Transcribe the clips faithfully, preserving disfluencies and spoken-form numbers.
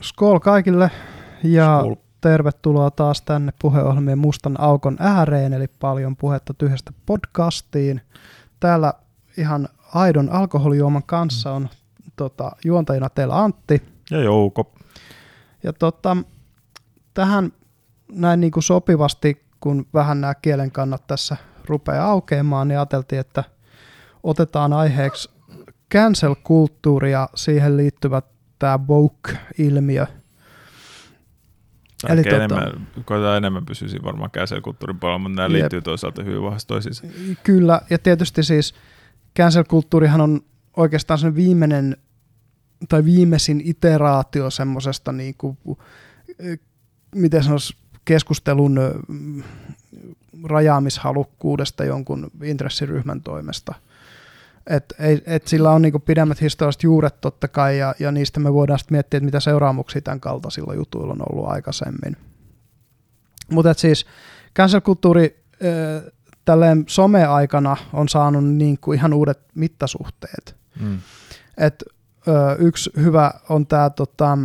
Skål kaikille ja Skål. Tervetuloa taas tänne puheohjelmien mustan aukon ääreen, eli paljon puhetta tyhjästä podcastiin. Täällä ihan aidon alkoholijuoman kanssa on tota, juontajina teillä Antti. Ja Jouko. Ja tota, tähän näin niin kuin sopivasti, kun vähän nämä kielen kannat tässä rupeaa aukeamaan, niin ajateltiin, että otetaan aiheeksi cancel-kulttuuri ja siihen liittyvät tämä woke-ilmiö. Eli tota, enemmän, koetaan enemmän pysyisi varmaan cancel-kulttuurin puolella, mutta nämä jep. liittyy toisaalta hyvin vahvasti toisiinsa. Kyllä, ja tietysti siis cancel-kulttuurihan on oikeastaan sen viimeinen tai viimeisin iteraatio semmoisesta, niin kuin, miten sanoisi, keskustelun rajaamishalukkuudesta jonkun intressiryhmän toimesta. Et, et sillä on niinku pidemmät historialliset juuret totta kai, ja, ja niistä me voidaan sitten miettiä, että mitä seuraamuksia tämän kaltaisilla jutuilla on ollut aikaisemmin. Mutta siis cancel-kulttuuri äh, tälleen some-aikana on saanut niinku ihan uudet mittasuhteet. Mm. Et, äh, yksi hyvä on tämä, tota,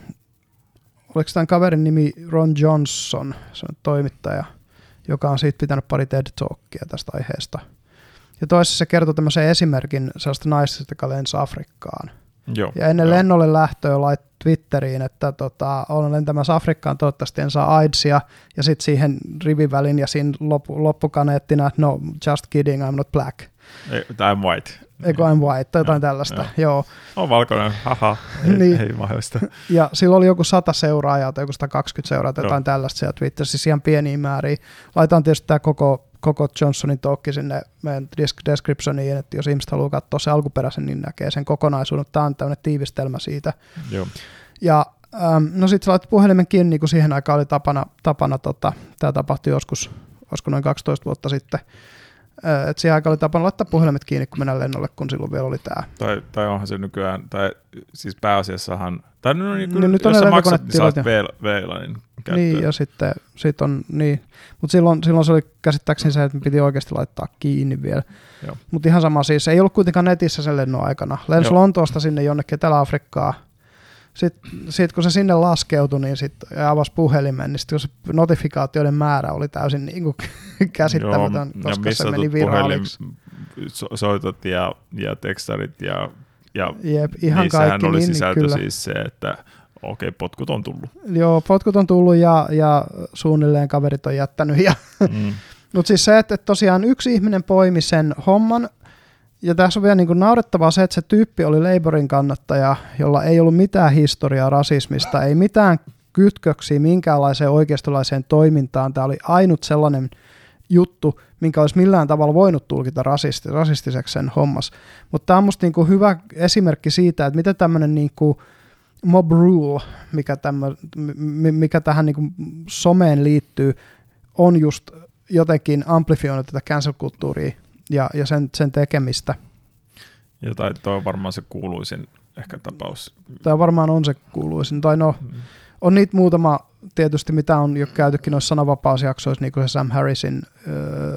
oliko tämän kaverin nimi Ron Johnson, se on toimittaja, joka on siitä pitänyt pari TED-talkia tästä aiheesta. Ja toisessa se kertoi tämmöisen esimerkin sellaista naisesta, joka lensi Afrikkaan. Joo, ja ennen jo. lennolle lähtöä laittoi Twitteriin, että tota, olen lentämässä Afrikkaan, toivottavasti en saa AIDSia. Ja sitten siihen rivin välin ja siinä loppu, loppukaneettina, että no, just kidding, I'm not black. I'm white. Eikö I'm white, tai jotain tällaista. Joo. On valkoinen, haha, ei, niin. ei mahdollista. Ja sillä oli joku sata seuraajaa tai joku sata kaksikymmentä seuraajaa tai jotain tällaista siellä Twitterissä, siis ihan pieniä määriä. Laitan tietysti tämä koko koko Johnsonin talkki sinne meidän descriptioniin, että jos ihmiset haluaa katsoa se alkuperäisen, niin näkee sen kokonaisuuden. Tämä on tämmöinen tiivistelmä siitä. Joo. Ja ähm, no sitten sä laitat puhelimen kiinni, niin kuin siihen aikaan oli tapana, tapana tota, tämä tapahtui joskus, olisiko noin kaksitoista vuotta sitten, äh, että siihen aikaan oli tapana laittaa puhelimet kiinni, kun mennään lennolle, kun silloin vielä oli tämä. Tai, tai onhan se nykyään, tai siis pääasiassahan, tai no, niin, no, nyt jos on sä maksat, niin saat V-lainin käyttöön. Niin, ja sitten sit on, niin, mutta silloin, silloin se oli käsittääkseni se, että me piti oikeasti laittaa kiinni vielä. Mutta ihan sama siis, ei ollut kuitenkaan netissä sen lennon aikana. Lensi Lontoosta sinne jonnekin Etelä-Afrikkaan. Sitten sit, kun se sinne laskeutui, niin sitten avasi puhelimen, niin sitten kun se notifikaatioiden määrä oli täysin niin kuin käsittämätön, joo, koska se meni viraaliksi. So- soitot ja, ja tekstarit ja, ja Jep, ihan niissähän kaikki, oli niin, sisältö kyllä. siis se, että okei, okay, potkut on tullut. Joo, potkut on tullut ja, ja suunnilleen kaverit on jättänyt. Ja mm. Mutta siis se, että tosiaan yksi ihminen poimi sen homman, ja tässä on vielä niinku naurettavaa se, että se tyyppi oli Labourin kannattaja, jolla ei ollut mitään historiaa rasismista, ei mitään kytköksiä minkäänlaiseen oikeistolaiseen toimintaan. Tämä oli ainut sellainen juttu, minkä olisi millään tavalla voinut tulkita rasisti, rasistiseksi sen hommas. Mutta tämä on musta niinku hyvä esimerkki siitä, että miten tämmöinen niinku mob rule, mikä, tämmö, mikä tähän niin kuin someen liittyy, on just jotenkin amplifioinut tätä cancel-kulttuuria ja, ja sen, sen tekemistä. Ja tai toi on varmaan se kuuluisin ehkä tapaus. Tämä varmaan on se kuuluisin. Tai no, mm. on niitä muutama tietysti, mitä on jo käytykin noissa sananvapausjaksoissa, niin kuin se Sam Harrisin äh,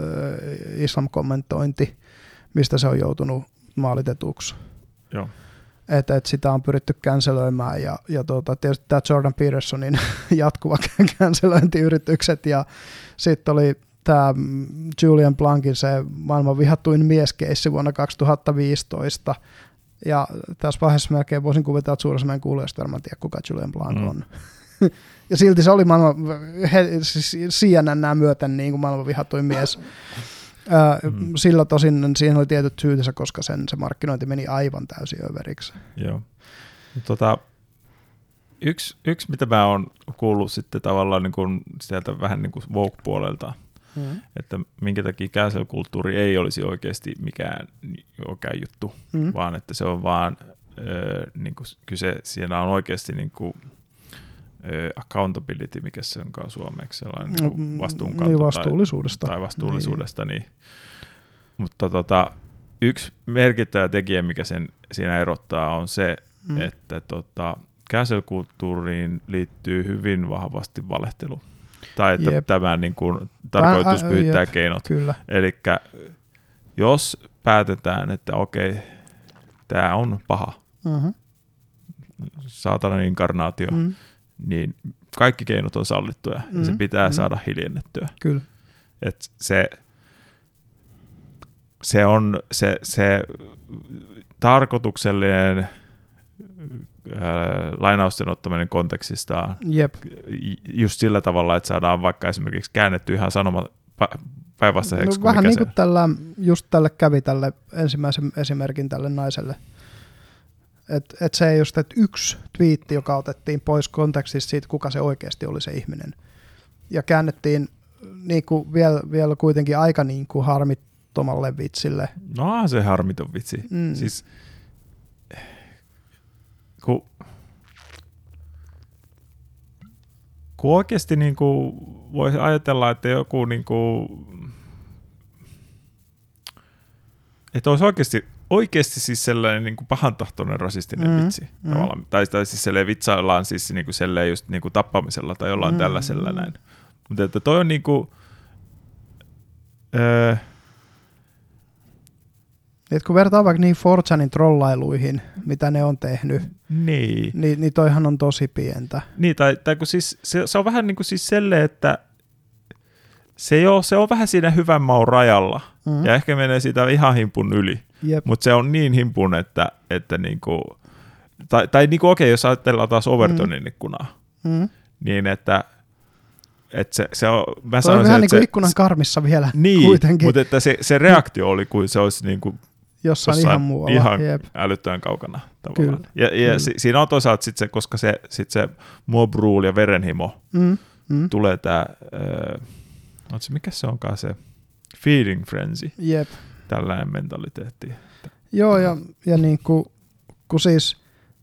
islam-kommentointi, mistä se on joutunut maalitetuksi. Joo. Että et sitä on pyritty cancelöimään ja, ja tuota, tietysti tämä Jordan Petersonin jatkuva cancelöintiyritykset ja sitten oli tämä Julian Blancin se maailman vihattuin mieskeissi vuonna kaksituhattaviisitoista ja tässä vaiheessa melkein voisin kuvitella, että suuressa meidän kuulijoista varmaan tiedä, kuka Julian Blanc mm. on. Ja silti se oli maailman, he, siis C N N myöten niin kuin maailman vihattuin mies. Öö, mm. Sillä tosin siihen oli tietyt syytensä, koska sen se markkinointi meni aivan täysin överiksi. Joo. Tota, yksi, yksi, mitä mä oon kuullut sitten tavallaan niin kuin sieltä vähän niin kuin woke-puolelta, mm. että minkä takia cancel-kulttuuri ei olisi oikeasti mikään oikein juttu, mm. vaan että se on vaan öö, niin kuin kyse, siinä on oikeasti niin kuin accountability, mikä se onkaan suomeksi, sellainen niin vastuunkanto niin vastuullisuudesta. Tai, tai vastuullisuudesta. Niin. Niin. Mutta tota, yksi merkittävä tekijä, mikä sen siinä erottaa, on se, mm. että tota, cancel-kulttuuriin liittyy hyvin vahvasti valehtelu. Tai että jep. tämä niin kuin, tarkoitus pyhittää keinot. Eli jos päätetään, että okei, tämä on paha, mm-hmm. saatanan inkarnaatio, mm. niin kaikki keinot on sallittuja mm. ja se pitää mm. saada hiljennettyä. Kyllä. Et se, se on se, se tarkoituksellinen ää, lainausten ottaminen kontekstistaan Jep. just sillä tavalla, että saadaan vaikka esimerkiksi käännetty ihan sanoma päinvastaiseksi. No, vähän niin kuin tällä, just tälle kävi tälle ensimmäisen esimerkin tälle naiselle. Että et se ei just, että yksi twiitti, joka otettiin pois kontekstista siitä, kuka se oikeasti oli se ihminen. Ja käännettiin niin kuin vielä, vielä kuitenkin aika niin kuin harmittomalle vitsille. No se harmiton vitsi. Mm. Siis, kun, kun oikeasti niin kuin voisi ajatella, että joku niin kuin, että olisi oikeasti Oikeasti siis sellainen niin kuin pahantahtoinen rasistinen mm, vitsi. Mm. Tavallaan. Tai, tai siis sellainen vitsaillaan siis niin kuin sellainen just niin kuin tappamisella tai jollain mm, tällaisella mm. näin. Mutta että toi on niin kuin, öö, et kun vertaa vaikka niihin four chanin trollailuihin, mitä ne on tehnyt, niin, niin, niin toihan on tosi pientä. Niin, tai, tai kun siis, se, se on vähän niin kuin siis sellainen, että se, ei ole, se on vähän siinä hyvän maun rajalla mm. ja ehkä menee siitä ihan himpun yli. Mutta se on niin himpun, että, että niinku, tai, tai niinku okei, jos ajatellaan taas Overtonin mm. ikkunaa, mm. niin että, että se, se on, mä se on vähän niin kuin se, ikkunan karmissa vielä niin, kuitenkin. Mutta että se, se reaktio oli kuin se olisi niinku jossain, jossain ihan muualla. Ihan älyttömän kaukana tavallaan. Ja, ja mm. si, siinä on toisaalta sit se, koska se, sit se mob rule ja verenhimo mm. Mm. tulee tää, äh, mikä se onkaan se feeding frenzy. Jep. Tällainen mentaliteetti. Joo, ja, ja niin kuin, kun siis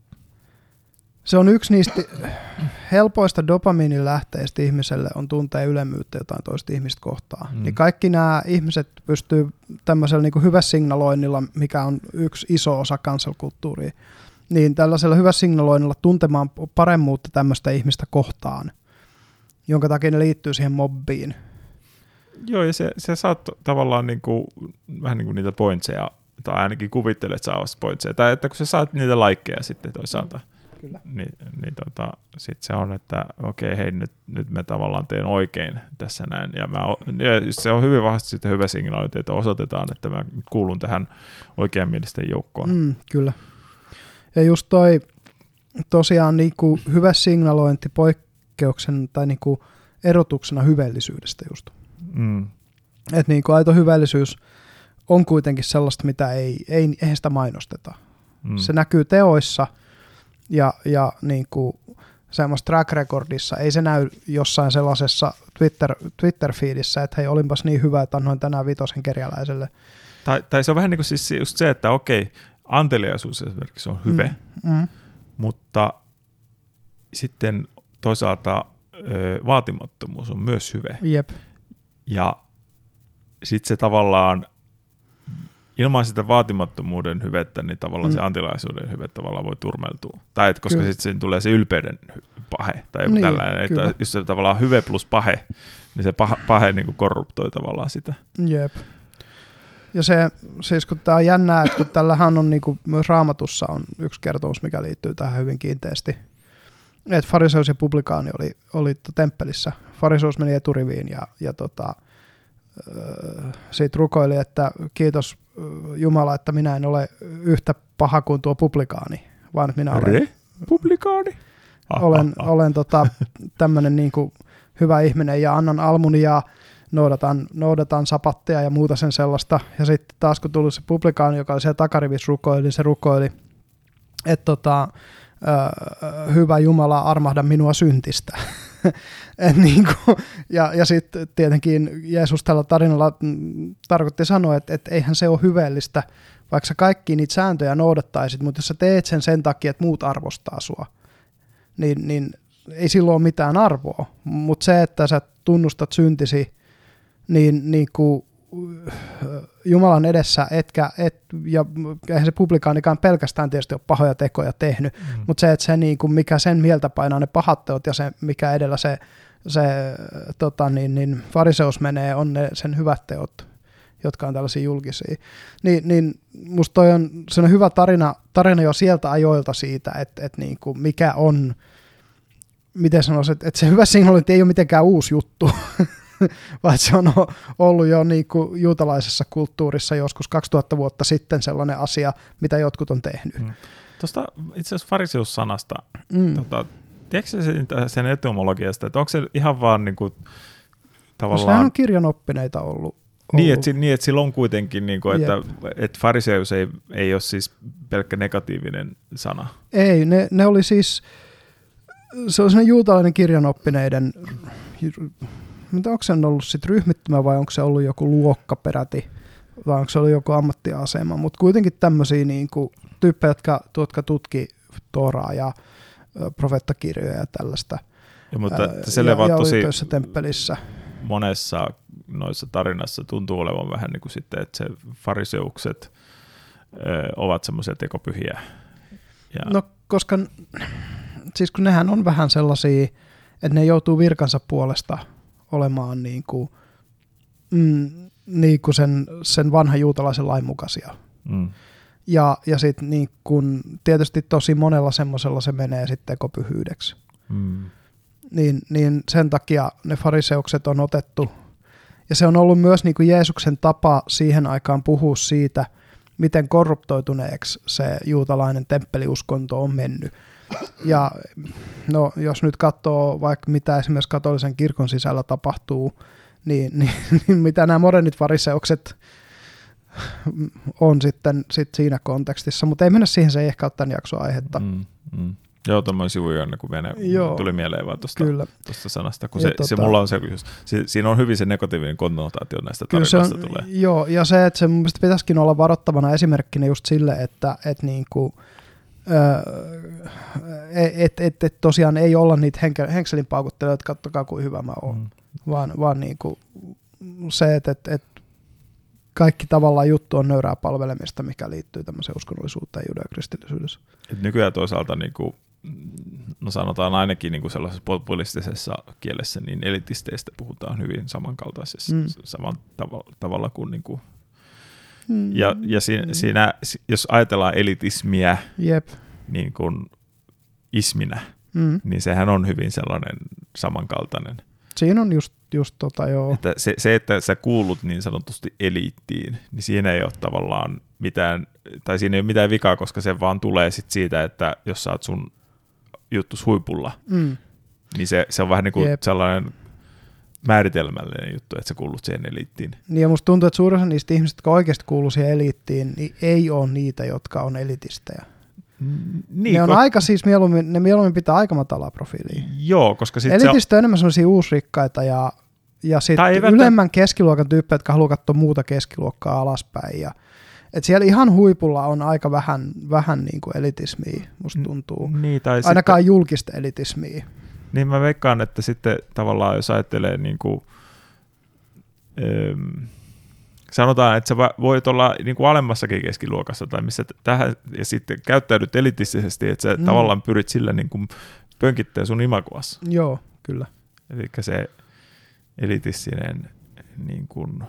se on yksi niistä helpoista dopamiinin lähteistä ihmiselle on tuntea ylemmyyttä jotain toista ihmistä kohtaan. Mm. Niin kaikki nämä ihmiset pystyy tämmöisellä niin kuin hyväsignaloinnilla, mikä on yksi iso osa cancel-kulttuuria, niin tällaisella hyväsignaloinnilla tuntemaan paremmuutta tämmöistä ihmistä kohtaan, jonka takia ne liittyy siihen mobbiin. Joo, ja se, se saa tavallaan niinku, vähän niin kuin niitä pointseja, tai ainakin kuvittelet, että saa pointseja, tai että kun sä saat niitä likeja sitten toisaalta, Kyllä. niin, niin tota, sitten se on, että okei, hei, nyt, nyt mä tavallaan teen oikein tässä näin, ja, mä, ja se on hyvin vahvasti sitten hyvä signaali, että osoitetaan, että mä kuulun tähän oikeanmielisten joukkoon. Mm, kyllä. Ja just toi tosiaan niinku hyvä signalointi poikkeuksen tai niinku erotuksena hyvällisyydestä just. Mm. Että niin kuin aito hyvällisyys on kuitenkin sellaista, mitä ei, ei, eihän sitä mainosteta. Mm. Se näkyy teoissa ja, ja niin kuin semmoista track recordissa. Ei se näy jossain sellaisessa Twitter, Twitter-feedissä, että hei, olinpas niin hyvä, että annoin tänään vitosen kerjäläiselle. Tai, tai se on vähän niin kuin siis just se, että okei, anteliaisuus esimerkiksi on hyvä, mm. Mm. mutta sitten toisaalta ö, vaatimattomuus on myös hyvä. Jep. Ja sitten se tavallaan, ilman sitä vaatimattomuuden hyvettä, niin tavallaan mm. se antilaisuuden hyve tavallaan voi turmeltua. Tai että koska sitten siinä tulee se ylpeyden pahe, tai joku niin, tällainen, kyllä. Että jos se tavallaan hyve plus pahe, niin se pahe, pahe niin kuin korruptoi tavallaan sitä. Jep. Ja se, siis kun tämä on jännää, että kun tällähän on niin kuin myös Raamatussa on yksi kertomus, mikä liittyy tähän hyvin kiinteästi. Että fariseus ja publikaani oli, oli temppelissä. Fariseus meni eturiviin ja, ja tota, siitä rukoili, että kiitos Jumala, että minä en ole yhtä paha kuin tuo publikaani, vaan että minä olen, publikaani? olen, olen tota, tämmöinen niin kuin hyvä ihminen ja annan almuni ja noudatan, noudatan sapattia ja muuta sen sellaista. Ja sitten taas kun tuli se publikaani, joka oli siellä takarivissä rukoili, niin se rukoili, että tota, Öö, hyvä Jumala, armahda minua syntistä. Et niin kuin, ja ja sitten tietenkin Jeesus tällä tarinalla tarkoitti sanoa, että, että eihän se ole hyveellistä, vaikka sä kaikki niitä sääntöjä noudattaisit, mutta jos sä teet sen sen takia, että muut arvostaa sua, niin, niin ei silloin ole mitään arvoa. Mutta se, että sä tunnustat syntisi, niin, niin kuin Jumalan edessä, etkä, et, ja eihän se publikaanikaan pelkästään tietysti ole pahoja tekoja tehnyt, mm. mutta se, että se, niin kuin, mikä sen mieltä painaa ne pahat teot ja se, mikä edellä se, se tota, niin, niin, fariseus menee, on ne sen hyvät teot. jotka on tällaisia julkisia. Ni, niin musta toi on sellainen hyvä tarina, tarina jo sieltä ajoilta siitä, että, että niin kuin mikä on, miten sanoisin, että, että se hyvä signaalointi ei ole mitenkään uusi juttu, vaan se on ollut jo niin kuin juutalaisessa kulttuurissa joskus kaksituhatta vuotta sitten sellainen asia, mitä jotkut on tehnyt. Mm. Tuosta itse asiassa fariseus-sanasta, mm. tota, tiedätkö sen, sen etymologiasta, että onko se ihan vaan niin kuin, tavallaan... Sehän on kirjanoppineita ollut. ollut. Niin, että, niin, että sillä on kuitenkin, niin kuin, että, että fariseus ei, ei ole siis pelkkä negatiivinen sana. Ei, ne, ne oli siis, se on sellainen juutalainen kirjanoppineiden, mitä onko se ollut sitten ryhmittymä vai onko se ollut joku luokka peräti, vai onko se ollut joku ammattiasema, mutta kuitenkin tämmöisiä niin kuin tyyppejä, jotka, jotka tutki Tooraa ja profeettakirjoja ja tällaista. Ja, mutta se ja, ja tosi oli temppelissä. Monessa noissa tarinassa tuntuu olevan vähän niin kuin sitten, että se fariseukset ö, ovat semmoisia tekopyhiä. Ja... No koska, siis kun nehän on vähän sellaisia, että ne joutuu virkansa puolesta olemaan niin kuin, mm, niin kuin sen, sen vanhan juutalaisen lain mukaisia. Mm. Ja, ja sitten niin kun, tietysti tosi monella semmoisella se menee sitten tekopyhyydeksi. Mm. Niin, niin sen takia ne fariseukset on otettu. Ja se on ollut myös niin kuin Jeesuksen tapa siihen aikaan puhua siitä, miten korruptoituneeksi se juutalainen temppeliuskonto on mennyt. Ja no, jos nyt katsoo vaikka mitä esimerkiksi katolisen kirkon sisällä tapahtuu, niin, niin, niin mitä nämä modernit fariseukset on sitten sit siinä kontekstissa, mutta ei mennä siihen, se ei ehkä ole tämän jakson aihetta. Mm, mm. Joo, tuommoinen sivujonne, kun Vene tuli mieleen vaan tuosta sanasta, kun se, tota, se mulla on se, se, siinä on hyvin se negatiivinen konnotaatio näistä tarinoista tulee. Joo, ja se, että se mun mielestä pitäisikin olla varoittavana esimerkkinä just sille, että et niinku, et, et, et tosiaan ei olla niitä henkselin paukuttelijoita, että kattokaa kuin hyvä mä oon, mm. vaan, vaan niinku se, että et, et kaikki tavallaan juttu on nöyrää palvelemista, mikä liittyy tämmöiseen uskonnollisuuteen judeokristillisyydessä. Et nykyään toisaalta, niin kuin, no sanotaan ainakin niin kuin sellaisessa populistisessa kielessä, niin elitisteistä puhutaan hyvin samankaltaisessa mm. saman tav- tavalla kuin, niin kuin mm. ja, ja siinä, mm. siinä, jos ajatellaan elitismiä Jep. niin kuin isminä, mm. niin sehän on hyvin sellainen samankaltainen. Siinä on just, just tota joo. Että se, se, että sä kuulut niin sanotusti eliittiin, niin siinä ei ole tavallaan mitään, tai siinä ei ole mitään vikaa, koska se vaan tulee sit siitä, että jos sä oot sun juttus huipulla, mm. niin se, se on vähän niin kuin Jep. sellainen määritelmällinen juttu, että sä kuulut siihen eliittiin. Niin ja musta tuntuu, että suurin osa niistä ihmisistä, jotka oikeasti kuuluu siihen eliittiin, niin ei ole niitä, jotka on elitistejä. Niin, ne on ko- aika siis mieluummin, ne mieluummin pitää aika matalaa profiilia. Joo, koska sitten elitistä on enemmän sellaisia uusrikkaita ja, ja sitten ylemmän välttä... keskiluokan tyyppejä, jotka haluaa katsoa muuta keskiluokkaa alaspäin. Ja, et siellä ihan huipulla on aika vähän, vähän niin kuin elitismiä, musta tuntuu. Niin, tai ainakaan sitten... julkista elitismiä. Niin mä veikkaan, että sitten tavallaan jos ajattelee niin kuin, ähm, sanotaan, että sä voit olla niin kuin alemmassakin keskiluokassa tai missä tähän, ja sitten käyttäydyt elitistisesti, että sä mm. tavallaan pyrit sillä niin kuin pönkittämään sun imagoassa. Joo, kyllä. Eli se elitistinen niin kuin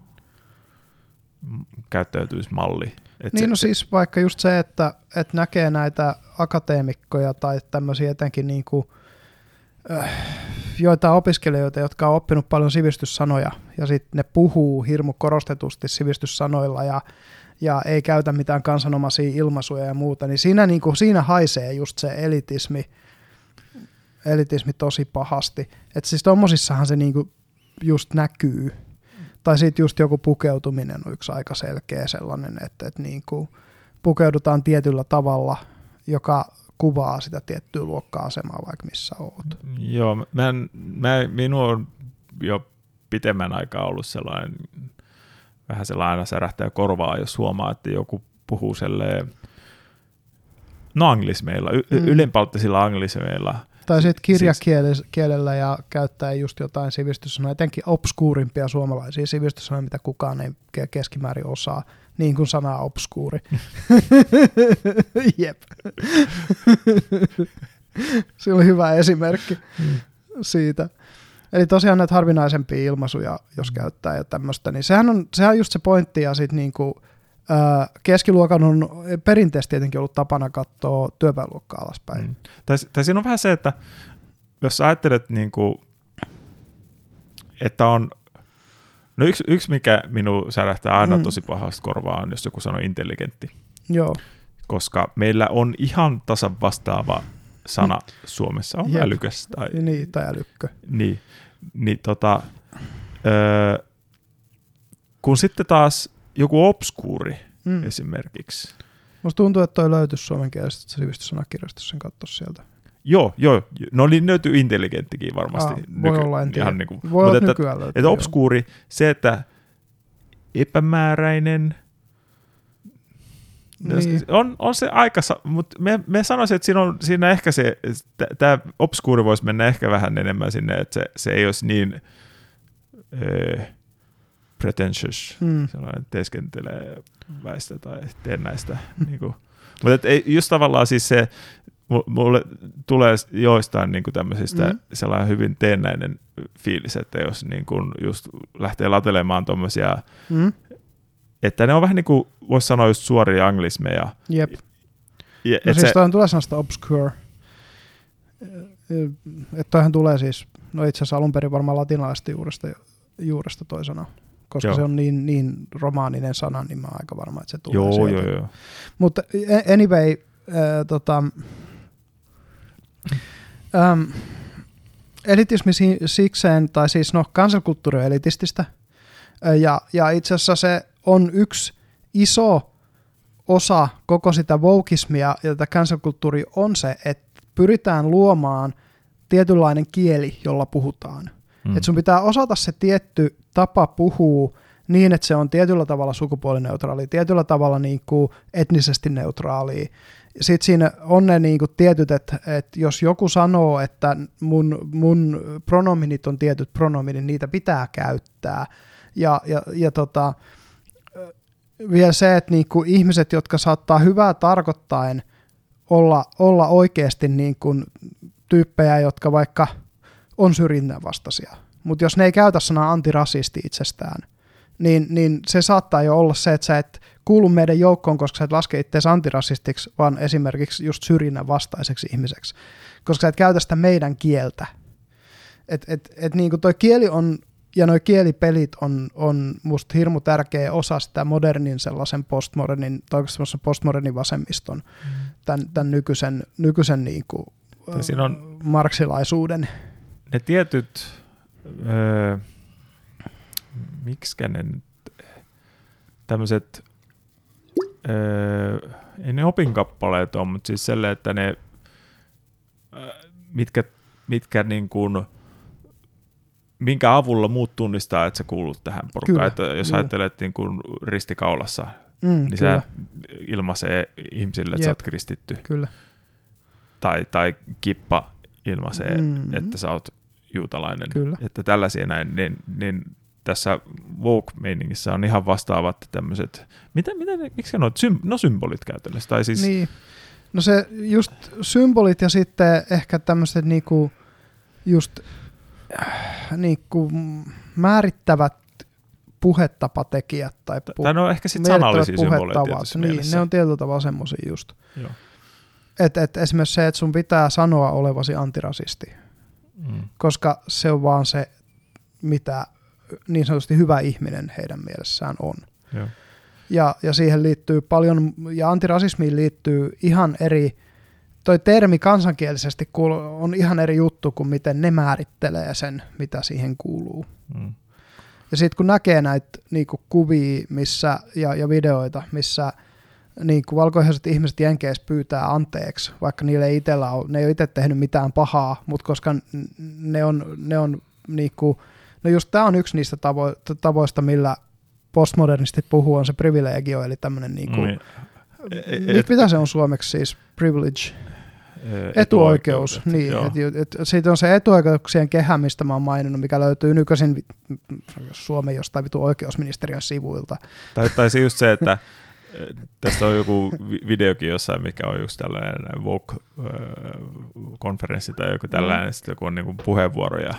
käyttäytymismalli. Että niin se, no siis vaikka just se, että, että näkee näitä akateemikkoja tai tämmöisiä etenkin niin kuin joitain opiskelijoita, jotka on oppinut paljon sivistyssanoja ja sitten ne puhuu hirmu korostetusti sivistyssanoilla ja, ja ei käytä mitään kansanomaisia ilmaisuja ja muuta, niin siinä, niin kuin, siinä haisee just se elitismi, elitismi tosi pahasti. Että siis tommosissahan se niin kuin just näkyy. Tai sitten just joku pukeutuminen on yksi aika selkeä sellainen, että, että niin kuin pukeudutaan tietyllä tavalla, joka kuvaa sitä tiettyä luokka-asemaa, vaikka missä oot. Joo, mä, mä, minua on jo pitemmän aikaa ollut sellainen, vähän sellainen aina särähtää korvaa, jos huomaa, että joku puhuu selleen, no anglismeilla, y- mm. ylenpalttisilla anglismeilla. Tai sitten kirjakielellä ja käyttää just jotain sivistyssanoja, etenkin obskuurimpia suomalaisia sivistyssanoja, mitä kukaan ei keskimäärin osaa, niin kuin sana obskuuri. Jep. Se oli hyvä esimerkki mm. siitä. Eli tosiaan näitä harvinaisempia ilmaisuja, jos käyttää ja tämmöistä, niin sehän on, sehän on just se pointti, ja sitten niinku, keskiluokan on perinteisesti tietenkin ollut tapana katsoa työväenluokkaa alaspäin. Mm. Tai, tai siinä on vähän se, että jos ajattelet, niinku, että on, no yksi, yksi mikä minun särähtää aina mm. tosi pahasti korvaan, jos joku sanoo intelligentti. Joo. Koska meillä on ihan tasan vastaava sana mm. Suomessa, on Jep. älykäs. Tai, niin, tai älykkö. Niin, niin tota, öö, kun sitten taas joku obskuuri mm. esimerkiksi. Musta tuntuu, että toi löytyisi suomenkielisestä sivistyssanakirjastossa, sen katsoisi sieltä. Joo, joo. No niin löytyy intelligenttikin varmasti. Ah, voi Nyky- olla, en tiedä. niin kuin, voi olla että, nykyään löytyy. Että obskuuri, se, että epämääräinen, niin. on, on se aika, mutta me, me sanoisin, että siinä, on, siinä ehkä se, tämä obskuuri voisi mennä ehkä vähän enemmän sinne, että se, se ei olisi niin öö, pretentious, hmm. sellainen teeskentelee väistä tai tee näistä. niin kuin. Mutta ei, just tavallaan siis se, mulle tulee joistain niin kuin tämmöisistä hmm. sellainen hyvin teennäinen fiilis, että jos niin kuin just lähtee latelemaan tuommoisia, hmm. että ne on vähän niin kuin, voisi sanoa just suoria anglismeja. Jep. Ja, no siis se, toihan tulee sanasta obscure. Että toihan tulee siis, no itse asiassa alun perin varmaan latinalaisesta juuresta, juuresta toi sana. Koska joo. se on niin, niin romaaninen sana, niin mä oon aika varma, että se tulee joo, sieltä. Joo, joo, joo. Mutta anyway, äh, tota, ähm, elitismi sikseen, tai siis no kansankulttuuri on elitististä, ja, ja itse asiassa se on yksi iso osa koko sitä wokeismia ja tätä kansankulttuuria on se, että pyritään luomaan tietynlainen kieli, jolla puhutaan. Mm. Että sun pitää osata se tietty tapa puhua niin, että se on tietyllä tavalla sukupuolineutraali, tietyllä tavalla niin kuin etnisesti neutraali. Sitten siinä on ne niin kuin tietyt, että, että jos joku sanoo, että mun, mun pronominit on tietyt pronominit, niitä pitää käyttää. Ja, ja, ja tota, vielä se, että niin kuin ihmiset, jotka saattaa hyvää tarkoittaen olla, olla oikeasti niin kuin tyyppejä, jotka vaikka on syrjinnän vastaisia, mutta jos ne ei käytä sanaa antirasisti itsestään, niin, niin se saattaa jo olla se, että sä et kuulu meidän joukkoon, koska sä et laske itseäsi antirasistiksi, vaan esimerkiksi just syrjinnän vastaiseksi ihmiseksi, koska sä et käytä sitä meidän kieltä. Et, et, et niin kuin toi kieli on, ja noi kielipelit on, on musta hirmu tärkeä osa sitä modernin sellaisen postmodernin, tai oikeastaan postmodernin vasemmiston, mm. tämän, tämän nykyisen, nykyisen niin kuin, on marksilaisuuden. Ne tietyt, öö, miksikä ne tämmöiset, öö, ei ne opinkappaleet ole, mutta siis sellainen, että ne, mitkä, mitkä niin kuin, minkä avulla muut tunnistaa, että sä kuulut tähän porukkaan. Että jos kyllä. ajattelet niin kuin ristikaulassa, mm, niin kyllä. se ilmaisee ihmisille, että Jep. sä oot kristitty. Kyllä. Tai, tai kippa ilmaisee, mm. että sä oot juutalainen. Kyllä. Että tällaisia näin, niin, niin tässä woke-meiningissä on ihan vastaavat tämmöiset, mitä, mitä ne, miksi ne on, Sym, no symbolit käytännössä. Tai siis, niin. No se just symbolit ja sitten ehkä tämmöiset niinku just niinku määrittävät puhetapatekijät tai pu- tai ne on ehkä sitten sanallisia symboleita tietysti niin, mielessä. Ne on tietyllä tavalla semmoisia just. Joo. Et, et esimerkiksi se, että sun pitää sanoa olevasi antirasisti, mm. koska se on vaan se, mitä niin sanotusti hyvä ihminen heidän mielessään on. Joo. Ja, ja siihen liittyy paljon, ja antirasismiin liittyy ihan eri, toi termi kansankielisesti on ihan eri juttu kuin miten ne määrittelee sen, mitä siihen kuuluu. Mm. Ja sitten kun näkee näitä niinku kuvia missä, ja, ja videoita, missä niin kuin valkoiset ihmiset Jenkeissä pyytää anteeksi, vaikka niille ei itsellä ole, ne ei ole itse tehnyt mitään pahaa, mutta koska ne on, ne on niin kuin, no just tämä on yksi niistä tavo- tavoista, millä postmodernistit puhuu, on se privilegio, eli tämmöinen niin kuin, mm. et, mitä se on suomeksi siis, privilege, etuoikeus, niin, et, et, siitä on se etuoikeuksien kehä, mistä mä oon maininnut, mikä löytyy nykyisin Suomen jostain vitu oikeusministeriön sivuilta. Tai, tai se just se, että tästä on joku videokin jossain, mikä on just tällainen Vogue-konferenssi tai joku tällainen, mm. sitten kun on niin kuin puheenvuoroja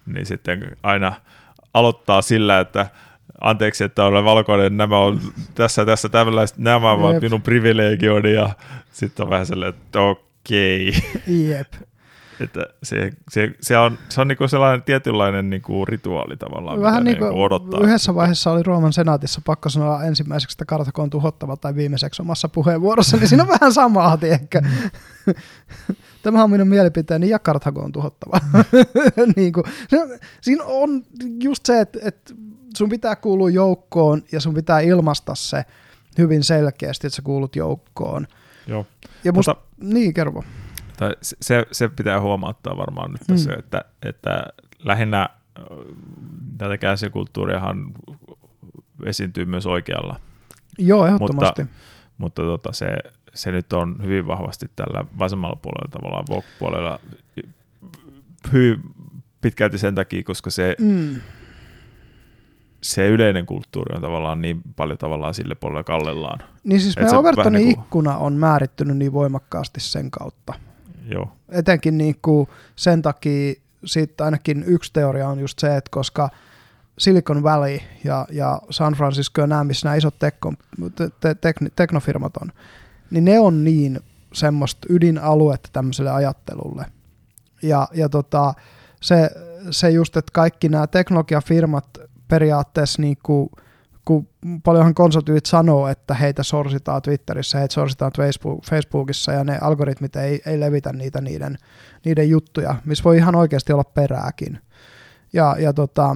niin sitten aina aloittaa sillä, että anteeksi, että olen valkoinen, nämä on tässä, tässä tällaiset, nämä ovat minun privilegioni, ja sitten on vähän sellainen, että okei. Jep. Että se, se, se on, se on niinku sellainen tietynlainen niinku rituaali tavallaan, vähän mitä niin kuin niinku odottaa. Yhdessä vaiheessa oli Rooman senaatissa pakko sanoa ensimmäiseksi, että Karthago on tuhottava tai viimeiseksi omassa puheenvuorossa, niin siinä on vähän samaa ehkä. Tämä on minun mielipiteeni ja Karthago on tuhottava. niin kuin, siinä on just se, että, että sun pitää kuulua joukkoon ja sun pitää ilmaista se hyvin selkeästi, että sä kuulut joukkoon. Joo. Ja musta, Mutta, niin, kerro. Se, se pitää huomauttaa varmaan nyt tässä, mm. että, että lähinnä tätä käänsikulttuuriahan esiintyy myös oikealla. Joo, ehdottomasti. Mutta, mutta tota, se, se nyt on hyvin vahvasti tällä vasemmalla puolella, tavallaan Vogue-puolella, hyvin pitkälti sen takia, koska se, mm. se yleinen kulttuuri on tavallaan niin paljon tavallaan sille puolelle kallellaan. Niin siis meidän Overtonin niin kuin ikkuna on määrittynyt niin voimakkaasti sen kautta. Joo. Etenkin niin kuin sen takia siitä ainakin yksi teoria on just se, että koska Silicon Valley ja, ja San Francisco ja nämä, missä nämä isot tekko, te, te, tekni, teknofirmat on, niin ne on niin semmoista ydinaluetta tämmöiselle ajattelulle. Ja, ja tota, se, se just, että kaikki nämä teknologiafirmat periaatteessa niin kuin, kun paljonhan konsultit sanoo, että heitä sorsitaan Twitterissä, heitä sorsitaan Facebook, Facebookissa ja ne algoritmit ei, ei levitä niitä niiden, niiden juttuja, missä voi ihan oikeasti olla perääkin. Ja, ja tota,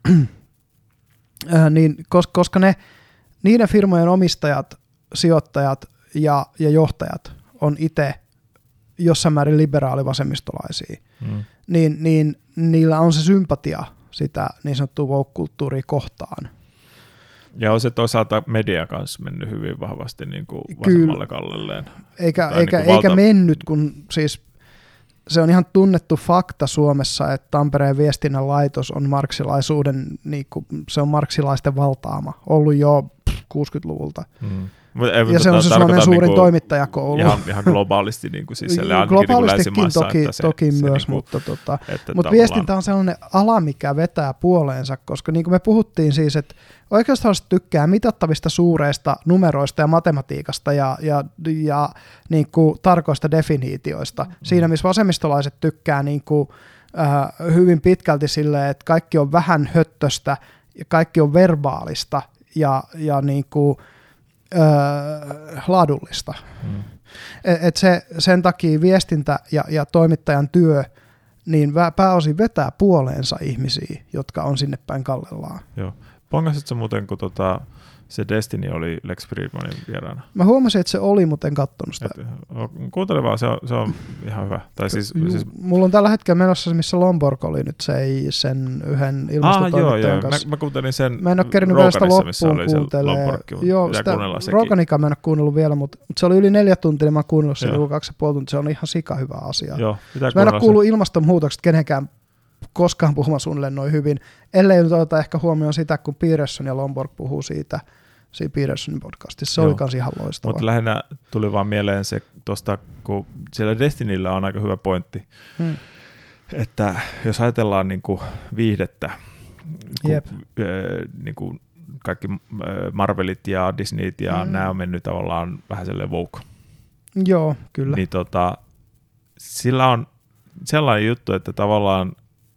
äh, niin, koska, koska ne, niiden firmojen omistajat, sijoittajat ja, ja johtajat on itse jossain määrin liberaalivasemmistolaisia, mm. niin, niin niillä on se sympatia sitä niin sanottua woke-kulttuuria kohtaan. Ja on se toisaalta media kanssa mennyt hyvin vahvasti niin kuin vasemmalle kallelleen. Eikä, eikä, niin eikä valta... mennyt, kun siis se on ihan tunnettu fakta Suomessa, että Tampereen viestinnän laitos on marksilaisuuden, niin kuin, se on marksilaisten valtaama, ollut jo kuusikymmentäluvulta. Mm. Ei, ja se on se Suomen suurin niinku toimittajakoulu. Ihan, ihan globaalisti niin kuin siis globaalistikin niin toki, se, toki se, myös, se, mutta, niin tota, mutta viestintä on sellainen ala, mikä vetää puoleensa, koska niin kuin me puhuttiin siis, että oikeastaan tykkää mitattavista suureista numeroista ja matematiikasta ja, ja, ja niin kuin tarkoista definiitioista. Mm. Siinä, missä vasemmistolaiset tykkää niin kuin, äh, hyvin pitkälti silleen, että kaikki on vähän höttöstä ja kaikki on verbaalista ja, ja niin kuin Öö, laadullista. Hmm. Et, et se, sen takia viestintä ja, ja toimittajan työ niin pääosin vetää puoleensa ihmisiä, jotka on sinne päin kallellaan. Joo. Pongasitko muuten, kun tota, se Destiny oli Lex Fridmanin vieraana? Mä huomasin, että se oli, mutta en katsonut sitä. Et, kuuntele vaan, se on, se on ihan hyvä. Tai siis, Ju, siis... Mulla on tällä hetkellä menossa, missä Lomborg oli nyt se ei sen yhden ilmastotoimittajan ah, kanssa. Mä, mä kuuntelin sen Mä en ole kerinyt vielä sitä loppuun kuuntelemaan. Joo, sitä Roganika mä en ole kuunnellut vielä, mutta, mutta se oli yli neljä tuntia, niin mä oon kuunnellut sen yli kaksi ja puoli tuntia. Se on ihan sika hyvä asia. Joo, mä en ole kuullut ilmastonmuutoksesta kenenkään koskaan puhumaan suunnilleen noin hyvin, ellei nyt ota ehkä huomioon sitä, kun Peterson ja Lomborg puhuu siitä, siinä Petersonin podcastissa. Se Joo. oli kans ihan loistavaa. Mutta lähinnä tuli vaan mieleen se tuosta, kun siellä Destinyllä on aika hyvä pointti, hmm. että jos ajatellaan niin kuin viihdettä, kun, äh, niin kuin kaikki Marvelit ja Disneyt ja hmm. nämä on mennyt tavallaan vähän silleen woke. Joo, kyllä. Niin tota, sillä on sellainen juttu, että tavallaan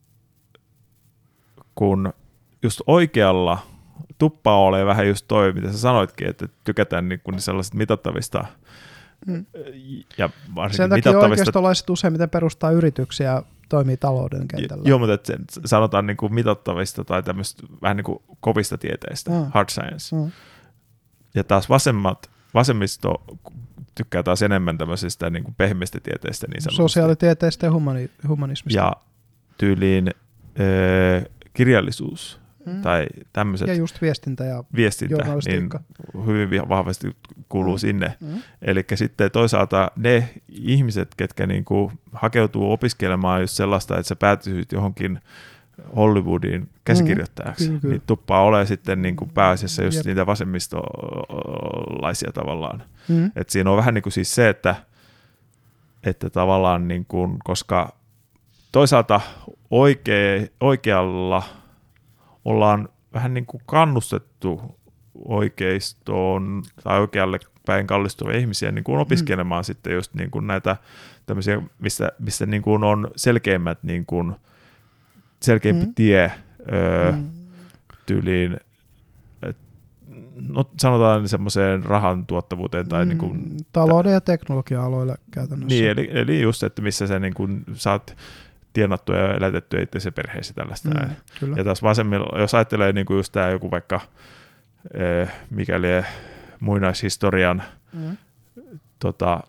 kun just oikealla tuppaa ole vähän just toi, mitä sä sanoitkin, että tykätään niinku sellaisista mitattavista mm. ja varsinkin sen takia mitattavista... oikeistolaiset useimmiten perustaa yrityksiä ja toimii talouden kentällä. Joo, mutta sen, sanotaan niinku mitattavista tai tämmöistä vähän niinku kovista tieteistä, mm. hard science. Mm. Ja taas vasemmat, vasemmisto tykkää taas enemmän tämmöisistä niinku pehmeistä tieteistä. Niin sosiaalitieteistä ja humani, humanismista. Ja tyyliin öö, kirjallisuus. Mm. Tai tämmöiset. Ja just viestintä ja viestintä, niin hyvin vahvasti kuuluu mm. sinne. Mm. Eli sitten toisaalta ne ihmiset, ketkä niinku hakeutuu opiskelemaan just sellaista, että sä päätyisit johonkin Hollywoodiin käsikirjoittajaksi, mm. niin tuppaa olemaan sitten niinku pääasiassa just Jep. niitä vasemmistolaisia tavallaan. Mm. Et siinä on vähän niinku siis se, että, että tavallaan niinku, koska toisaalta oikea, oikealla ollaan vähän niin kuin kannustettu oikeistoon tai oikealle päin kallistuvia ihmisiä niin kuin opiskelemaan mm. sitten just niin kuin näitä tämmöisiä, missä, missä niin kuin on selkeimmät, niin kuin, selkeämpi mm. tie öö, mm. tyyliin, et, no sanotaan semmoiseen rahan tuottavuuteen tai mm. niin kuin, talouden ja teknologia-aloille käytännössä. Niin, eli, eli just, että missä sä niin kuin saat tienattua ja elätettyä itse perheessä tällaista. Mm, kyllä. Ja taas vasemmilla, jos ajattelee niin kuin just tämä joku vaikka eh, mikäli muinaishistorian mm. tota,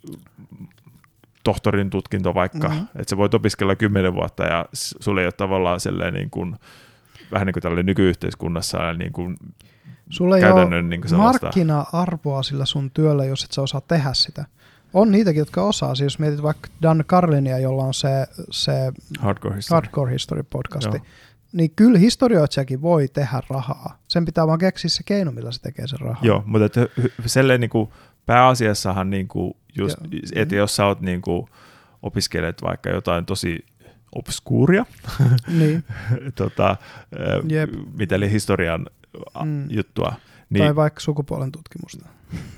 tohtorin tutkinto vaikka, mm-hmm. että sä voit opiskella kymmenen vuotta ja sulle ei ole tavallaan niin kuin, vähän niin kuin tällä nykyyhteiskunnassa niin kuin sulle käytännön ei niin kuin markkina-arvoa sillä sun työllä, jos et sä osaa tehdä sitä. On niitäkin, jotka osaa. Siis jos mietit vaikka Dan Carlinia, jolla on se, se Hardcore History, Hardcore History podcasti, joo. Niin kyllä historioitsijakin voi tehdä rahaa. Sen pitää vaan keksiä se keino, millä se tekee sen rahaa. Joo, mutta että selleen niin kuin pääasiassahan, niin kuin just, että jos sä oot niin kuin opiskelet vaikka jotain tosi obskuuria, niin. tota, mitä eli historian mm. juttua. Niin, tai vaikka sukupuolen tutkimusta.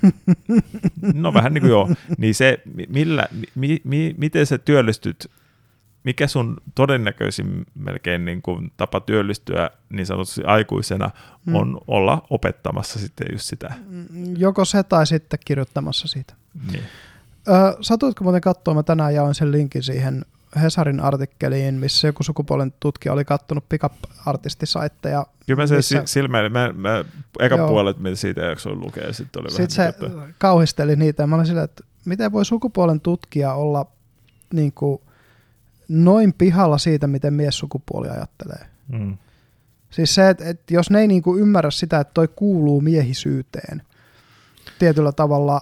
No vähän niin kuin joo. Niin se, millä, mi, mi, miten sä työllistyt, mikä sun todennäköisin melkein niin kuin tapa työllistyä niin sanotusti aikuisena mm. on olla opettamassa sitten just sitä. Joko se tai sitten kirjoittamassa siitä. Niin. Ö, satuitko muuten katsoa, mä tänään jaoin sen linkin siihen Hesarin artikkeliin, missä joku sukupuolen tutkija oli kattonut pick-up-artistisaitteja. Kyllä mä se missä... silmäili, mä, mä eka joo. puolet mitä siitä jaksoin lukea ja sitten oli sitten vähän... se niin kauhisteli niitä ja mä olin silleen, että miten voi sukupuolen tutkija olla niin kuin noin pihalla siitä, miten miessukupuoli ajattelee. Mm. Siis se, että, että jos ne ei niin kuin ymmärrä sitä, että toi kuuluu miehisyyteen tietyllä tavalla,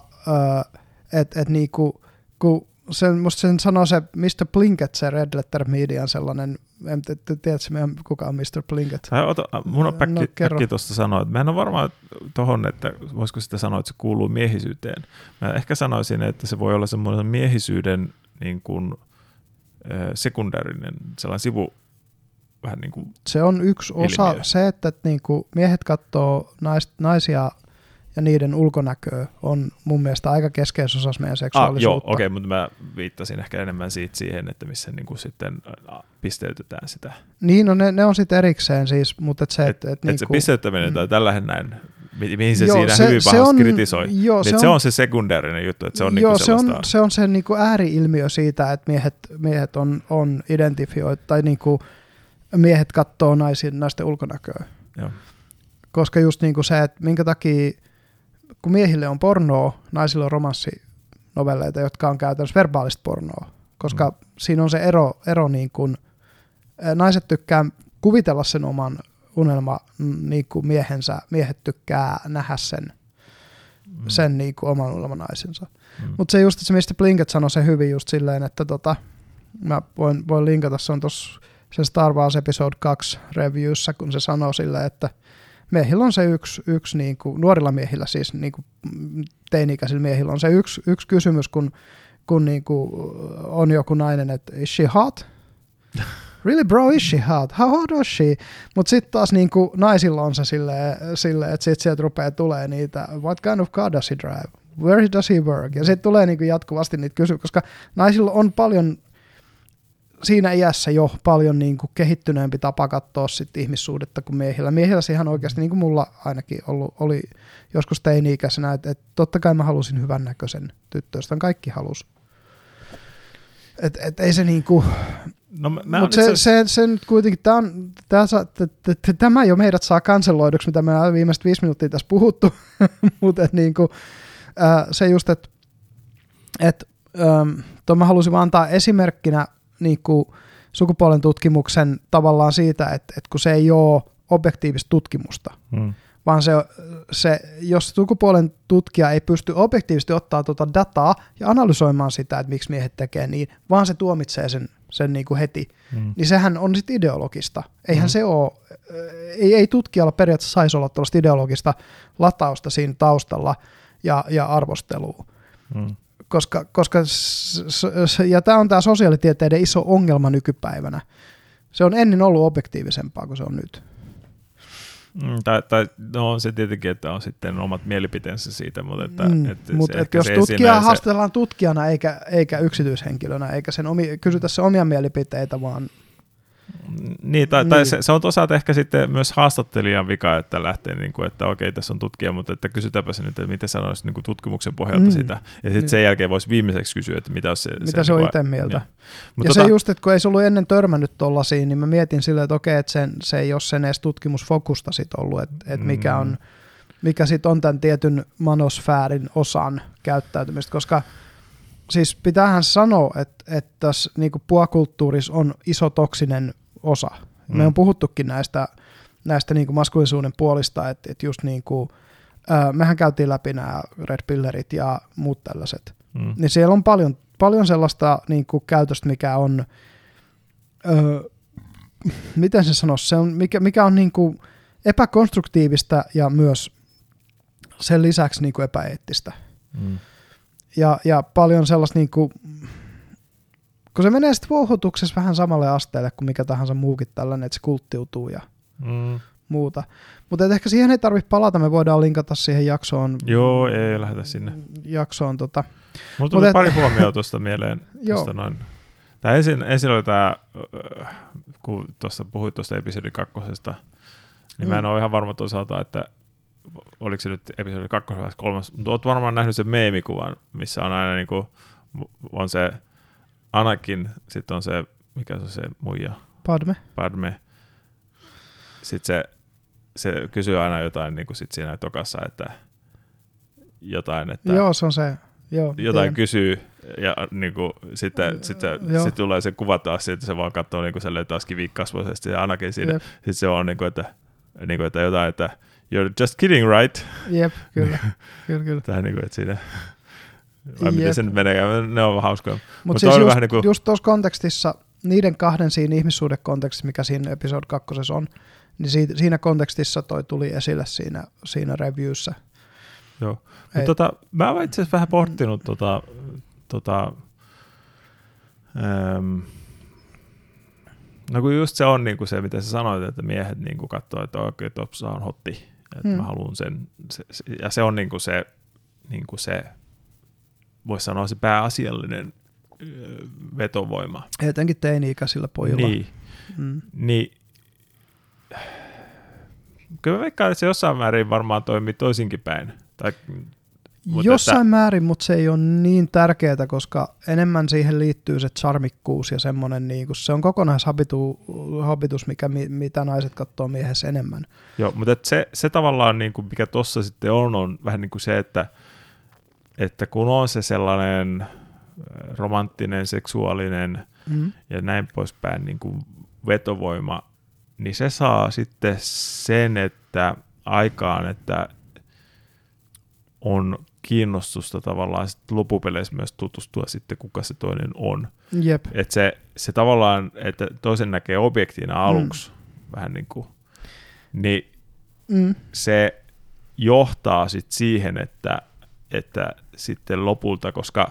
että, että niin kuin, kun sen, musta sen sanoo se mister Plinkett, se Red Letter Median sellainen, en tiedä kuka on mister Plinkett. Ota, mun on päkki, no, päkki tuosta sanoa, että mä en ole varmaan tohon, että voisiko sitä sanoa, että se kuuluu miehisyyteen. Mä ehkä sanoisin, että se voi olla semmoinen miehisyyden niin kuin, sekundäärinen sellainen sivu, vähän niin kuin se on yksi osa, ilmiö. Se, että niin kuin miehet katsoo nais, naisia ja niiden ulkonäköä on mun mielestä aika keskeisessä osassa meidän seksuaalisuutta. Ah, joo, okei, okay, mutta mä viittasin ehkä enemmän siitä siihen, että missä niin kuin sitten pisteytetään sitä. Niin, no ne, ne on sitten erikseen siis, mutta et se, et, että... Et, et niin se kuin, pisteyttäminen mm. tai tällähän näin, mihin se joo, siinä se, hyvin se pahasti on, kritisoi, joo, se, niin on, se on se sekundäärinen juttu, että se on joo, niin kuin se sellaista... on se, on se niin kuin ääri-ilmiö siitä, että miehet, miehet on, on identifioitu, tai niin kuin miehet katsoo naisen, naisten ulkonäköä. Joo. Koska just niin kuin se, että minkä takia, kun miehille on pornoa, naisille on romanssinovelleita, jotka on käytännössä verbaalista pornoa. Koska mm. siinä on se ero, ero niin kuin, naiset tykkää kuvitella sen oman unelma niin kuin miehensä, miehet tykkää nähdä sen, mm. sen niin kuin oman unelmanaisensa. Mm. Mutta se just, se mistä Plinkett sanoi se hyvin just silleen, että tota, mä voin, voin linkata, se on tuossa se Star Wars Episode kaksi reviewssä, kun se sanoo silleen, että miehillä on se yksi, yksi niin kuin, nuorilla miehillä siis niin kuin teini-ikäisillä miehillä on se yksi, yksi kysymys, kun, kun niin kuin on joku nainen, että is she hot? Really bro, is she hot? How hot was she? Mutta sitten taas niin kuin naisilla on se silleen, silleen että sitten sieltä rupeaa tulee niitä, what kind of car does he drive? Where does he work? Ja sitten tulee niin kuin jatkuvasti niitä kysymyksiä, koska naisilla on paljon siinä iässä jo paljon niin kuin kehittyneempi tapa katsoa sit ihmissuhdetta kuin miehillä. Miehillä se ihan oikeasti, niin kuin mulla ainakin ollut, oli joskus teini-ikäisenä, että, että totta kai mä halusin hyvännäköisen tyttöystävän, kaikki halus. Että et ei se niin kuin... No, mutta se, se, se nyt kuitenkin, tää on, tää saa, t, t, t, tämä jo meidät saa kanselloiduksi, mitä me on viimeiset viisi minuuttia tässä puhuttu, mutta niin kuin, äh, se just, että et, ähm, mä halusin vaan antaa esimerkkinä niin kuin sukupuolen tutkimuksen tavallaan siitä, että, että kun se ei ole objektiivista tutkimusta, hmm. vaan se, se, jos sukupuolen tutkija ei pysty objektiivisesti ottaa tuota dataa ja analysoimaan sitä, että miksi miehet tekee niin, vaan se tuomitsee sen, sen niin kuin heti, hmm. niin sehän on sitten ideologista. Eihän hmm. se ole, ei, ei tutkijalla periaatteessa saisi olla tuollaista ideologista latausta siinä taustalla ja, ja arvostelua. Hmm. Koska, koska ja tämä on tämä sosiaalitieteiden iso ongelma nykypäivänä, Se on ennen ollut objektiivisempaa kuin se on nyt. Mm, tai, tai no on se tietenkin, että on sitten omat mielipiteensä siitä, mutta että, mm, että mut se, et jos tutkijaa se... haastellaan tutkijana eikä, eikä yksityishenkilönä, eikä sen omi, kysytä se omia mielipiteitä, vaan... Niin, tai, niin. tai se, se on toisaalta ehkä sitten myös haastattelijan vika, että lähtee, niin kuin, että okei, tässä on tutkija, mutta että kysytäänpä se nyt, että mitä sanoisi niin kuin tutkimuksen pohjalta mm. sitä. Ja sitten niin. sen jälkeen voisi viimeiseksi kysyä, että mitä se... Mitä se, se on itse mieltä. Niin. Ja tota, se just, että kun ei se ollut ennen törmännyt tollaisiin, niin mä mietin silleen, että okei, että sen, se ei ole sen edes tutkimusfokusta sit ollut, että, että mikä on, mikä sitten on tämän tietyn manosfäärin osan käyttäytymistä, koska siis pitäähän sanoa, että, että tässä niin kuin puakulttuurissa on iso toksinen osa. Me on puhuttukin näistä, näistä niin kuin maskulisuuden puolista, että, että just niin kuin, äh, mehän käytiin läpi nämä red pillerit ja muut tällaiset. Mm. Niin siellä on paljon, paljon sellaista niin kuin käytöstä, mikä on, äh, miten se sanoisi, se on, mikä, mikä on niin kuin epäkonstruktiivista ja myös sen lisäksi niin kuin epäeettistä. Mm. Ja, ja paljon sellaista, niin kuin, kun se menee sitten vouhotuksessa vähän samalle asteelle kuin mikä tahansa muukin tällainen, että se kulttiutuu ja mm. muuta. Mutta ehkä siihen ei tarvitse palata, me voidaan linkata siihen jaksoon. Joo, ei lähdetä sinne. Jaksoon. Tota. Mulla tuli Mut pari et... huomioon tuosta mieleen. Tuosta noin. Tää ensin, ensin oli tämä, kun tuossa puhuit tuosta episodi kakkosesta, niin mm. mä en ole ihan varma toisaalta, että oliko se nyt episodi kakkosessa vai kolmas, mutta olet varmaan nähnyt sen meemikuvan, missä on aina niinku, on se Anakin, sitten on se, mikä se on se muija? Padme. Padme. Sitten se, se kysyy aina jotain niin kuin sit siinä tokassa, että jotain, että... Joo, se on se. Joo, jotain tiedän. Kysyy, ja niin kuin, sitten sit se, sit tulee se kuva taas, sitten se vaan katsoo niin kuin taas kivikasvoisesti, ja Anakin siinä. Jep. Sitten se on, niin kuin, että, niin kuin, että jotain, että you're just kidding, right? Jep, kyllä. kyllä, kyllä. Tähän niin kuin, että siinä... Vai miten se nyt menee, ne on hauskoja. Mutta Mut siis just, niin kuin... just tuossa kontekstissa, niiden kahden siinä ihmissuhdekontekstissa, mikä siinä episode kakkosessa on, niin siitä, siinä kontekstissa toi tuli esille siinä, siinä reviewssä. Joo, mutta tota, mä olen itse asiassa vähän pohtinut tota, tota, ähm, no kun just se on niin kuin se, mitä sä sanoit, että miehet niin kuin katsoo, että oikein topsa on hotti, että hmm. mä haluan sen, se, se, ja se on niin kuin se, niin kuin se voisi sanoa se pääasiallinen öö, vetovoima. Etenkin teini-ikäisillä pojilla. Niin, mm. niin kyllä mä veikkaan, että se jossain määrin varmaan toimii toisinkin päin. Tai, jossain että... määrin, mutta se ei ole niin tärkeää, koska enemmän siihen liittyy se charmikkuus ja semmoinen, niin kuin, se on kokonaishabitus, mikä, mitä naiset katsoo miehessä enemmän. Joo, mutta se, se tavallaan, niin kuin, mikä tuossa sitten on, on vähän niin kuin se, että että kun on se sellainen romanttinen, seksuaalinen mm. ja näin poispäin niin kuin vetovoima, niin se saa sitten sen, että aikaan, että on kiinnostusta tavallaan sitten loppupeleissä myös tutustua sitten, kuka se toinen on. Jep. Että se, se tavallaan, että toisen näkee objektiina aluksi, mm. vähän niin kuin, niin mm. se johtaa sitten siihen, että että sitten lopulta, koska...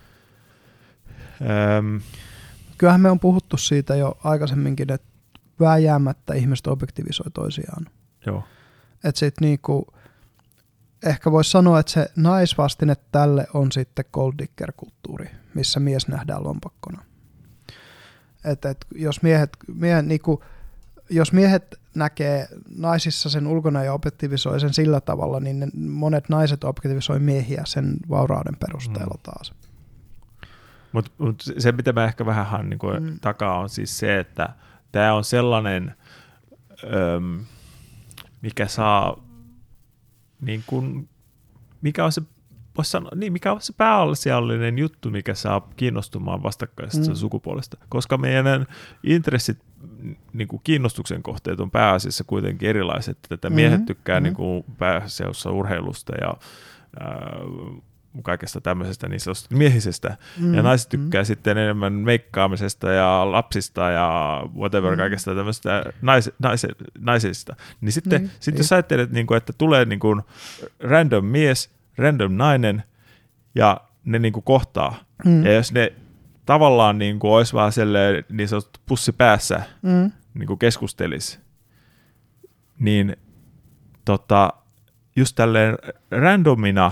Ähm, kyllähän me on puhuttu siitä jo aikaisemminkin, että vääjäämättä ihmiset objektivisoi toisiaan. Joo. Että sitten niinku, ehkä voisi sanoa, että se naisvastine tälle on sitten gold digger-kulttuuri, missä mies nähdään lompakkona. Että et jos miehet, miehet niinku, jos miehet näkee naisissa sen ulkona ja objektivisoi sen sillä tavalla, niin ne monet naiset objektivisoi miehiä sen vaurauden perusteella taas. Mutta mut se, mitä mä ehkä vähän niin kuin mm. takaa, on siis se, että tämä on sellainen, öm, mikä saa, niin kuin, mikä on se, voisi sanoa, niin, mikä on se pääasiallinen juttu, mikä saa kiinnostumaan vastakkaisesta mm. sukupuolesta, koska meidän intressit, niin kuin kiinnostuksen kohteet on pääasiassa kuitenkin erilaiset. Että miehet tykkää mm-hmm. niin kuin pääasiassa urheilusta ja ää, kaikesta tämmöisestä niin miehisestä, mm-hmm. ja naiset tykkää mm-hmm. sitten enemmän meikkaamisesta ja lapsista ja whatever mm-hmm. kaikesta tämmöistä nais, nais, naisista. Niin sitten mm-hmm. sit jos ajattelet, niin kuin, että tulee niin kuin random mies, random nainen, ja ne niin kuin kohtaa, mm-hmm. ja jos ne tavallaan niin kuin olisi vaan selleen niin sanottu pussi päässä, mm. niin kuin keskustelisi, niin tota, just tälleen randomina,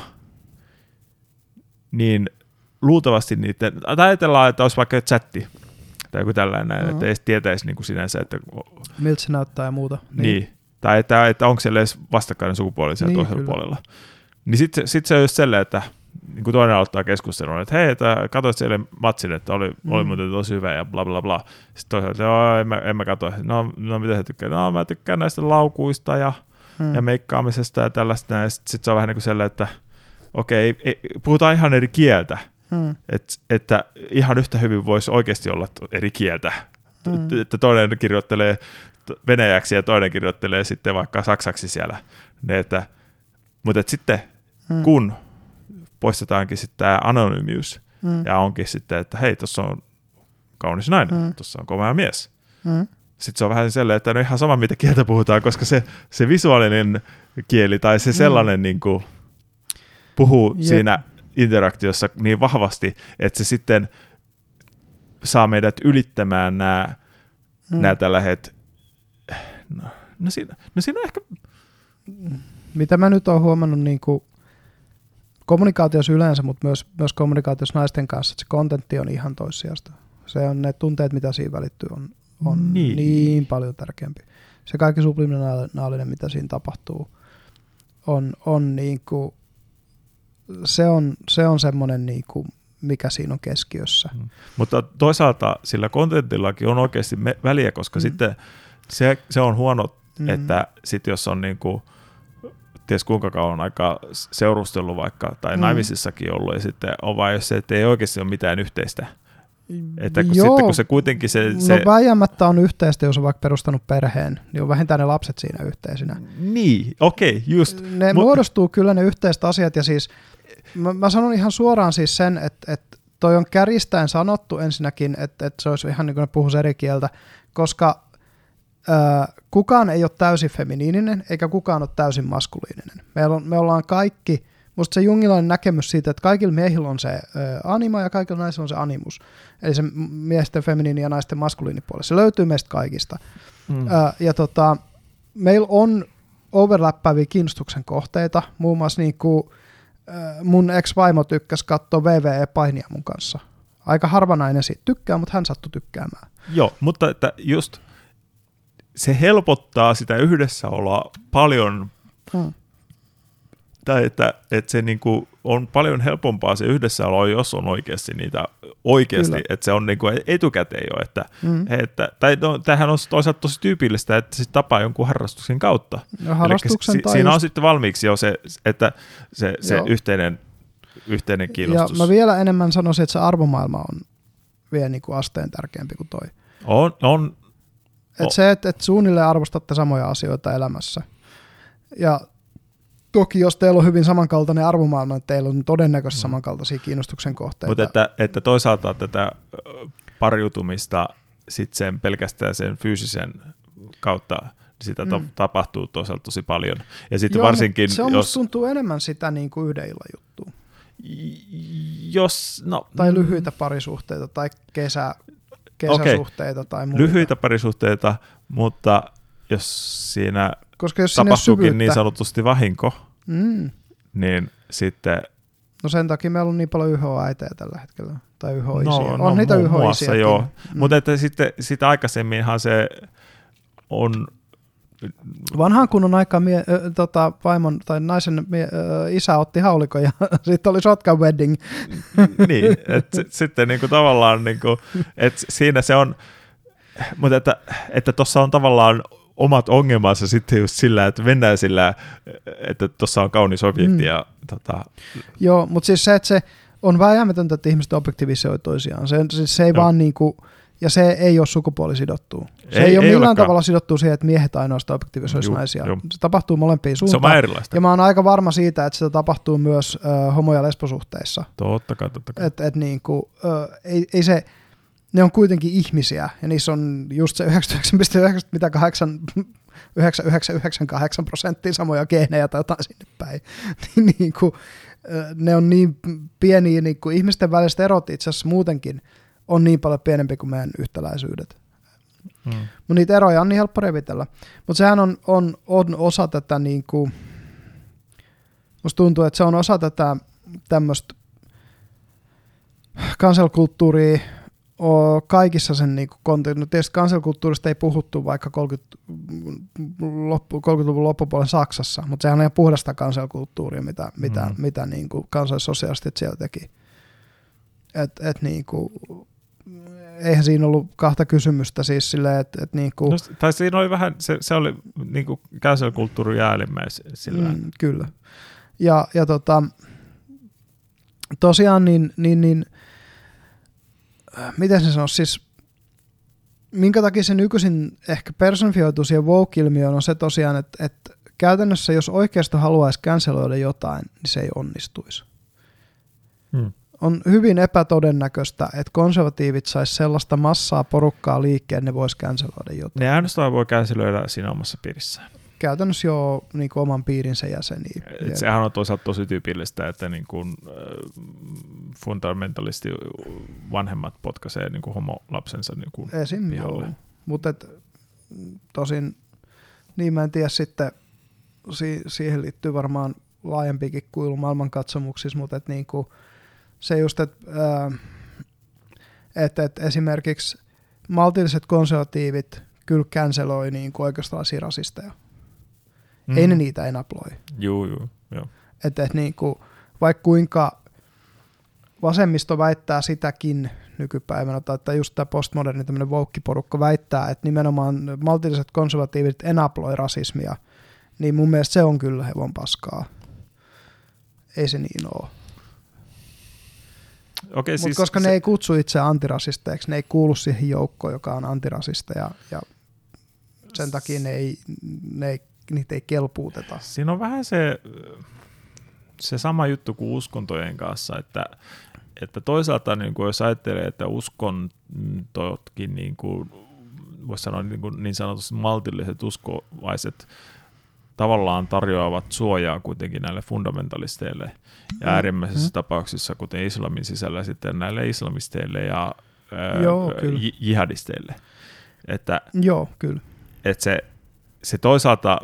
niin luultavasti niiden, tai ajatellaan, että olisi vaikka chatti, tai joku tällainen, mm-hmm. että ei tietäisi niin kuin sinänsä, että miltä se näyttää ja muuta. Niin, niin. tai että, että onko siellä edes vastakkainen sukupuoli siellä niin, toisella kyllä. puolella. Niin sitten sit se on just sellainen, että niin kuin toinen aloittaa keskustelun, että hei, että katsoit siellä matsin, että oli, mm. oli muuten tosi hyvä ja bla bla bla. Sitten toisaalta, että joo, en mä, en mä katso. No, no mitä sä tykkää? No mä tykkään näistä laukuista ja, mm. ja meikkaamisesta ja tällaista. Ja sitten sit se on vähän niin kuin sellainen, että okei, ei, puhutaan ihan eri kieltä. Mm. Et, että ihan yhtä hyvin voisi oikeasti olla eri kieltä. Mm. Että toinen kirjoittelee venäjäksi ja toinen kirjoittelee sitten vaikka saksaksi siellä. Ne, että, mutta et sitten mm. kun poistetaankin sitten tämä anonyymius mm. ja onkin sitten, että hei, tuossa on kaunis nainen, mm. tuossa on komea mies. Mm. Sitten se on vähän sellainen, että no ihan sama mitä kieltä puhutaan, koska se, se visuaalinen kieli tai se sellainen mm. niin kuin puhuu Jep. siinä interaktiossa niin vahvasti, että se sitten saa meidät ylittämään nämä, mm. nämä tällaiset, no, no, siinä, no siinä on ehkä... Mitä mä nyt oon huomannut niin kuin kommunikaatiossa yleensä, mutta myös, myös kommunikaatiossa naisten kanssa, että se kontentti on ihan toissijasta. Se on ne tunteet, mitä siinä välittyy, on, on niin. niin paljon tärkeämpi. Se kaikki subliminaalinen, mitä siinä tapahtuu, on, on niin kuin, se on, se on semmoinen, niin kuin, mikä siinä on keskiössä. Mm. Mutta toisaalta sillä kontentillakin on oikeasti me- väliä, koska mm. sitten se, se on huono, mm. että sit jos on niin kuin ties kuinka kauan aikaa seurustellut vaikka, tai mm. naimisissakin ollut, ja sitten on vain se, että ei oikeasti ole mitään yhteistä. Että kun, Joo, sitten kun se kuitenkin se... se... No väijämättä on yhteistä, jos on vaikka perustanut perheen, niin on vähintään ne lapset siinä yhteisinä. Niin, okei, okay, just. Ne Mut... muodostuu kyllä ne yhteiset asiat, ja siis mä, mä sanon ihan suoraan siis sen, että, että toi on kärjistäen sanottu ensinnäkin, että, että se olisi ihan niin kuin ne puhuisi eri kieltä, koska Äh, kukaan ei ole täysin feminiininen, eikä kukaan ole täysin maskuliininen. Me, on, me ollaan kaikki, musta se jungilainen näkemys siitä, että kaikilla miehillä on se äh, anima ja kaikilla naisilla on se animus. Eli se miesten feminiini ja naisten maskuliinipuoli. Se löytyy meistä kaikista. Mm. Äh, ja tota, meillä on overlappavia kiinnostuksen kohteita. Muun muassa niin kuin, äh, mun ex-vaimo tykkäsi katsoa V V E-painia mun kanssa. Aika harva nainen siitä tykkää, mutta hän sattui tykkäämään. Joo, mutta että just... Se helpottaa sitä yhdessäoloa paljon, hmm. tai että, että se niinku on paljon helpompaa se yhdessäolo, jos on oikeasti niitä oikeasti, Kyllä. että se on niinku etukäteen jo, että, hmm. että tai no, tämähän on toisaalta tosi tyypillistä, että se tapaa jonkun harrastuksen kautta. No, harrastuksen si- siinä on sitten valmiiksi jo se, että se, se yhteinen, yhteinen kiinnostus. Ja mä vielä enemmän sanoisin, että se arvomaailma on vielä niinku asteen tärkeämpi kuin toi. On, on. Että se, että et suunnilleen arvostatte samoja asioita elämässä. Ja toki jos teillä on hyvin samankaltainen arvomaailma, että teillä on todennäköisesti samankaltaisia kiinnostuksen kohteita. Mutta että, että toisaalta tätä pariutumista sit sen pelkästään sen fyysisen kautta sitä mm. tapahtuu toisaalta tosi paljon. Ja sitten Joo, varsinkin, se on jos... tuntuu enemmän sitä niin kuin yhden illan juttua. Jos, no... Tai lyhyitä parisuhteita tai kesä... kesäsuhteita okay. tai muuta. Lyhyitä parisuhteita, mutta jos siinä Koska jos tapahtuukin niin sanotusti vahinko, mm. niin sitten... No sen takia meillä on niin paljon Y H-äitejä tällä hetkellä, tai Y H-isiä. No, on no, niitä Y H-isiäkin. Joo, mm. mutta että sitten, sitten aikaisemminhan se on... Vanhaan kunnon aikaan mie, äh, tota, vaimon tai naisen mie, äh, isä otti haulikon ja sitten oli shotgun wedding. Niin, että s- sitten niinku tavallaan, niinku, että siinä se on, mutta että että tuossa on tavallaan omat ongelmansa sitten just sillä, että mennään sillä, että tuossa on kaunis objekti. Mm. Ja, tota... Joo, mutta siis se, että se on vääjäämätöntä, että ihmiset objektivisoi toisiaan. Se, siis se ei no. vaan niinku... Ja se ei ole sukupuolisidottua. Se ei, ei ole ei millään olekaan. Tavalla sidottua siihen, että miehet ainoastaan objektivisoisi naisia. Juh. Se tapahtuu molempiin suuntaan. Se on erilaista. Ja mä oon aika varma siitä, että se tapahtuu myös äh, homo- ja lesbosuhteissa. Totta kai, totta kai. Et, et niinku, äh, ei, ei se, ne on kuitenkin ihmisiä, ja niissä on just se yhdeksänkymmentäyhdeksän pilkku yhdeksänsataayhdeksänkymmentäkahdeksan prosenttia samoja geenejä tai jotain sinne päin. niinku, äh, ne on niin pieniä, niinku, ihmisten väliset erot itse asiassa muutenkin on niin paljon pienempi kuin meidän yhtäläisyydet. Mm. Mutta niitä eroja on niin helppo revitellä. Mutta sehän on, on, on osa tätä, niinku, musta tuntuu, että se on osa tätä tämmöistä cancel-kulttuuria kaikissa sen niinku kontekstissa. No tietysti cancel-kulttuurista ei puhuttu vaikka kolmekymmentäluvun loppupuolen Saksassa, mutta sehän on ihan puhdasta cancel-kulttuuria, mitä, mm. mitä, mitä niinku kansallisosialistit siellä teki. Et, et niinku, eihän siinä ollut kahta kysymystä siis silleen, että et niinku... No, tai siinä oli vähän, se, se oli niinku cancel-kulttuuri jäälimmäis sillä. Mm, kyllä. Ja, ja tota, tosiaan niin, niin, niin miten se sanoisi, siis minkä takia se nykyisin ehkä personifioituu siihen woke-ilmiöön on se tosiaan, että, että käytännössä jos oikeisto haluaisi canceloida jotain, niin se ei onnistuisi. Hmm. On hyvin epätodennäköistä, että konservatiivit sais sellaista massaa porukkaa liikkeen, ne vois canceloida jotain. Ne ainoastaan voi canceloida siinä omassa piirissään. Käytännössä jo niin kuin oman piirinsä jäseniä. Et sehän on toisaalta tosi tyypillistä, että niin kuin, äh, fundamentalisti vanhemmat potkaisee niin kuin homolapsensa niin kuin esim. Joo, mutta tosin niin mä en tiedä sitten, si- siihen liittyy varmaan laajempikin kuilu maailmankatsomuksissa, mutta et niin kuin se just, että äh, et, et esimerkiksi maltilliset konservatiivit kyllä canceloi niin kuin oikeastolaisia rasisteja. Mm. Ei ne niitä enabloi. Joo, joo, joo. Että et niinku, vaikka kuinka vasemmisto väittää sitäkin nykypäivänä, tai että just tämä postmoderni tämmöinen woke-porukka väittää, että nimenomaan maltilliset konservatiivit enabloi rasismia, niin mun mielestä se on kyllä hevon paskaa. Ei se niin ole. Okay, Mutta siis koska se... ne ei kutsu itse antirasisteiksi, ne ei kuulu siihen joukkoon, joka on antirasisteja, ja sen takia ne ei, ne ei niitä ei kelpuuteta. Siinä on vähän se, se sama juttu kuin uskontojen kanssa, että, että toisaalta niin kuin jos ajattelee, että uskontotkin, niin kuin, voisi sanoa niin, kuin niin sanotusti maltilliset uskovaiset, tavallaan tarjoavat suojaa kuitenkin näille fundamentalisteille ja äärimmäisissä mm. tapauksissa, kuten islamin sisällä, sitten näille islamisteille ja Joo, ää, jihadisteille. Että, Joo, kyllä. Että se Se toisaalta,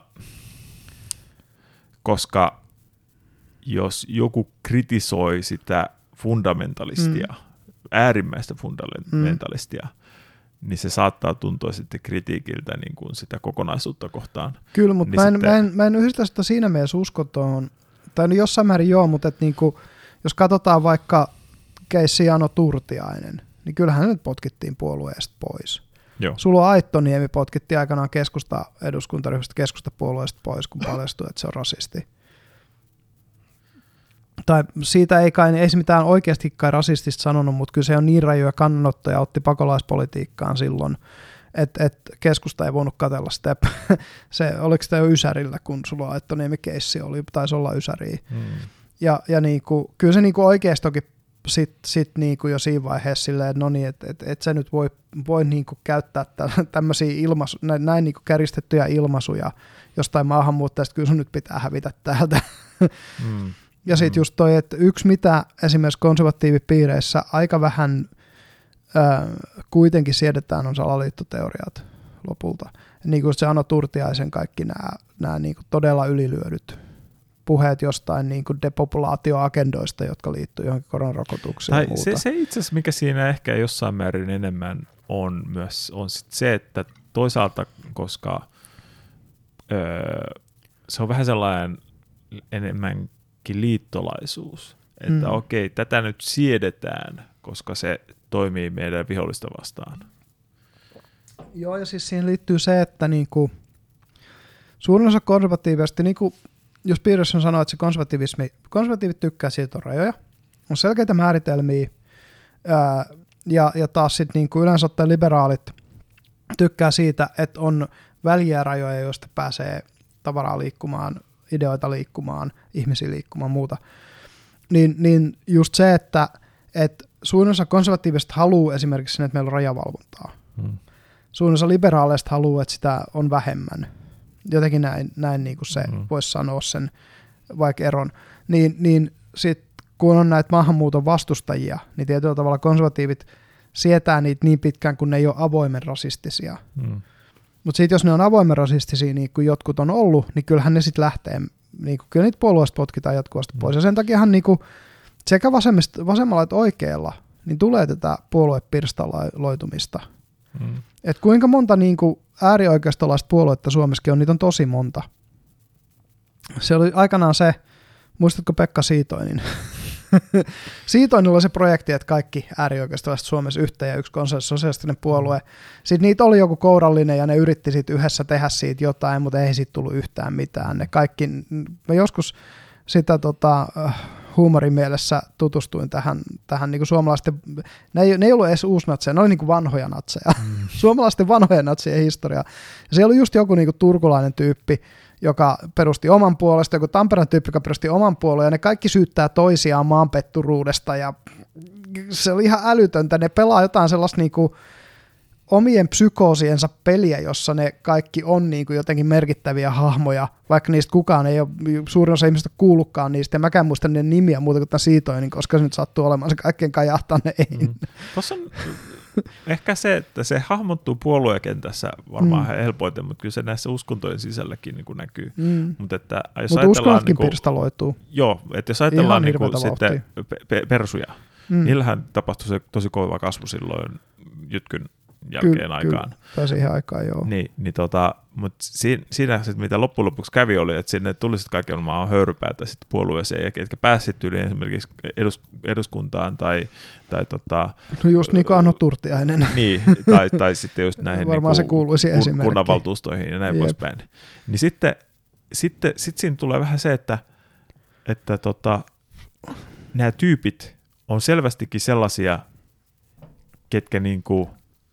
koska jos joku kritisoi sitä fundamentalistia, mm. äärimmäistä fundamentalistia, mm. niin se saattaa tuntua sitten kritiikiltä niin kuin sitä kokonaisuutta kohtaan. Kyllä, mutta niin mä, en, sitten... mä, en, mä en yhdistä sitä siinä mielessä uskontoon, tai no jossain määrin joo, mutta et niin kuin, jos katsotaan vaikka keissi Jano Turtiainen, niin kyllähän nyt potkittiin puolueesta pois. Joo. Sulo Aittoniemi potkitti aikanaan keskusta eduskuntaryhmästä keskustapuolueesta pois, kun paljastui, että se on rasisti. Tai siitä ei kai, ei se mitään oikeasti kai rasistista sanonut, mutta kyllä se on niin rajuja kannanottoja otti pakolaispolitiikkaan silloin, että et keskusta ei voinut katsella sitä. Se, oliko sitä jo Ysärillä, kun Sulo Aittoniemi keissi oli, taisi olla Ysäriä. Hmm. Ja, ja niinku, kyllä se niinku oikeistokin sitten sit niinku jo siinä vaiheessa silleen, no niin, että et, et sä nyt voi, voi niinku käyttää tämmöisiä ilmaisu, näin, näin niinku käristettyjä ilmaisuja jostain maahanmuuttajasta, kyllä sun nyt pitää hävitä täältä. Mm. Ja sitten mm. just toi, että yksi mitä esimerkiksi konservatiivipiireissä aika vähän ää, kuitenkin siedetään on salaliittoteoriat lopulta. Niin kuin se Ano Turtiaisen kaikki nämä niinku todella ylilyödyt puheet jostain niin kuin depopulaatioagendoista, jotka liittyy johonkin koronarokotukseen tai ja muuta. Se, se itse asiassa, mikä siinä ehkä jossain määrin enemmän on myös, on sit se, että toisaalta, koska öö, se on vähän sellainen enemmänkin liittolaisuus, että mm. okei, tätä nyt siedetään, koska se toimii meidän vihollista vastaan. Joo, ja siis siihen liittyy se, että niinku, suurin osa konservatiivisesti, niinku jos Peterson sanoo, että se konservatiivismi, konservatiivit tykkää siitä on rajoja, on selkeitä määritelmiä, ää, ja, ja taas sitten niin yleensä ottaen liberaalit tykkää siitä, että on väliä rajoja, joista pääsee tavaraa liikkumaan, ideoita liikkumaan, ihmisiä liikkumaan, muuta. Niin, niin just se, että et suurin osa konservatiivista haluaa esimerkiksi sen, että meillä on rajavalvontaa. Hmm. Suurin osa liberaaleista haluaa, että sitä on vähemmän. Jotenkin näin, näin niin kuin se mm. voisi sanoa sen vaikka eron, niin, niin sitten kun on näitä maahanmuuton vastustajia, niin tietyllä tavalla konservatiivit sietää niitä niin pitkään, kun ne ei ole avoimen rasistisia. Mm. Mutta sitten jos ne on avoimen rasistisia, niin kuin jotkut on ollut, niin kyllähän ne sitten lähtee, niin kuin, kyllä niitä puolueesta potkitaan jatkuvasti pois. Ja sen takiahan niin kuin, sekä vasemmalla että oikealla niin tulee tätä puoluepirstaloitumista. Mm. Et kuinka monta niin kuin äärioikeistolaista puoluetta Suomessakin on, niitä on tosi monta. Se oli aikanaan se, muistatko Pekka Siitoinin? Siitoinilla oli se projekti, että kaikki äärioikeistolaiset Suomessa yhteen ja yksi sosiaalistinen puolue. Sitten niitä oli joku kourallinen ja ne yritti sitten yhdessä tehdä siitä jotain, mutta ei siitä tullut yhtään mitään. Ne kaikki, mä joskus sitä tota, huumorin mielessä tutustuin tähän, tähän niin kuin suomalaisten, ne ei, ne ei ollut edes uusnatseja, ne oli niin kuin vanhoja natseja, mm. suomalaisten vanhojen natsien historia. Ja se oli just joku niin kuin turkulainen tyyppi, joka perusti oman puolesta, joku Tampereen tyyppi, joka perusti oman puolen, ja ne kaikki syyttää toisiaan maanpetturuudesta, ja se oli ihan älytöntä. Ne pelaa jotain sellaista niinku omien psykoosiensa peliä, jossa ne kaikki on niinku jotenkin merkittäviä hahmoja, vaikka niistä kukaan ei ole, suurin osa ihmisistä kuullutkaan niistä, ja mäkään muistan niiden nimiä muuta kuin tämän Siitoinin, koska se nyt sattuu olemaan se kaikkein kajahtanein. Mm. Tuossa on ehkä se, että se hahmottuu puoluekentässä varmaan mm. helpoiten, mutta kyllä se näissä uskontojen sisälläkin niin kuin näkyy. Mm. Mutta että jos Mut uskonnotkin niin kuin, pirstaloituu. Joo, että jos ajatellaan niin kuin sitten pe- persuja, mm. niillähän tapahtui se tosi kova kasvu silloin Jytkyn jälkeen Ky- aikaan. Kyllä, tai siihen aikaan, joo. Niin, niin tota, mutta siinä, siinä sit, mitä loppujen lopuksi kävi, oli, että sinne tuli sitten kaikki olemaan höyrypäätä sitten puolueeseen, ja ketkä pääsivät yli esimerkiksi edus, eduskuntaan tai, tai tota... No just niin kuin Anno Turtiainen. Niin, tai, tai sitten just näihin varmaan niin kuin, se kun, kunnanvaltuustoihin ja näin poispäin. Niin sitten, sitten sit siinä tulee vähän se, että, että tota, nämä tyypit on selvästikin sellaisia, ketkä niinku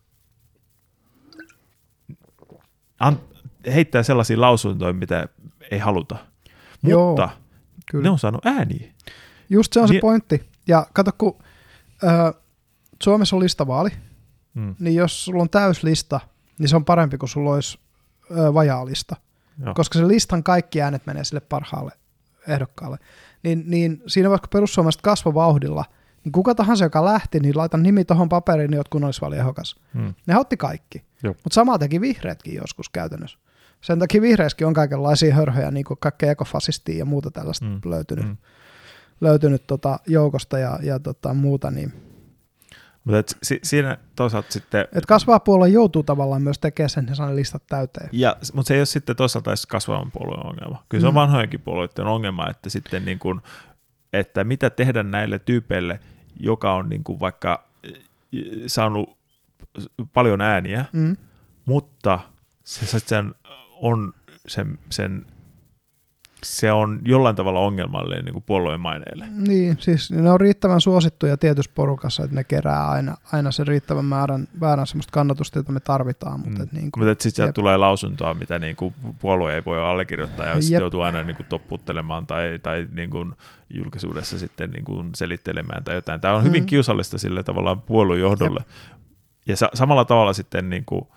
An, heittää sellaisia lausuntoja, mitä ei haluta. Joo, mutta kyllä. Ne on saanut ääniä. Just se on se niin, pointti. Ja kato, kun äh, Suomessa on listavaali, hmm. niin jos sulla on täyslista, niin se on parempi kuin sulla olisi äh, vajaa lista. Joo. Koska se listan kaikki äänet menee sille parhaalle ehdokkaalle. Niin, niin siinä vaikka perussuomalaiset kasvoi vauhdilla, niin kuka tahansa, joka lähti, niin laitan nimi tuohon paperiin, niin olet kunnallisvaaliehdokas. Hmm. Ne otti kaikki. Mutta sama teki vihreätkin joskus käytännössä. Sen takia vihreissäkin on kaikenlaisia hörhöjä, niin kuin kaikkea ekofasistia ja muuta tällaista mm. löytynyt, mm. löytynyt tota joukosta ja, ja tota muuta. Niin. Mutta si- siinä toisaalta sitten... Et kasvava puolue joutuu tavallaan myös tekemään sen, ja saa ne listat täyteen. Ja, mutta se ei ole sitten toisaalta edes kasvavan puolueen ongelma. Kyllä se on mm. vanhojenkin puolueiden ongelma, että, sitten niin kun, että mitä tehdä näille tyypeille, joka on niin kun vaikka saanut paljon ääniä, mm. mutta se, sen on sen, sen, se on jollain tavalla ongelmallinen niin kuin puolueen maineille. Niin, siis ne on riittävän suosittuja tietyssä porukassa, että ne kerää aina, aina sen riittävän määrän, määrän semmoista kannatusta, jota me tarvitaan. Mutta mm. niin Mut sitten sieltä tulee lausuntoa, mitä niin kuin puolue ei voi allekirjoittaa, ja sitten joutuu aina niin kuin topputtelemaan tai, tai niin kuin julkisuudessa sitten niin kuin selittelemään tai jotain. Tämä on hyvin mm. kiusallista sille tavallaan puoluejohdolle. Jep. Ja sa- samalla tavalla sitten, niin kuin,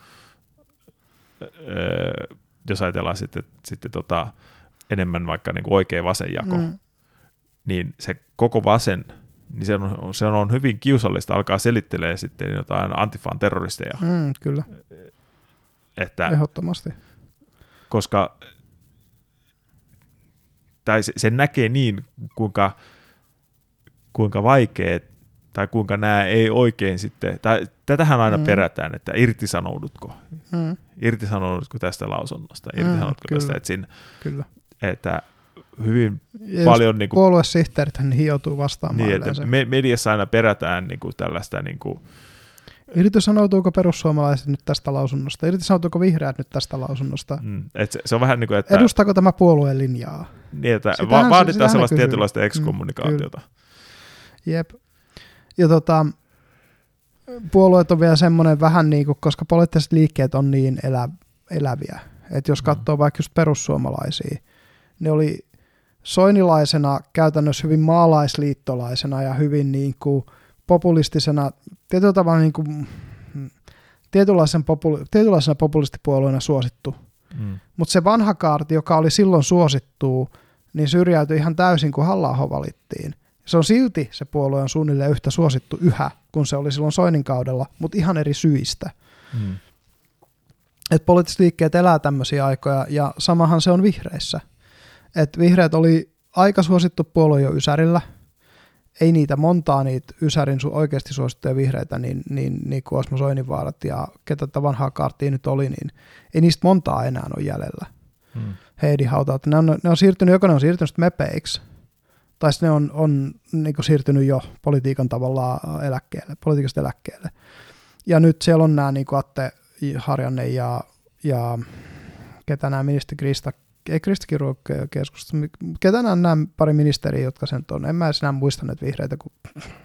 öö, jos ajatellaan sitten, sitten tota, enemmän vaikka niin kuin oikea vasen jako, mm. niin se koko vasen, niin se on, se on hyvin kiusallista alkaa selittelee sitten jotain antifaan terroristeja. Mm, kyllä. Että, ehdottomasti. Koska tai se, se näkee niin, kuinka, kuinka vaikea tai kuinka nämä ei oikein sitten, tai tätähän aina mm. perätään, että irtisanoudutko, mm. irtisanoudutko tästä lausunnosta, irtisanoudutko mm, tästä, että, siinä, kyllä. että hyvin ja paljon... Niin puoluesihteerithän hioutuu vastaamaan niin, että me, mediassa aina perätään niin kuin tällaista... Niin kuin, irtisanoutuuko perussuomalaiset nyt tästä lausunnosta, irtisanoutuuko vihreät nyt tästä lausunnosta, mm, että se, se on vähän niin kuin, että... Edustaako tämä puolueen linjaa? Niin, että va- vaaditaan se, sellaista tietynlaista ekskommunikaatiota. Mm, Jep. Ja tota, puolueet on vielä semmoinen vähän niin kuin, koska poliittiset liikkeet on niin elä, eläviä, että jos katsoo mm. vaikka just perussuomalaisia, ne oli soinilaisena käytännössä hyvin maalaisliittolaisena ja hyvin niin kuin populistisena, tietyllä tavalla niin kuin, tietynlaisen populi, tietynlaisena populistipuolueena suosittu. Mm. Mutta se vanha kaarti, joka oli silloin suosittu, niin syrjäytyi ihan täysin, kun Halla-aho valittiin. Se on silti, se puolue on suunnilleen yhtä suosittu yhä, kun se oli silloin Soinin kaudella, mutta ihan eri syistä. Mm. Että poliittiset liikkeet elää tämmöisiä aikoja, ja samahan se on vihreissä. Että vihreät oli aika suosittu puolue jo Ysärillä, ei niitä montaa niitä Ysärin su- oikeasti suosittuja vihreitä, niin, niin, niin kuin Osmo Soininvaarat ja ketä tätä vanhaa kaartia nyt oli, niin ei niistä montaa enää ole jäljellä. Hmm. Heidi Hautala, ne on, ne on siirtynyt, joko ne on siirtynyt mepeiksi, tai ne on, on niin kuin siirtynyt jo politiikan tavallaan eläkkeelle, politiikasta eläkkeelle. Ja nyt siellä on nämä niin kuin Atte Harjanne ja, ja ketä nämä ministeri Krista, ei Krista Kiuru keskustassa, ketä nämä, nämä pari ministeriä, jotka sen on, en mä edes enää muista näitä vihreitä, kun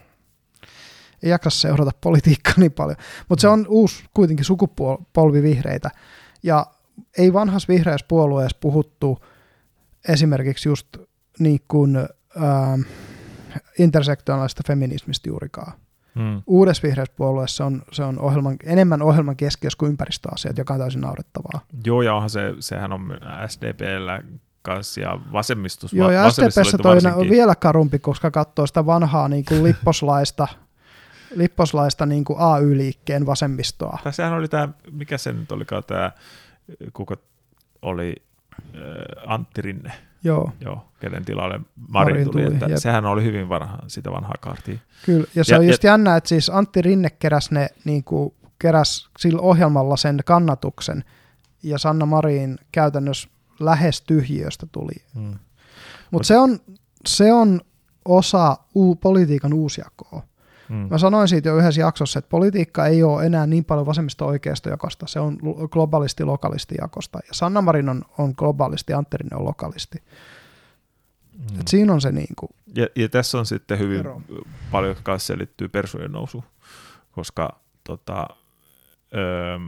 ei jaksa seurata politiikkaa niin paljon, mutta se on uusi kuitenkin sukupolvi vihreitä, ja ei vanhassa vihreässä puolueessa puhuttu esimerkiksi just niin kuin äh, intersektionaalista feminismistä juurikaan. Hmm. Uudessa vihreässä puolueessa on, se on ohjelman, enemmän ohjelman keskiössä kuin ympäristöasiat, joka on täysin naurettavaa. Joo, ja onhan se, sehän on S D P:llä kanssa ja vasemmistus. Joo, ja S D P:ssä toinen on vielä karumpi, koska katsoo sitä vanhaa niin kuin lipposlaista, lipposlaista niin kuin A Y-liikkeen vasemmistoa. Tai sehän oli tämä, mikä se nyt olikaan tämä, kuka oli äh, Antti Rinne. Joo. Joo, kenen tilalle Marin, Marin tuli, tuli että sehän oli hyvin vanha, sitä vanhaa kaartia. Kyllä, ja se ja, on just ja, jännä, että siis Antti Rinne keräsi, ne, niin kuin, keräsi sillä ohjelmalla sen kannatuksen, ja Sanna Marin käytännössä lähes tyhjiöstä tuli. Hmm. Mutta Mut, se, on, se on osa u, politiikan uusjakoa. Hmm. Mä sanoin siitä jo yhdessä jaksossa, että politiikka ei ole enää niin paljon vasemmista-oikeasta jakosta, se on globaalisti-lokalisti jakosta, ja Sanna Marin on, on globaalisti, Antti Rinne on lokalisti. Hmm. Et siinä on se niin kuin ja, ja tässä on sitten hyvin ero. Paljon kanssa selittyy persujen nousu, koska tota, öö,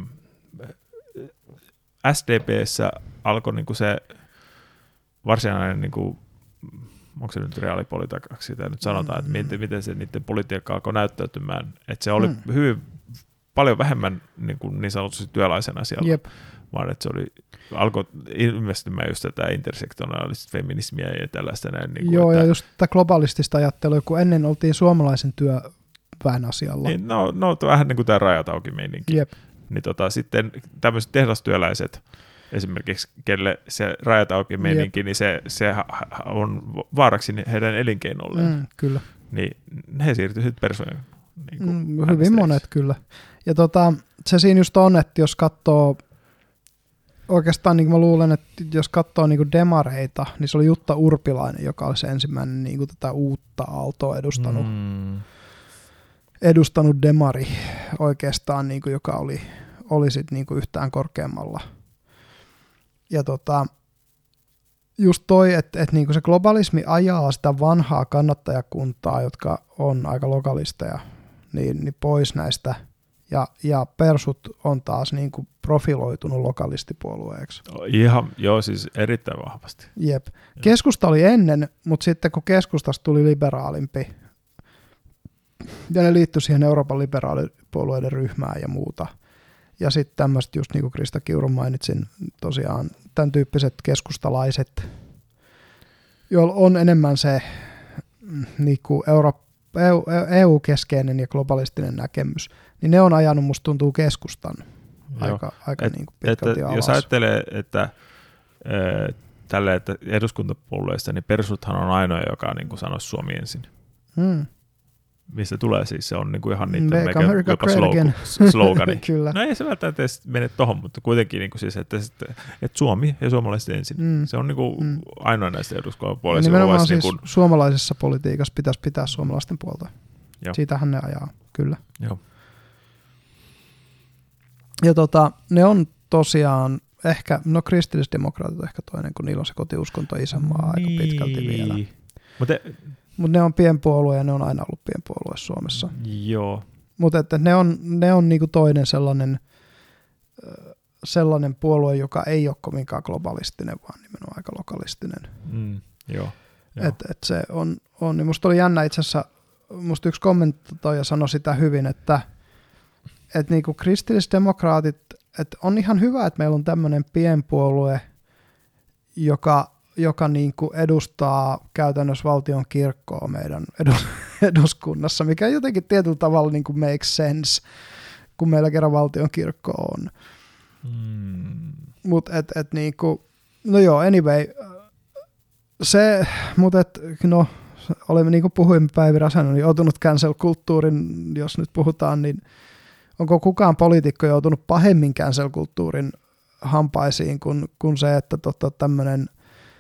S D P:ssä alkoi niinku se varsinainen, niinku, onko se nyt reaalipolitiikaksi sitä nyt sanotaan, mm-hmm. että miten, miten se niiden politiikka alkoi näyttäytymään, että se oli mm. hyvin paljon vähemmän niin, kuin niin sanotusti työläisenä siellä, Jep. vaan että se oli, alkoi ilmestymään just tätä intersektionaalista feminismiä ja tällaista näin. Niin kuin, Joo, että, ja just tätä globalistista ajattelua, kun ennen oltiin suomalaisen työväen asialla. Niin, no, no vähän niin kuin tämä rajat auki meininki. Jep. Niin tota, sitten tämmöiset tehdastyöläiset, esimerkiksi kelle se rajat auki meininki, niin se, se on vaaraksi heidän elinkeinolleen. Mm, kyllä. Niin he siirtyy sitten persojen. Niin mm, hyvin monet kyllä. Ja tota, se siinä just on, että jos katsoo, oikeastaan niin kuin mä luulen, että jos katsoo niin kuin demareita, niin se oli Jutta Urpilainen, joka oli se ensimmäinen niin kuin tätä uutta aaltoa edustanut. Mm. edustanut demari oikeastaan, niin kuin, joka oli, oli sit, niin kuin yhtään korkeammalla. Ja tota, just toi, että et, niin se globalismi ajaa sitä vanhaa kannattajakuntaa, jotka on aika lokalisteja, niin, niin pois näistä. Ja, ja persut on taas niin kuin profiloitunut lokalistipuolueeksi. Ihan, joo, siis erittäin vahvasti. Jep. Keskusta oli ennen, mutta sitten kun keskustasta tuli liberaalimpi, ja ne liittyi siihen Euroopan liberaalipuolueiden ryhmään ja muuta. Ja sitten tämmöiset, just niin kuin Krista Kiurun mainitsin, tosiaan tämän tyyppiset keskustalaiset, joilla on enemmän se niin kuin Euro, E U-keskeinen ja globalistinen näkemys, niin ne on ajanut, musta tuntuu, keskustan Joo. aika, aika et, niin kuin pitkälti et, alas. Jos ajattelee, että äh, tälle, että eduskuntapuolueista, niin persuthan on ainoa, joka niin kuin sanoisi Suomi ensin. Hmm. Mistä tulee siis, se on niinku ihan niiden Make America jopa slogani. Kyllä. No ei se välttämättä edes mene tohon, mutta kuitenkin niinku siis, että, että Suomi ja suomalaiset ensin. Mm. Se on niinku mm. ainoa näistä eduskuntapuolueista. Nimenomaan siis niinku suomalaisessa politiikassa pitäisi pitää suomalaisten puolta. Joo. Siitähän ne ajaa, kyllä. Joo. Ja tota, ne on tosiaan ehkä, no kristillisdemokraatit on ehkä toinen, kun niillä on se kotiuskonto isänmaa niin. aika pitkälti vielä. Mutta Mutta ne on pienpuolue ja ne on aina ollut pienpuolue Suomessa. Joo. Mutta että ne on, ne on niinku toinen sellainen, sellainen puolue, joka ei ole kovinkaan globalistinen, vaan nimenomaan aika lokalistinen. Mm, joo. Et, et se on, on, niin musta oli jännä itse asiassa, musta yksi kommentoija sanoi sitä hyvin, että et niinku kristillisdemokraatit, että on ihan hyvä, että meillä on tämmöinen pienpuolue, joka joka niin kuin edustaa käytännössä valtion kirkkoa meidän eduskunnassa, mikä jotenkin tietyllä tavalla niin kuin makes sense, kun meillä kerran valtionkirkko on. Mm. Mutta et, et niinku, no joo, anyway, se, mutta et, no, olemme niin kuin puhuimme Päivi Räsänen, niin joutunut cancel-kulttuurin, jos nyt puhutaan, niin onko kukaan poliitikko joutunut pahemmin cancel-kulttuurin hampaisiin kuin, kuin se, että tota, tämmöinen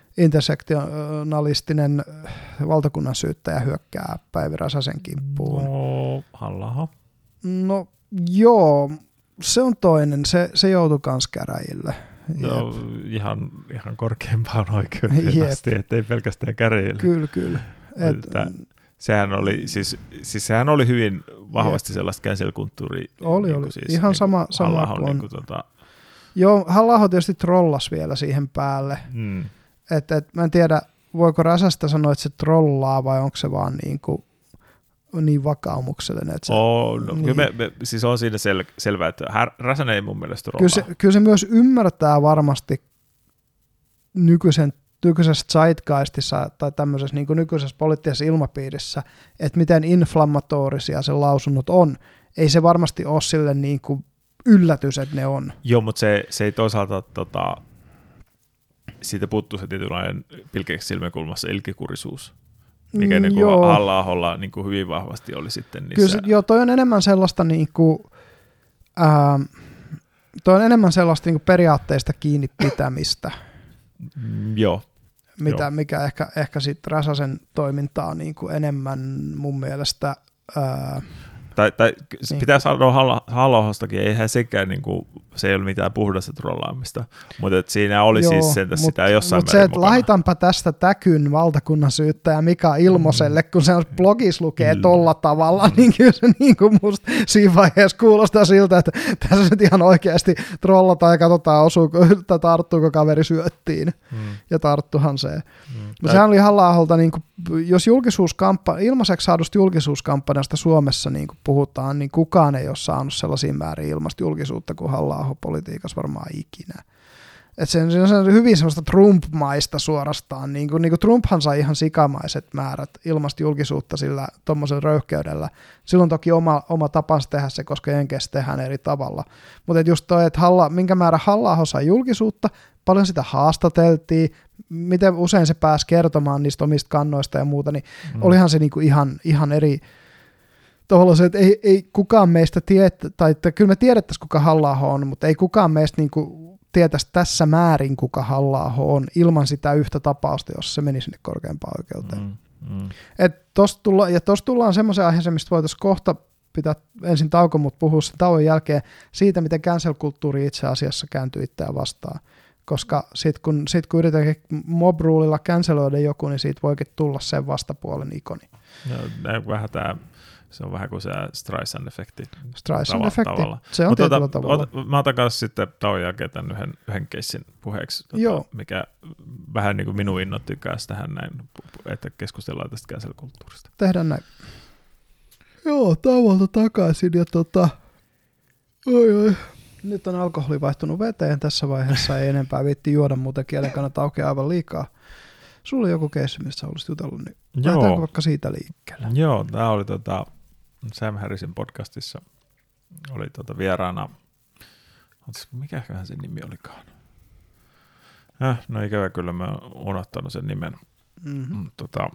intersektionalistinen valtakunnan syyttäjä hyökkää Päivi Räsäsen kimppuun? No, Halla-aho. No joo, se on toinen, se, se joutui kans käräjille. No, ihan, ihan korkeimpaan oikeuteen asti, ettei pelkästään käräjille. Kyllä, kyllä. Et, sehän oli, siis, siis sehän oli hyvin vahvasti jep. sellaista cancel-kulttuuria. Oli, niin oli. Siis, ihan niin sama, sama kuin on. Niin kuin, tota... Joo, Halla-aho tietysti trollas vielä siihen päälle. Hmm. Et, et, mä en tiedä, voiko Räsästä sanoa, että se trollaa vai onko se vaan niin, kuin, niin vakaumuksellinen. Että se, oh, no, niin. kyllä me, me, siis on siinä sel, selvää, että Räsänen ei mun mielestä trollaa. Kyllä se, kyllä se myös ymmärtää varmasti nykyisen nykyisessä zeitgeistissa tai tämmöisessä niin kuin nykyisessä poliittisessa ilmapiirissä, että miten inflammatorisia se lausunnot on. Ei se varmasti ole sille niin kuin yllätys, että ne on. Joo, mutta se, se ei toisaalta, tota, siitä puuttuu se tietynlainen pilkeäksi silmäkulmassa ilkikurisuus, mikä mm, niin kuin Halla-aholla niin kuin hyvin vahvasti oli sitten niissä. Kyllä, joo, toi on enemmän sellaista niin kuin, ää, toi on enemmän sellaista niin kuin periaatteista kiinni pitämistä. Mm, joo. Mitä, joo. Mikä ehkä, ehkä sitten Räsäsen toimintaa niin kuin enemmän mun mielestä. Ää, tai tai niin. Pitää sanoa Halla-ahostakin, eihän sekään, niin kuin, se ei ole mitään puhdasta trollaamista, mutta siinä oli joo, siis sen, mut, sitä jossain mut se, että laitanpa tästä täkyn valtakunnan syyttäjä Mika Ilmoselle, mm. kun se blogissa lukee mm. tolla tavalla, mm. niin kyllä se niin kuin musta siinä vaiheessa kuulostaa siltä, että tässä nyt ihan oikeasti trollataan ja katsotaan, osuuko, tai tarttuuko kaveri syöttiin, mm. ja tarttuhan se. Mm. Mutta sehän oli Halla-aholta, niin kuin, jos julkisuuskampa- ilmaiseksi saadusta julkisuuskampanjasta Suomessa niin kuin puhutaan, niin kukaan ei ole saanut sellaisia määriä ilmasta julkisuutta kuin Halla-aho politiikassa varmaan ikinä. Et se, se on hyvin semmoista Trump-maista suorastaan. Niin kuin, niin kuin Trumphan sai ihan sikamaiset määrät ilmasta julkisuutta sillä tuommoisella röyhkeydellä. Silloin toki oma, oma tapansa tehdä se, koska Jenkeissä tehdään eri tavalla. Mutta just toi, että Halla, minkä määrä Halla-aho sai julkisuutta, paljon sitä haastateltiin, miten usein se pääsi kertomaan niistä omista kannoista ja muuta, niin mm. olihan se niinku ihan, ihan eri tavalla se, että ei, ei kukaan meistä tiedä, tai että kyllä me tiedettäisiin kuka Halla-aho on, mutta ei kukaan meistä niinku tietäisi tässä määrin kuka Halla-aho on ilman sitä yhtä tapausta, jos se meni sinne korkeimpaan oikeuteen. Mm. Mm. Et tosta tulla, ja tuossa tullaan semmoisen aiheeseen, mistä voitaisiin kohta pitää ensin tauko, mutta puhua sen tauon jälkeen siitä, miten cancel-kulttuuri itse asiassa kääntyy itseään vastaan. Koska sitten kun, sit kun yritetään mob-rulella canceloida joku, niin siitä voikin tulla sen vastapuolen ikoni. No, vähän tää, se on vähän kuin se Streisand-efekti. Streisand-efekti, se on tietyllä tuota, tavalla. Ot, mä otan kanssa sitten tauon jälkeen tämän yhden, yhden keissin puheeksi, tuota, mikä vähän niin kuin minun innoitti kanssa tähän näin, että keskustellaan tästä cancel-kulttuurista. Tehdään näin. Joo, tauolta takaisin ja tota... Oi, oi. Nyt on alkoholi vaihtunut veteen tässä vaiheessa, ei enempää viitti juoda, muuten kielen kannattaa aukeaa aivan liikaa. Sulla oli joku keissi, mistä olisit jutellut, niin lähdetäänkö vaikka siitä liikkeelle? Joo, tämä oli tota Sam Harrisin podcastissa, oli tota vieraana, mikäköhän sen nimi olikaan? Äh, no ikävä kyllä, mä oon unohtanut sen nimen. Mm-hmm. Tota,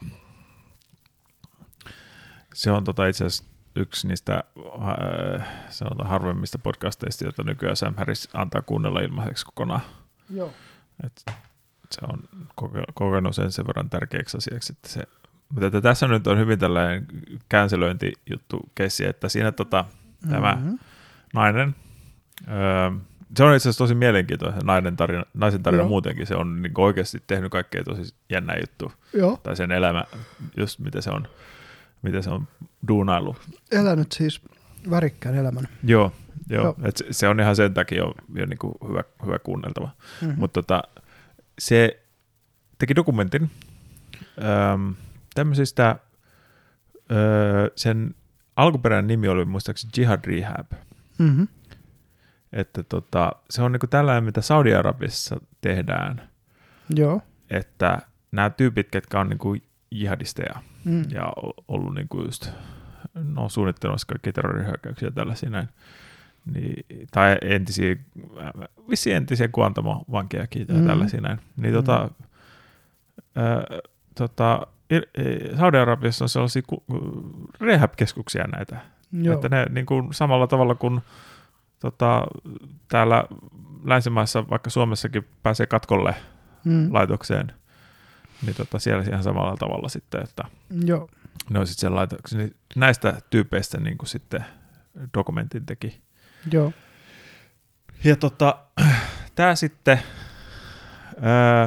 se on tota itse asiassa yksi niistä äh, sanotaan harvemmista podcasteista, joita nykyään Sam Harris antaa kuunnella ilmaiseksi kokonaan. Joo. Et se on kokenut sen sen verran tärkeäksi asiaksi, että se, mutta että tässä nyt on hyvin tällainen cancelöintijuttu keissi, että siinä tota, mm-hmm. tämä nainen, öö, se on itse asiassa tosi mielenkiintoinen nainen tarina, naisen tarina Joo. muutenkin, se on niin oikeasti tehnyt kaikkea tosi jännä juttu, Joo. tai sen elämä, just miten se on, miten se on duunailu. Elänyt siis värikkään elämän. Joo, joo. joo. Et se, se on ihan sen takia jo, jo niin kuin hyvä, hyvä kuunneltava, mm-hmm. mutta tota, se teki dokumentin öö, tämmöisistä, öö, sen alkuperäinen nimi oli muistaakseni Jihad Rehab. Mm-hmm. Että tota, se on niinku tällainen, mitä Saudi-Arabiassa tehdään. Joo. Että nämä tyypit, ketkä on niinku jihadisteja Mm. ja ollut niin kuin just no, suunnittelemassa kaikkia terrorihyökkäyksiä tällaisia näin. Niin, tai entisiä, vissiin entisiä Guantamo-vankejakin ja Mm. tällaisia näin. Niin Mm. tota, ää, tota, Saudi-Arabiassa on sellaisia ku, rehab-keskuksia näitä. Joo. Että ne niin kuin samalla tavalla kuin tota, täällä länsimaissa, vaikka Suomessakin pääsee katkolle Mm. laitokseen, niin tota, siellä ihan samalla tavalla sitten, että Joo. ne on sitten siellä laitoksessa. Niin näistä tyypeistä niin kuin sitten dokumentin teki. Joo. Ja tota, tää sitten ää,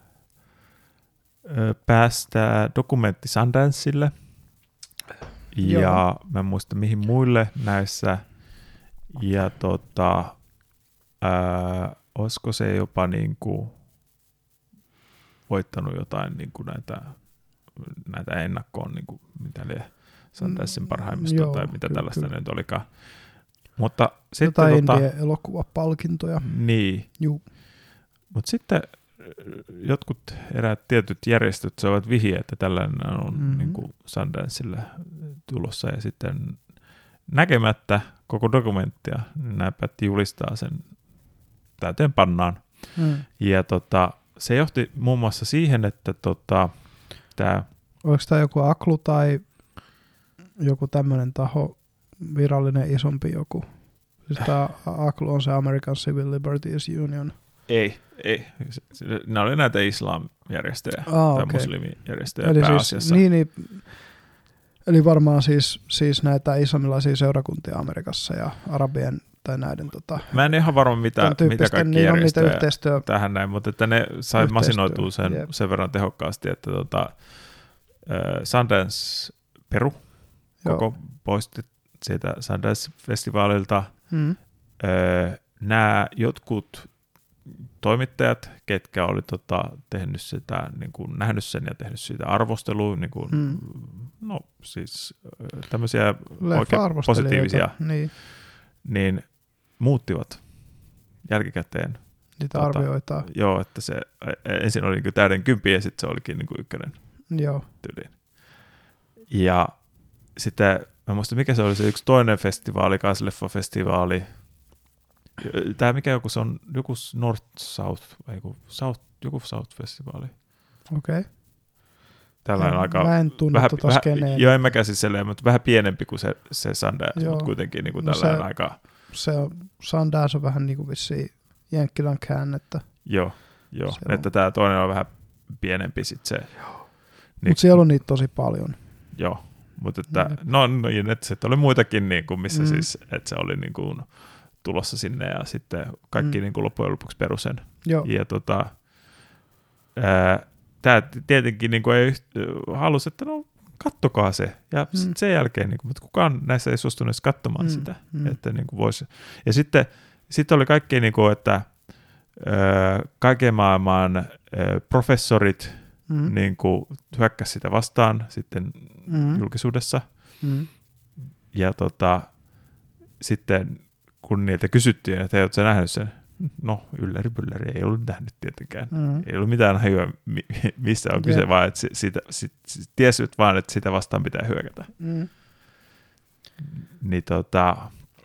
ää, päästää dokumentti Sundancelle. Ja Joo. mä en muista mihin muille näissä. Ja tota, ää, olisiko se jopa niinku voittanut jotain niinku näitä, näitä ennakkoon, niinku, mitä ne Sundancen parhaimmista Joo, tai mitä kyllä, tällaista kyllä. nyt olikaan. Mutta sitten Jotain tota, Indien elokuvapalkintoja. niin. Juu. Mutta sitten jotkut eräät tietyt järjestöt saavat vihjeä, että tällainen on Mm-hmm. niin kuin Sundancelle tulossa ja sitten näkemättä koko dokumenttia, niin nämä päätti julistaa sen täyteen pannaan. Mm. Ja tota, se johti muun muassa siihen, että tota, tämä Oliko tämä joku Aklu tai joku tämmöinen taho, virallinen isompi joku? Siis tämä Aklu on se American Civil Liberties Union. ei, ei, nämä oli näitä islamjärjestöjä Ah, tai okei. muslimijärjestöjä Eli pääasiassa. siis, niin, niin, eli varmaan siis, siis näitä islamilaisia seurakuntia Amerikassa ja arabien tai näiden tota, Mä en ihan varma, mitä, mitä tyyppisten, kaikki niin on niitä järjestöjä yhteistyö. tähän näin, mutta että ne sai Yhteistyö, masinoitua sen, jep. sen verran tehokkaasti, että tota, äh, Sundance peru Joo. koko poisti siitä Sundance-festivaalilta. Mm. Äh, nämä jotkut toimittajat, ketkä oli tota, tehnyt sitä, niin kuin, nähnyt sen ja tehnyt siitä arvostelua, niin kuin, Mm. no siis äh, tämmöisiä oikein Leffa-arvostelijoita, positiivisia, niin, niin muuttivat jälkikäteen. niitä Tota, arvioitaan. Joo, että se ensin oli niin täyden kympi ja sitten se olikin niin ykkönen Joo. tyyliin. Ja sitten, mä muistan mikä se oli se yksi toinen festivaali, kansleffa-festivaali. Tämä mikä joku, se on joku North South, vai joku South, joku South-festivaali. Okei. Okay. Tällainen aika... Mä en tunne vähän, tota vähän, skeneen. joo, en mäkään siis selleen, mutta vähän pienempi kuin se, se Sundance, Joo. mutta kuitenkin niin kuin No tällainen se- aika... Se on, Sundance on vähän niin kuin vissiin Jenkkilän käännettä. Joo, joo. Se on. Että tämä toinen on vähän pienempi sitten se. Niin- Mutta siellä on niitä tosi paljon. Joo, mutta että, Jep. no, no ja että sitten oli muitakin, niin kuin, missä Mm. mm. siis, että se oli niin kuin, tulossa sinne ja sitten kaikki Mm. niin kuin, loppujen lopuksi perusen. Joo. Ja tota, tämä tietenkin niin kuin, ei yht- halusi, että no kattokaa se. Ja Mm. sitten sen jälkeen, niin kuin, mutta kukaan näissä ei suostunut edes katsomaan Mm. sitä. Mm. Että, niin kuin, voisi. Ja sitten, sitten oli kaikki, niin kuin, että ö, kaiken maailman ö, professorit Mm. niin kuin, hyökkäsi sitä vastaan sitten Mm. julkisuudessa. Mm. Ja tota, sitten kun niiltä kysyttiin, että ei oletko nähnyt sen, no ylläri pylläri ei ollut nähnyt tietenkään. Mm. Ei ollut mitään hajua, mi- mistä on kyse, Jep. vaan että si- siitä, sit, sit, tiesit vaan, että sitä vastaan pitää hyökätä. Mm. Niin tota,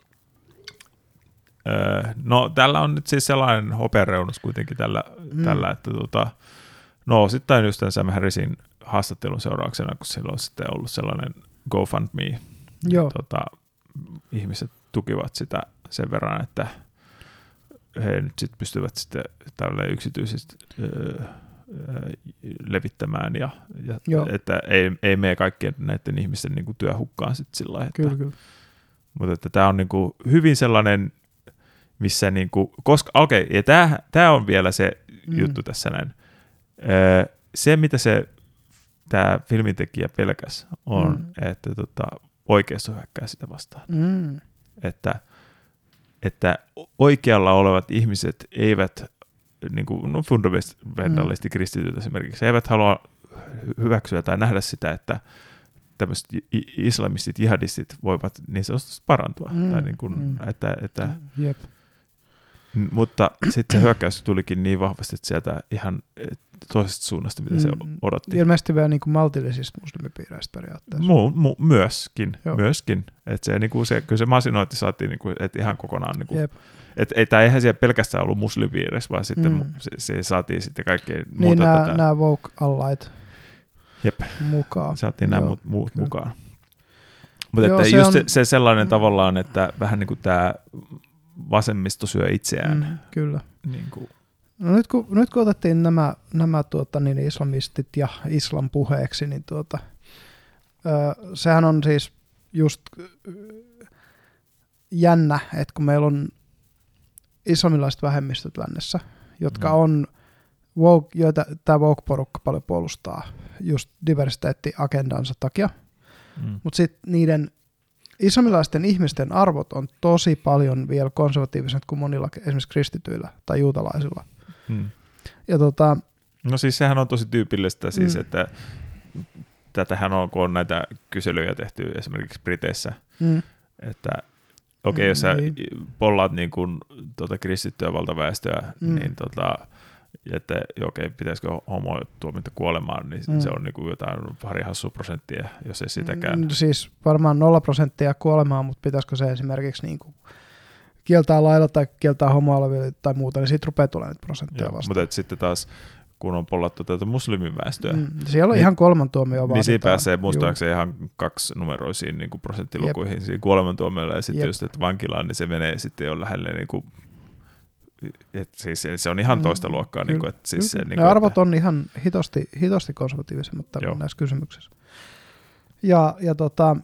öö, no tällä on nyt siis sellainen hopeareunus kuitenkin tällä, Mm. tällä että tota, no osittain just tämän Sam Harrisin haastattelun seurauksena, kun sillä on sitten ollut sellainen GoFundMe, Joo. tota, ihmiset tukivat sitä sen verran, että he nyt sit pystyvät sitten tälle yksityisesti öö, öö, levittämään ja, ja Joo. että ei, ei mene kaikkien näiden ihmisten niin kuin työhukkaan sitten sillä lailla, että, Kyllä, kyllä. mutta että tämä on niin kuin hyvin sellainen, missä niin kuin, koska, okei, okay, ja tämä, tämä on vielä se Mm. juttu tässä näin, öö, se mitä se tämä filmintekijä pelkäs on, Mm. että tota, oikeisto hyökkää sitä vastaan. Mm. Että, että oikealla olevat ihmiset eivät, niin kuin no fundamentalisti kristityt esimerkiksi, eivät halua hyväksyä tai nähdä sitä, että tämmöiset islamistit, jihadistit voivat niin sanotusti parantua. Mm, Tai niin kuin, mm. että, että, Jep. M- mutta sitten se hyökkäys tulikin niin vahvasti että sieltä ihan toisesta suunnasta, mitä se odotti. Ilmeisesti vielä niin kuin maltillisista muslimipiireistä periaatteessa. Mu- mu- myöskin, myöskin. Että se, niin kuin se, kyllä se masinointi saatiin niin kuin, että ihan kokonaan, niin kuin, että ei, tämä eihän siellä pelkästään ollut muslimipiireissä, vaan sitten mm. se, se saatiin sitten kaikkea niin muuta. Nämä, tätä. nämä woke-allait Jep. mukaan. Saatiin Joo, nämä muut kyllä. mukaan. Mutta että se just on... se, se sellainen mm. tavallaan, että vähän niin kuin tämä vasemmisto syö itseään. Mm, kyllä. Niin kuin. No nyt, kun, nyt kun otettiin nämä, nämä tuota, niin islamistit ja islam puheeksi, niin tuota, ö, sehän on siis just jännä, että kun meillä on islamilaiset vähemmistöt lännessä, jotka mm. on, woke, joita tämä woke-porukka paljon puolustaa just diversiteettiagendansa takia, mm. mutta sitten niiden islamilaisten ihmisten arvot on tosi paljon vielä konservatiiviset kuin monilla esimerkiksi kristityillä tai juutalaisilla. Hmm. Ja tota, no siis sehän on tosi tyypillistä, siis, mm. että tätähän on, kun on näitä kyselyjä tehty esimerkiksi Briteissä, mm. että okei, okay, jos sä niin. pollaat niin kuin, tuota, kristittyä valtaväestöä, mm. niin tota, että okei, okay, pitäisikö homo tuomita kuolemaan, niin mm. se on niin kuin jotain pari hassua prosenttia, jos ei sitäkään. Mm, siis varmaan nolla prosenttia kuolemaa, mutta pitäisikö se esimerkiksi niin kuin kieltää lailla tai kieltää homoalville tai muuta, niin siitä rupeaa tulemaan niitä prosenttia Joo, vastaan. Mutta sitten taas, kun on pollattu tätä muslimiväestöä, mm, siellä on niin, ihan kuolemantuomio vaaditaan. Niin siinä pääsee muistaakseni ihan kaksi numeroisiin niin kuin prosenttilukuihin siinä kuolemantuomiolla, ja sitten just, että vankilaan, niin se menee sitten jo lähelle niin kuin et siis se on ihan toista luokkaa. Mm, niin kuin, että siis se, niin ne kuin, arvot että on ihan hitosti, hitosti konservatiivisemmat näissä kysymyksissä. Ja, ja tota,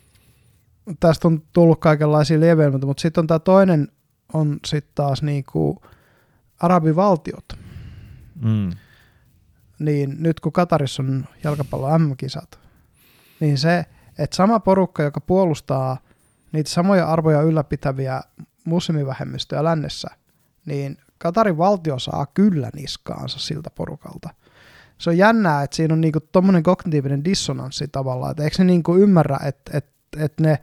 tästä on tullut kaikenlaisia lieveilmiöitä, mutta sitten on tämä toinen, on sitten taas niinku arabivaltiot. Mm. Niin nyt kun Katarissa on jalkapallon M M-kisat, niin se, että sama porukka, joka puolustaa niitä samoja arvoja ylläpitäviä muslimivähemmistöjä lännessä, niin Katarin valtio saa kyllä niskaansa siltä porukalta. Se on jännää, että siinä on niinku tommonen kognitiivinen dissonanssi tavallaan, että eikö ne niinku ymmärrä, että, että, että ne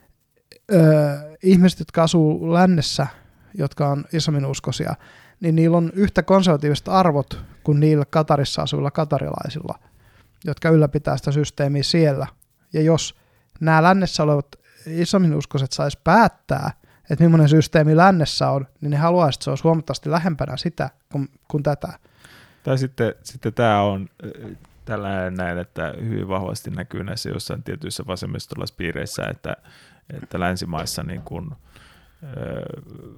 ö, ihmiset, jotka asuu lännessä, jotka on islaminuskoisia, niin niillä on yhtä konservatiiviset arvot kuin niillä Katarissa asuvilla katarilaisilla, jotka ylläpitää sitä systeemiä siellä. Ja jos nämä lännessä olevat islaminuskoiset sais päättää, että millainen systeemi lännessä on, niin ne haluaisivat, että se olisi huomattavasti lähempänä sitä kuin, kuin tätä. Tai sitten, sitten tämä on tällainen näin, että hyvin vahvasti näkyy näissä jossain tietyissä vasemmistolaispiireissä, että, että länsimaissa niin kuin, ö,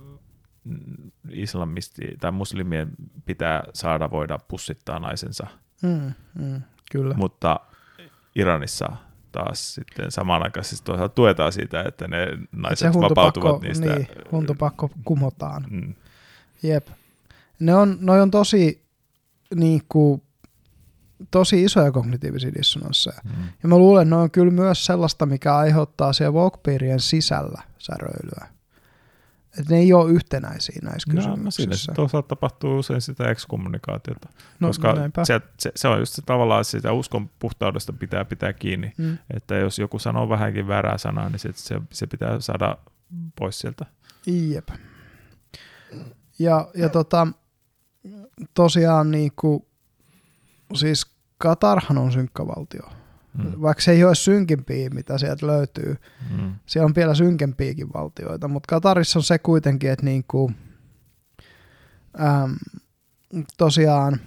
islamisti tai muslimien pitää saada voida pussittaa naisensa. Mm, mm, kyllä. Mutta Iranissa taas sitten samanaikaisesti toisaalta tuetaan siitä, että ne naiset vapautuvat niistä. Niin, huntupakko kumotaan. Mm. Jep. Ne on, noi on tosi, niin kuin, tosi isoja kognitiivisia dissonansseja. Mm. Ja mä luulen, että ne on kyllä myös sellaista, mikä aiheuttaa siellä woke-piirien sisällä säröilyä. Että ne ei ole yhtenäisiä näissä no, kysymyksissä. No siinä toisaalta tapahtuu usein sitä ekskommunikaatiota, no, koska se, se, se on just se, tavallaan sitä uskon puhtaudesta pitää pitää kiinni, mm. että jos joku sanoo vähänkin väärää sanaa, niin se, se, se pitää saada pois sieltä. Jep. Ja, ja tota, tosiaan niinku, siis Katarhan on synkkä valtio. Mm. Vaikka se ei ole synkimpiä, mitä sieltä löytyy. Mm. Siellä on vielä synkempiäkin valtioita, mutta Katarissa on se kuitenkin, että niinku, äm, tosiaan,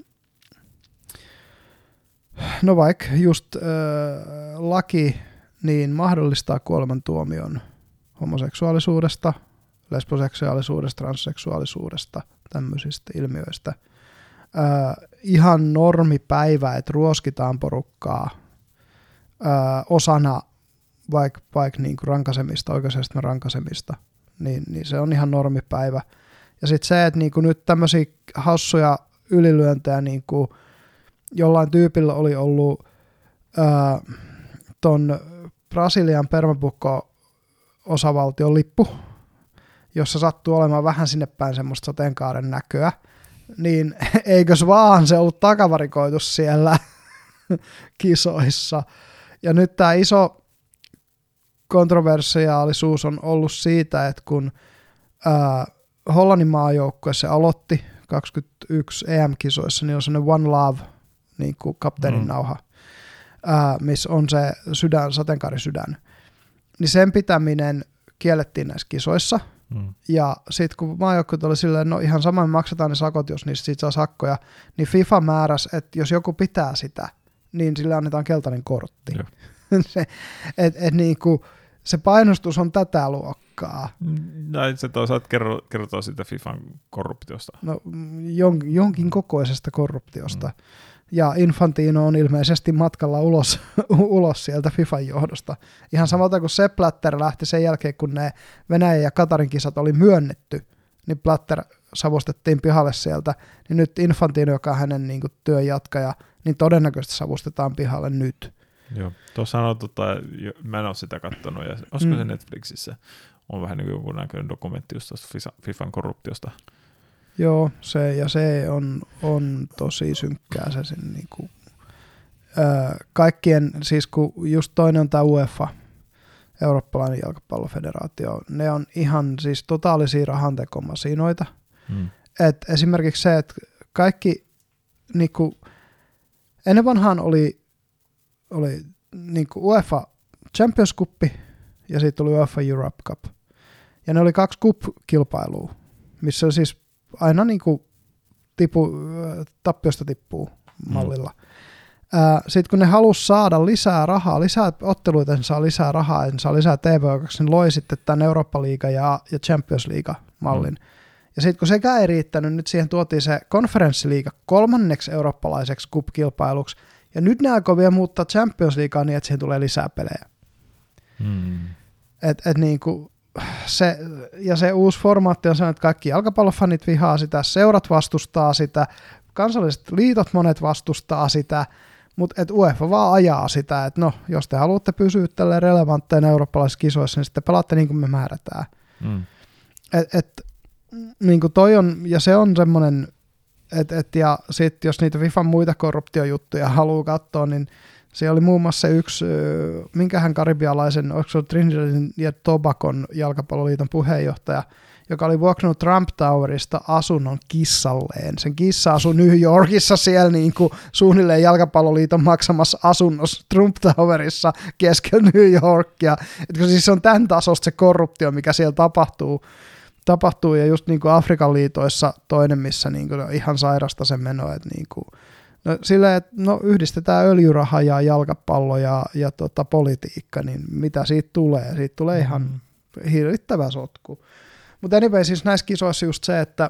no vaikka just äh, laki niin mahdollistaa kuolemantuomion homoseksuaalisuudesta, lesboseksuaalisuudesta, transseksuaalisuudesta, tämmöisistä ilmiöistä. Äh, ihan normipäivä, että ruoskitaan porukkaa äh, osana vaikka vaik niinku rankasemista, oikeasti rankasemista, niin, niin se on ihan normipäivä. Ja sitten se, että niinku nyt tämmöisiä hassuja ylilyöntejä, niinku jollain tyypillä oli ollut äh, ton Brasilian Pernambuco-osavaltion lippu, jossa sattuu olemaan vähän sinne päin semmoista sateenkaaren näköä, niin eikös vaan se ollut takavarikoitu siellä kisoissa. Ja nyt tämä iso kontroversiaalisuus on ollut siitä, että kun ää, Hollannin maajoukkue se aloitti kaksikymmentäyksi E M-kisoissa, niin on sellainen One Love, niin kuin kapteenin mm. nauha, ää, missä on se sydän, sateenkaarisydän. Niin sen pitäminen kiellettiin näissä kisoissa. Mm. Ja sitten kun maajoukkueet oli silleen, no ihan sama, me maksetaan ne sakot, jos niistä siitä saa sakkoja, niin FIFA määräsi, että jos joku pitää sitä, niin sille annetaan keltainen kortti. se, et, et niinku, se painostus on tätä luokkaa. Näin se toisaalta kertoo, kertoo siitä FIFAn korruptiosta. No jon, jonkin kokoisesta korruptiosta. Mm. Ja Infantino on ilmeisesti matkalla ulos, ulos sieltä FIFAn johdosta. Ihan samalta kuin Sepp Blatter lähti sen jälkeen, kun ne Venäjän ja Katarin kisat oli myönnetty, niin Blatter savustettiin pihalle sieltä. Niin nyt Infantino, joka on hänen niin kuin, työn jatkaja, niin todennäköisesti savustetaan pihalle nyt. Joo, tuossa on, tota, mä en ole sitä katsonut, ja olisiko mm. se Netflixissä? On vähän niin kuin joku näköinen dokumentti just tuosta FIFAn korruptiosta. Joo, se, ja se on, on tosi synkkää se sen niin kuin, ää, kaikkien, siis kun just toinen on tämä UEFA, Eurooppalainen jalkapallofederaatio, ne on ihan siis totaalisia rahantekomasinoita. Hmm. Et esimerkiksi se, että kaikki, niin kuin, ennen vanhaan oli, oli niin kuin UEFA Champions Cup ja sitten tuli UEFA Europe Cup. Ja ne oli kaksi cup-kilpailua, missä siis aina niin kuin tipu, tappiosta tippuu mallilla. Mm. Sitten kun ne halusi saada lisää rahaa, lisää otteluita, ne saa lisää rahaa, ne saa lisää T V-oikeuksia, ne loi sitten tämän Eurooppa-liiga ja, ja Champions League-mallin. Mm. Ja sitten kun sekään ei riittänyt, nyt siihen tuotiin se konferenssiliiga kolmanneksi eurooppalaiseksi cup-kilpailuksi, ja nyt ne aikoo vielä muuttaa Champions Leaguea niin, että siihen tulee lisää pelejä. Mm. Et, et niin kuin Se, ja se uusi formaatti on sellainen, että kaikki jalkapallofanit vihaa sitä, seurat vastustaa sitä, kansalliset liitot monet vastustaa sitä, mutta et UEFA vaan ajaa sitä, että no, jos te haluatte pysyä tälleen relevantteina eurooppalaisissa kisoissa, niin sitten pelaatte niin kuin me määrätään. Mm. Et, et, niin kuin toi on, ja se on semmoinen, että et, ja sitten jos niitä FIFAn muita korruptiojuttuja haluaa katsoa, niin se oli muun muassa yksi, minkähän karibialaisen, oliko se Trinidadin ja Tobagon jalkapalloliiton puheenjohtaja, joka oli vuokranut Trump Towerista asunnon kissalleen. Sen kissa asui New Yorkissa siellä niin kuin suunnilleen jalkapalloliiton maksamassa asunnossa Trump Towerissa keskellä New Yorkia. Etkö siis se on tämän tasosta se korruptio, mikä siellä tapahtuu. tapahtuu ja just niin kuin Afrikan liitoissa toinen, missä niin kuin ihan sairasta se meno, että niin kuin no silleen, että no yhdistetään öljyraha ja jalkapallo ja, ja tota, politiikka, niin mitä siitä tulee? Siitä tulee ihan mm-hmm. hirvittävä sotku. Mutta anyway, siis näissä kisoissa just se, että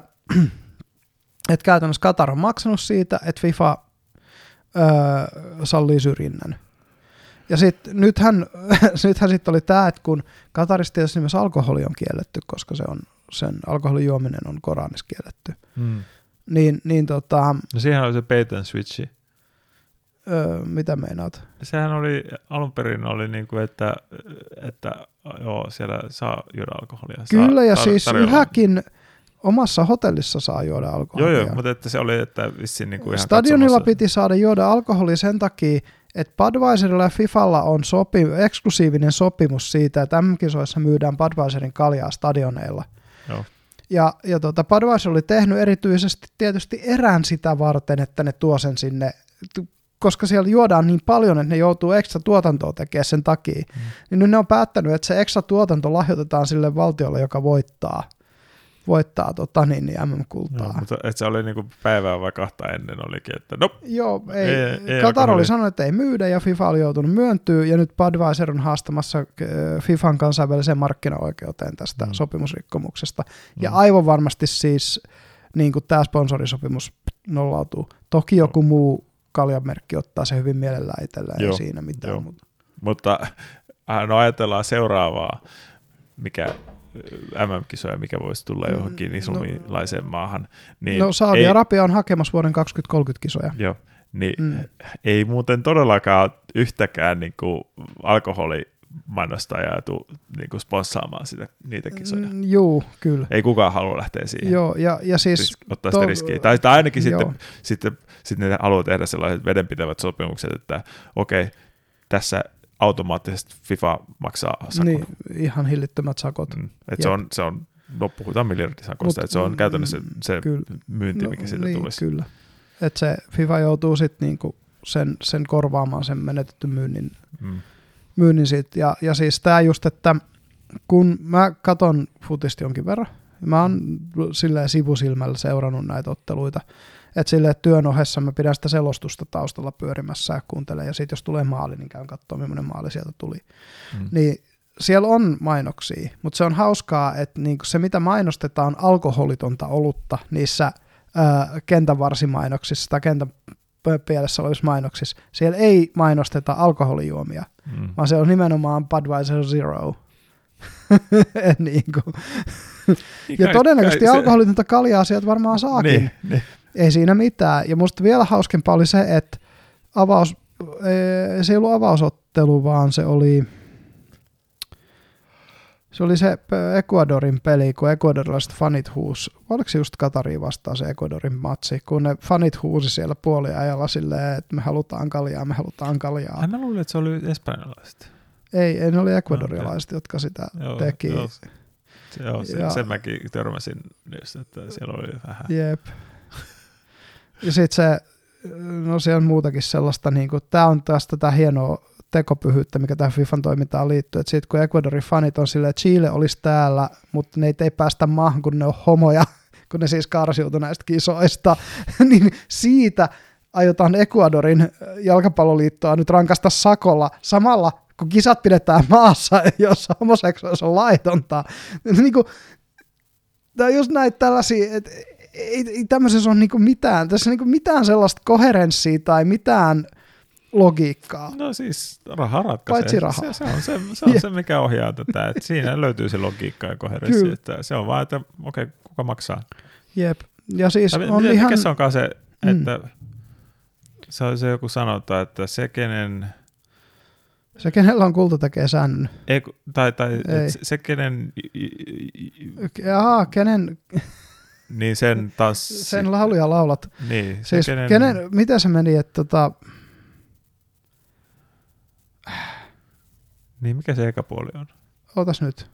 et käytännössä Katar on maksanut siitä, että FIFA öö, sallii syrjinnän. Ja sitten nythän, nythän sitten oli tämä, että kun Katarissa tietysti myös alkoholi on kielletty, koska se on, sen alkoholin juominen on Koranissa kielletty. Mm. Niin, niin tota... No siihen oli se bait and switchi. Öö, mitä meinaat? Sehän oli, alun perin oli niin kuin, että, että joo, siellä saa juoda alkoholia. Kyllä, saa ja tar- siis tarjolla. Yhäkin omassa hotellissa saa juoda alkoholia. Joo, joo, mutta että se oli, että vissiin niin kuin ihan Stadionilla katsomassa. piti saada juoda alkoholia sen takia, että Budweiserilla ja Fifalla on sopi, eksklusiivinen sopimus siitä, että M M-kisoissa myydään Budweiserin kaljaa stadioneilla. Joo. Ja, ja tuota, Budweiser oli tehnyt erityisesti tietysti erään sitä varten, että ne tuo sen sinne, koska siellä juodaan niin paljon, että ne joutuu ekstra tuotantoa tekemään sen takia. Mm. Niin nyt ne on päättänyt, että se ekstra tuotanto lahjoitetaan sille valtiolle, joka voittaa, voittaa tota, niin, niin M M-kultaa. Joo, mutta että se oli niinku päivää vai kahta ennen olikin, että no. Joo, ei, ei, ei Katar oli sanonut, että ei myydä ja FIFA oli joutunut myöntyä ja nyt Budweiser on haastamassa FIFAn kansainväliseen markkinaoikeuteen tästä mm. sopimusrikkomuksesta. Mm. Ja aivan varmasti siis niin kuin tämä sponsorisopimus nollautuu. Toki joku muu kaljamerkki ottaa se hyvin mielellään itselleen, ei siinä mitään. Mutta, mutta no ajatellaan seuraavaa, mikä M M-kisoja, mikä voisi tulla johonkin islamilaiseen no, maahan. Niin no Saudi-Arabia on hakemassa vuoden kaksituhattakolmekymmentä kisoja. Joo, niin mm. ei muuten todellakaan yhtäkään niin kuin alkoholimainostajaa tule niin kuin sponssaamaan sitä, niitä kisoja. Mm, juu, kyllä. Ei kukaan halua lähteä siihen. Joo, ja, ja siis... Risk, ottaa to, sitä riskiä. Tai, tai ainakin sitten, sitten, sitten ne haluaa tehdä sellaiset vedenpitävät sopimukset, että okei, okay, tässä automaattisesti FIFA maksaa sakon. Niin, ihan hillittömät sakot. Mm, et se, on, se on no puhutaan miljardisakosta, että se on käytännössä se kyllä. myynti, mikä no, siitä niin, tulisi. Kyllä, että se FIFA joutuu sitten niinku sen, sen korvaamaan sen menetetty myynnin, mm. myynnin siitä. Ja, ja siis tämä just, että kun mä katon futista jonkin verran, mä oon silleen sivusilmällä seurannut näitä otteluita, että silleen työn ohessa mä pidän sitä selostusta taustalla pyörimässä ja kuuntelen, ja sitten jos tulee maali, niin käyn katsomaan, millainen maali sieltä tuli. Mm. Niin siellä on mainoksia, mutta se on hauskaa, että niinku se mitä mainostetaan alkoholitonta olutta niissä ää, kentänvarsimainoksissa tai kentän pielessä olevissa mainoksissa, siellä ei mainosteta alkoholijuomia, mm. vaan se on nimenomaan Budweiser Zero. niin kuin. Niin ja kai, todennäköisesti kai alkoholitonta kaljaa sieltä varmaan saakin. Niin, niin. Ei siinä mitään. Ja musta vielä hauskempaa oli se, että avaus, se ei ollut avausottelu, vaan se oli se oli se Ecuadorin peli, kun ecuadorilaiset fanit huusi. Oliko se just Katariin vastaan se Ecuadorin matsi, kun ne fanit huusi siellä puoliajalla silleen, että me halutaan kaljaa, me halutaan kaljaa. Hän mä luulin, että se oli espanjalaiset. Ei, ei ne oli ecuadorilaiset, okay. jotka sitä joo, teki. Joo, joo se, ja, sen mäkin törmäsin, että siellä oli vähän. Jep. Ja sitten se, no siellä on muutakin sellaista, niin kuin, tää on taas tätä hienoa tekopyhyyttä, mikä tähän FIFAn toimintaan liittyy, että sitten kun Ecuadorin fanit on silleen, että Chile olisi täällä, mutta ne ei päästä maahan, kun ne on homoja, kun ne siis karsiutui näistä kisoista, niin siitä aiotaan Ecuadorin jalkapalloliittoa nyt rankasta sakolla samalla, kun kisat pidetään maassa, jossa homoseksuaalisuus on laitonta. Niin kuin, tämä on just näitä tällaisia, että ei, ei tämmöisessä ole niinku mitään, tässä niinku mitään sellaista koherenssia tai mitään logiikkaa. No siis raha ratkaisee. Paitsi raha. Se, se on, se, se, on se, mikä ohjaa tätä, että siinä löytyy se logiikka ja koherenssi, että se on vaan, että okei, okay, kuka maksaa? Jep, ja siis tai, on mikä ihan... Mikä se onkaan se, että mm. se on se joku sanota, että se kenen... Se kenellä on kulta tekee säännön. Ei, tai tai se, se kenen... Jaa, kenen... Niin sen taas... Sen lauluja laulat. Niin. Siis kenen... kenen, miten se meni, että tota... Niin, mikä se eka puoli on? Ootas nyt.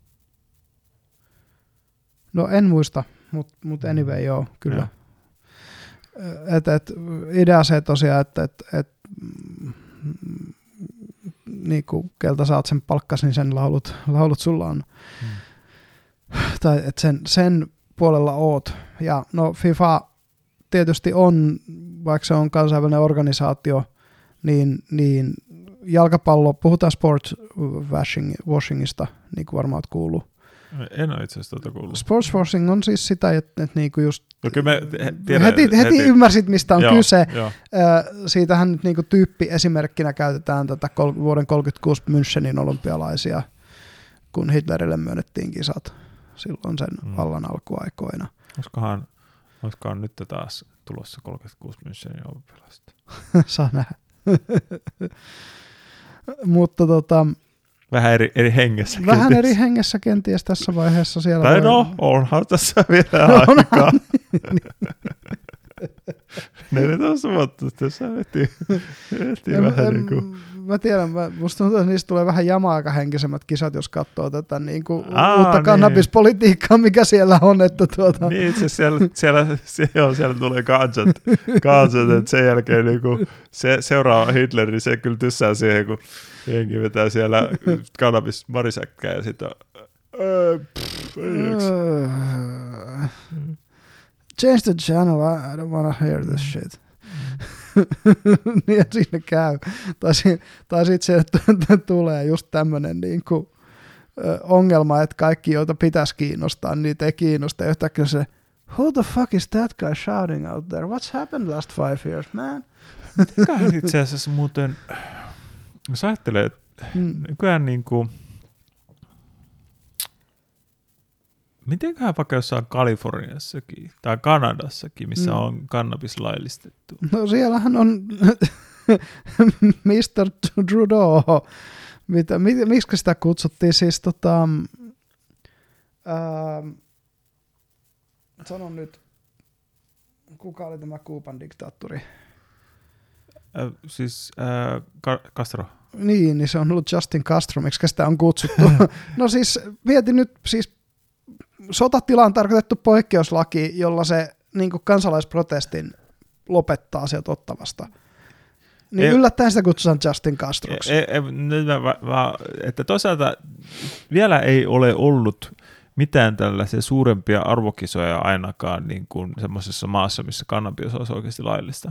No en muista, mutta mut anyway joo, kyllä. Et, et, idea se tosiaan, että et, et, mm, niinku, keltä saat sen palkkas, niin sen laulut, laulut sulla on. Hmm. Tai että sen, sen puolella oot. Ja no FIFA tietysti on, vaikka se on kansainvälinen organisaatio, niin, niin jalkapallo, puhutaan sports washing, washingista, niin kuin varmaan oot kuullut. En ole itse asiassa tuota kuullut. Sports washing on siis sitä, että, että niinku just no me tiedän, heti, heti, heti ymmärsit, mistä on joo, kyse. Jo. Siitähän nyt niinku tyyppi esimerkkinä käytetään tätä kol- vuoden kolmekymmentäkuusi Münchenin olympialaisia, kun Hitlerille myönnettiin kisat silloin sen mm. vallan alkuaikoina. Olisikohan, olisikohan nyt taas tulossa kolmekymmentäkuusi Münchenin olympialaista? Saa nähdä. Mutta tota... Vähän eri, eri hengessä. Vähän kenties. eri hengessä kenties tässä vaiheessa. Siellä tai voi... no, onhan tässä vielä no, aikaa. neljätoista vuotta tässä vetiin, vetiin vähän en, niin kuin... Mä tiedän, mä, musta tuntuu, että niistä tulee vähän jama-aikahenkisemmät kisat, jos katsoo tätä niin kuin Aa, uutta niin. kannabispolitiikkaa, mikä siellä on. Että tuota... Niin itse siellä, siellä, siellä, siellä tulee kansat, kansat että sen jälkeen niin kuin se, seuraava Hitler, niin se kyllä tyssää siihen, kun jengi vetää siellä kannabis-marisäkkää ja sitten change the channel, I don't want to hear this shit. Niin siinä käy. Tai, tai sitten se, että tulee just tämmöinen niinku, ongelma, että kaikki, joita pitäisi kiinnostaa, niitä ei kiinnosta. Ja yhtäkkiä se, who the fuck is that guy shouting out there? What's happened last five years, man? Mitenköhän itse asiassa muuten, jos ajattelee, että mm. nykyään niin kuin, mitenköhän vaikka jossain Kaliforniassakin tai Kanadassakin, missä mm. on kannabis laillistettu? No siellähän on mister Trudeau. Mitä, mit, miksi sitä kutsuttiin? Siis tota, ää, sanon nyt, kuka oli tämä Kuuban diktaattori? Äh, siis äh, Ka- Castro. Niin, niin se on ollut Justin Castro, miksi sitä on kutsuttu. No siis mietin nyt, siis sotatilaan tarkoitettu poikkeuslaki, jolla se niin kuin kansalaisprotestin lopettaa sieltä Ottavasta. Niin ei, yllättäen sitä kutsutaan Justin Castroksi. Ei, ei, nyt mä, mä, että toisaalta vielä ei ole ollut mitään tällaisia suurempia arvokisoja ainakaan niin kuin semmoisessa maassa, missä kannabis olisi oikeasti laillista.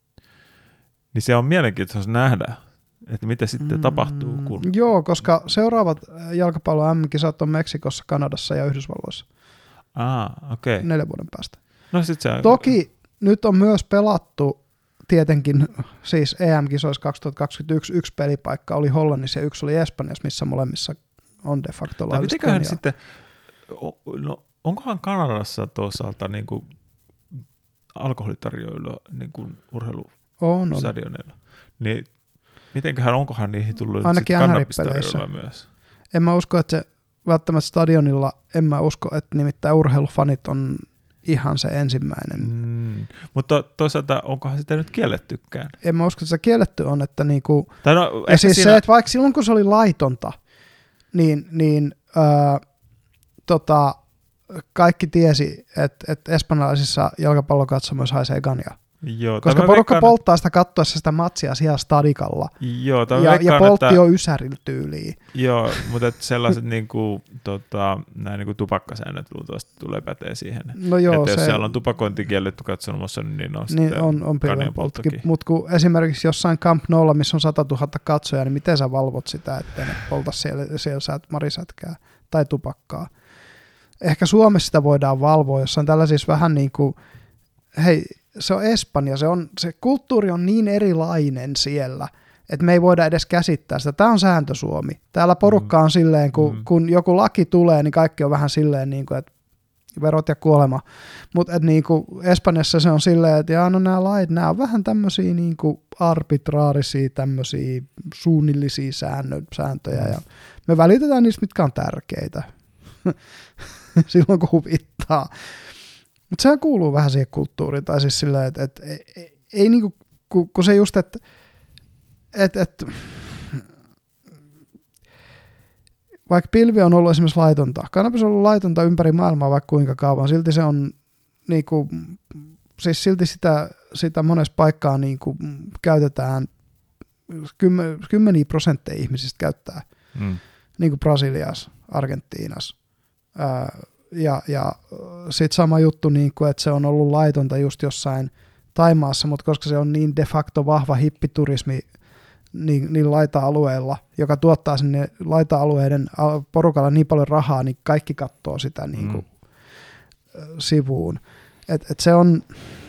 Niin se on mielenkiintoista nähdä, että mitä sitten mm, tapahtuu. Kun... Joo, koska seuraavat jalkapallon M M-kisat on Meksikossa, Kanadassa ja Yhdysvalloissa. Ah, okei. Okay. Neljän vuoden päästä. No, sit se... Toki nyt on myös pelattu tietenkin, siis E M-kisoissa kaksituhattakaksikymmentäyksi yksi pelipaikka oli Hollannissa ja yksi oli Espanjassa, missä molemmissa on de facto laillista. Mitenköhän sitten, no, onkohan Kanadassa toisaalta niin kuin alkoholitarjoilua niin kuin urheilustadioneilla? Niin mitenköhän, onkohan niihin tullut kannabistarjoilua myös? En mä usko, että se välttämättä stadionilla, en mä usko, että nimittäin urheilufanit on ihan se ensimmäinen. Mm, mutta toisaalta onkohan sitä nyt kiellettykään? En mä usko, että se kielletty on, että niinku, no, ja siis siinä... se, että vaikka silloin kun se oli laitonta, niin, niin öö, tota, kaikki tiesi, että, että espanjalaisissa jalkapallokatsomoissa haisee ganja. Joo, koska porukka veikkaan, polttaa sitä kattoessa sitä matsia siellä stadikalla. Joo, ja, veikkaan, ja poltti että, jo ysärillä tyyliin. Joo, mutta sellaiset niinku, tota, näin niinku tupakkasäännöt luultavasti tulee pätee siihen. No joo, että jos se, siellä on tupakointi kielletty katsomossa, niin on niin on, on pilven polttokin. Mutta kun esimerkiksi jossain Camp Noulla, missä on sata tuhatta katsojaa, niin miten sä valvot sitä, ettei ne polta siellä, siellä sä marisätkää tai tupakkaa. Ehkä Suomessa sitä voidaan valvoa, jos on tällaisissa vähän niin kuin, hei, se on Espanja, se, on, se kulttuuri on niin erilainen siellä, että me ei voida edes käsittää sitä. Tämä on sääntö Suomi. Täällä porukka on silleen, kun, mm. kun joku laki tulee, niin kaikki on vähän silleen, niin kuin, että verot ja kuolema. Mutta niin Espanjassa se on silleen, että jaa, no nämä lait, nämä on vähän tämmöisiä niin kuin arbitraarisia, tämmöisiä suunnillisia säännö, sääntöjä, ja me välitetään niistä, mitkä on tärkeitä. Silloin kun huvittaa. Mutta sehän kuuluu vähän siihen kulttuuriin, tai siis silleen, että et, ei, ei niinku, kun, kun se just, että et, et, vaikka pilvi on ollut esimerkiksi laitonta, kannabis on ollut laitonta ympäri maailmaa vaikka kuinka kauan, silti se on niinku, siis silti sitä, sitä monessa paikkaa niinku käytetään, kymmen, kymmeniä prosentteja ihmisistä käyttää, mm. niin kuin Brasiliassa, Argentiinassa, ää, Ja, ja sitten sama juttu, niin kuin, että se on ollut laitonta just jossain Thaimaassa, mutta koska se on niin de facto vahva hippiturismi niin, niin laita-alueella, joka tuottaa sinne laita-alueiden porukalla niin paljon rahaa, niin kaikki katsoo sitä niin kuin, mm. sivuun. Et, et se, on,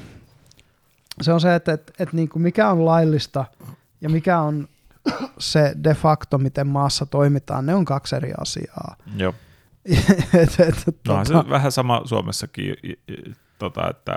se on se, että et, et niin kuin mikä on laillista ja mikä on se de facto, miten maassa toimitaan, ne on kaksi eri asiaa. Joo. et, et, et, no, tota... se on vähän sama Suomessakin, tota, että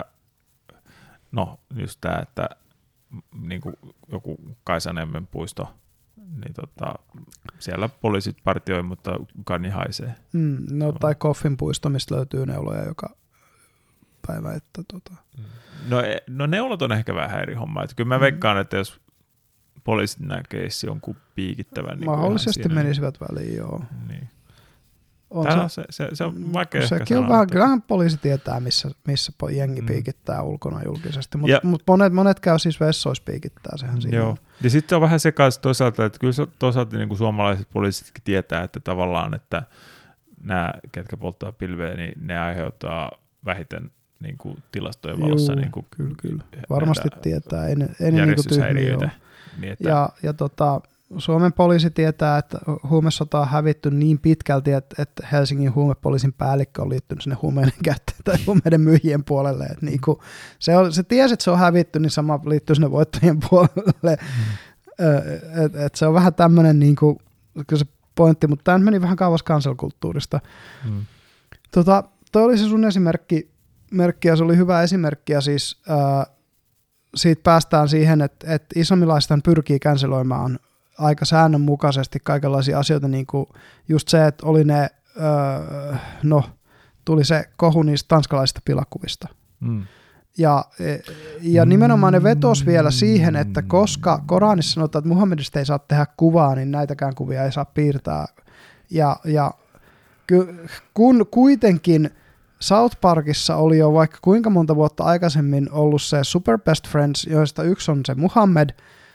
no just tämä, että niin kuin joku Kaisaniemen puisto, niin tota, siellä poliisit partioi, mutta kanni haisee. Mm, no tai Koffin puisto, mistä löytyy neuloja joka päivä. Että, tota. no, no neulot on ehkä vähän eri homma. Että kyllä mä mm. veikkaan, että jos poliisit näkeisi jonkun piikittävän. Niin mahdollisesti menisivät väliin, joo. Niin. On se, se, se, se on vaikea sekin on vähän, kyllähän poliisi tietää, missä, missä jengi mm. piikittää ulkona julkisesti, mutta mut monet, monet käy siis vessoissa piikittää, sehän siinä joo. on. Ja sitten on vähän sekaisin toisaalta, että kyllä toisaalta niin kuin suomalaiset poliisitkin tietää, että tavallaan, että nämä, ketkä polttaa pilveä, niin ne aiheuttaa vähiten niin kuin tilastojen valossa. Niin kuin kyllä, kyllä. Varmasti tietää, ei ne, ei ne niin kuin tyhmiä ole. Niin, että... Ja, ja tota... Suomen poliisi tietää, että huumesota on hävitty niin pitkälti, että, että Helsingin huumepoliisin päällikkö on liittynyt sinne huumeiden käyttäjien tai huumeiden myyjien puolelle. Että niin kuin se, on, se tiesi, että se on hävitty, niin sama liittyy sinne voittajien puolelle. Mm. Et, et se on vähän tämmöinen niin kuin, se pointti, mutta tämä meni vähän kauas cancel-kulttuurista. Mm. Tota, toi oli se sun esimerkki, merkki, ja se oli hyvä esimerkki, ja siis ää, siitä päästään siihen, että, että islamilaisethan pyrkii canceloimaan aika säännönmukaisesti kaikenlaisia asioita, niin kuin just se, että oli ne, öö, no, tuli se kohu niistä tanskalaisista pilakuvista. Mm. Ja, ja nimenomaan ne vetos vielä siihen, että koska Koranissa sanotaan, että Muhammedista ei saa tehdä kuvaa, niin näitäkään kuvia ei saa piirtää. Ja, ja kun kuitenkin South Parkissa oli jo vaikka kuinka monta vuotta aikaisemmin ollut se Super Best Friends, joista yksi on se Muhammed,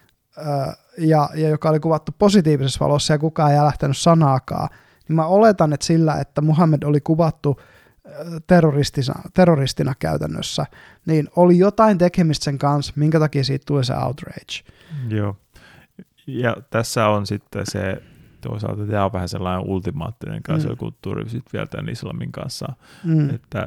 ja, ja joka oli kuvattu positiivisessa valossa ja kukaan ei lähtenyt sanaakaan, niin mä oletan, että sillä, että Muhammed oli kuvattu terroristina, terroristina käytännössä, niin oli jotain tekemistä sen kanssa, minkä takia siitä tuli se outrage. Joo, ja tässä on sitten se, toisaalta tämä on vähän sellainen ultimaattinen kansallikulttuuri mm. sitten vielä tämän islamin kanssa, mm. että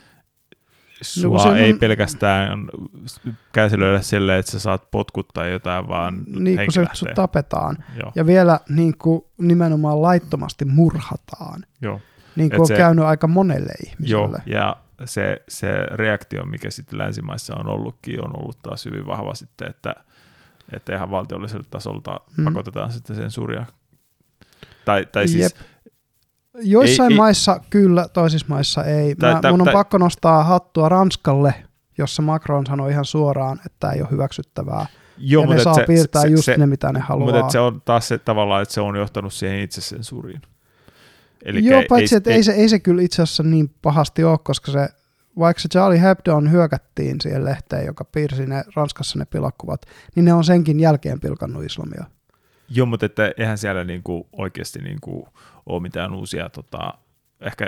sua no, ei on pelkästään käsilöidä silleen, että sä saat potkuttaa jotain, vaan niin kuin se sut tapetaan. Joo. Ja vielä niin kuin nimenomaan laittomasti murhataan. Joo. Niin kuin Et on se, käynyt aika monelle ihmiselle. Joo, ja se, se reaktio, mikä sitten länsimaissa on ollutkin, on ollut taas hyvin vahva sitten, että, että ihan valtiollisella tasolta mm. pakotetaan sitten sensuuria. Tai, tai siis... Jep. Joissain ei, maissa ei, kyllä, toisissa maissa ei. Tai, Mä, tai, mun on tai, pakko nostaa hattua Ranskalle, jossa Macron sanoi ihan suoraan, että tämä ei ole hyväksyttävää. Joo, ja ne saa se, piirtää se, just se, ne, mitä ne haluaa. Mutta se on taas se tavallaan, että se on johtanut siihen itsesensuuriin. Elikkä Joo, paitsi ei, että ei, ei, se, ei se kyllä itse asiassa niin pahasti ole, koska se, vaikka se Charlie Hebdoon hyökättiin siihen lehteen, joka piirsi ne Ranskassa ne pilakuvat, niin ne on senkin jälkeen pilkannut islamia. Joo, mutta että eihän siellä niinku oikeasti niinku ole mitään uusia, tota, ehkä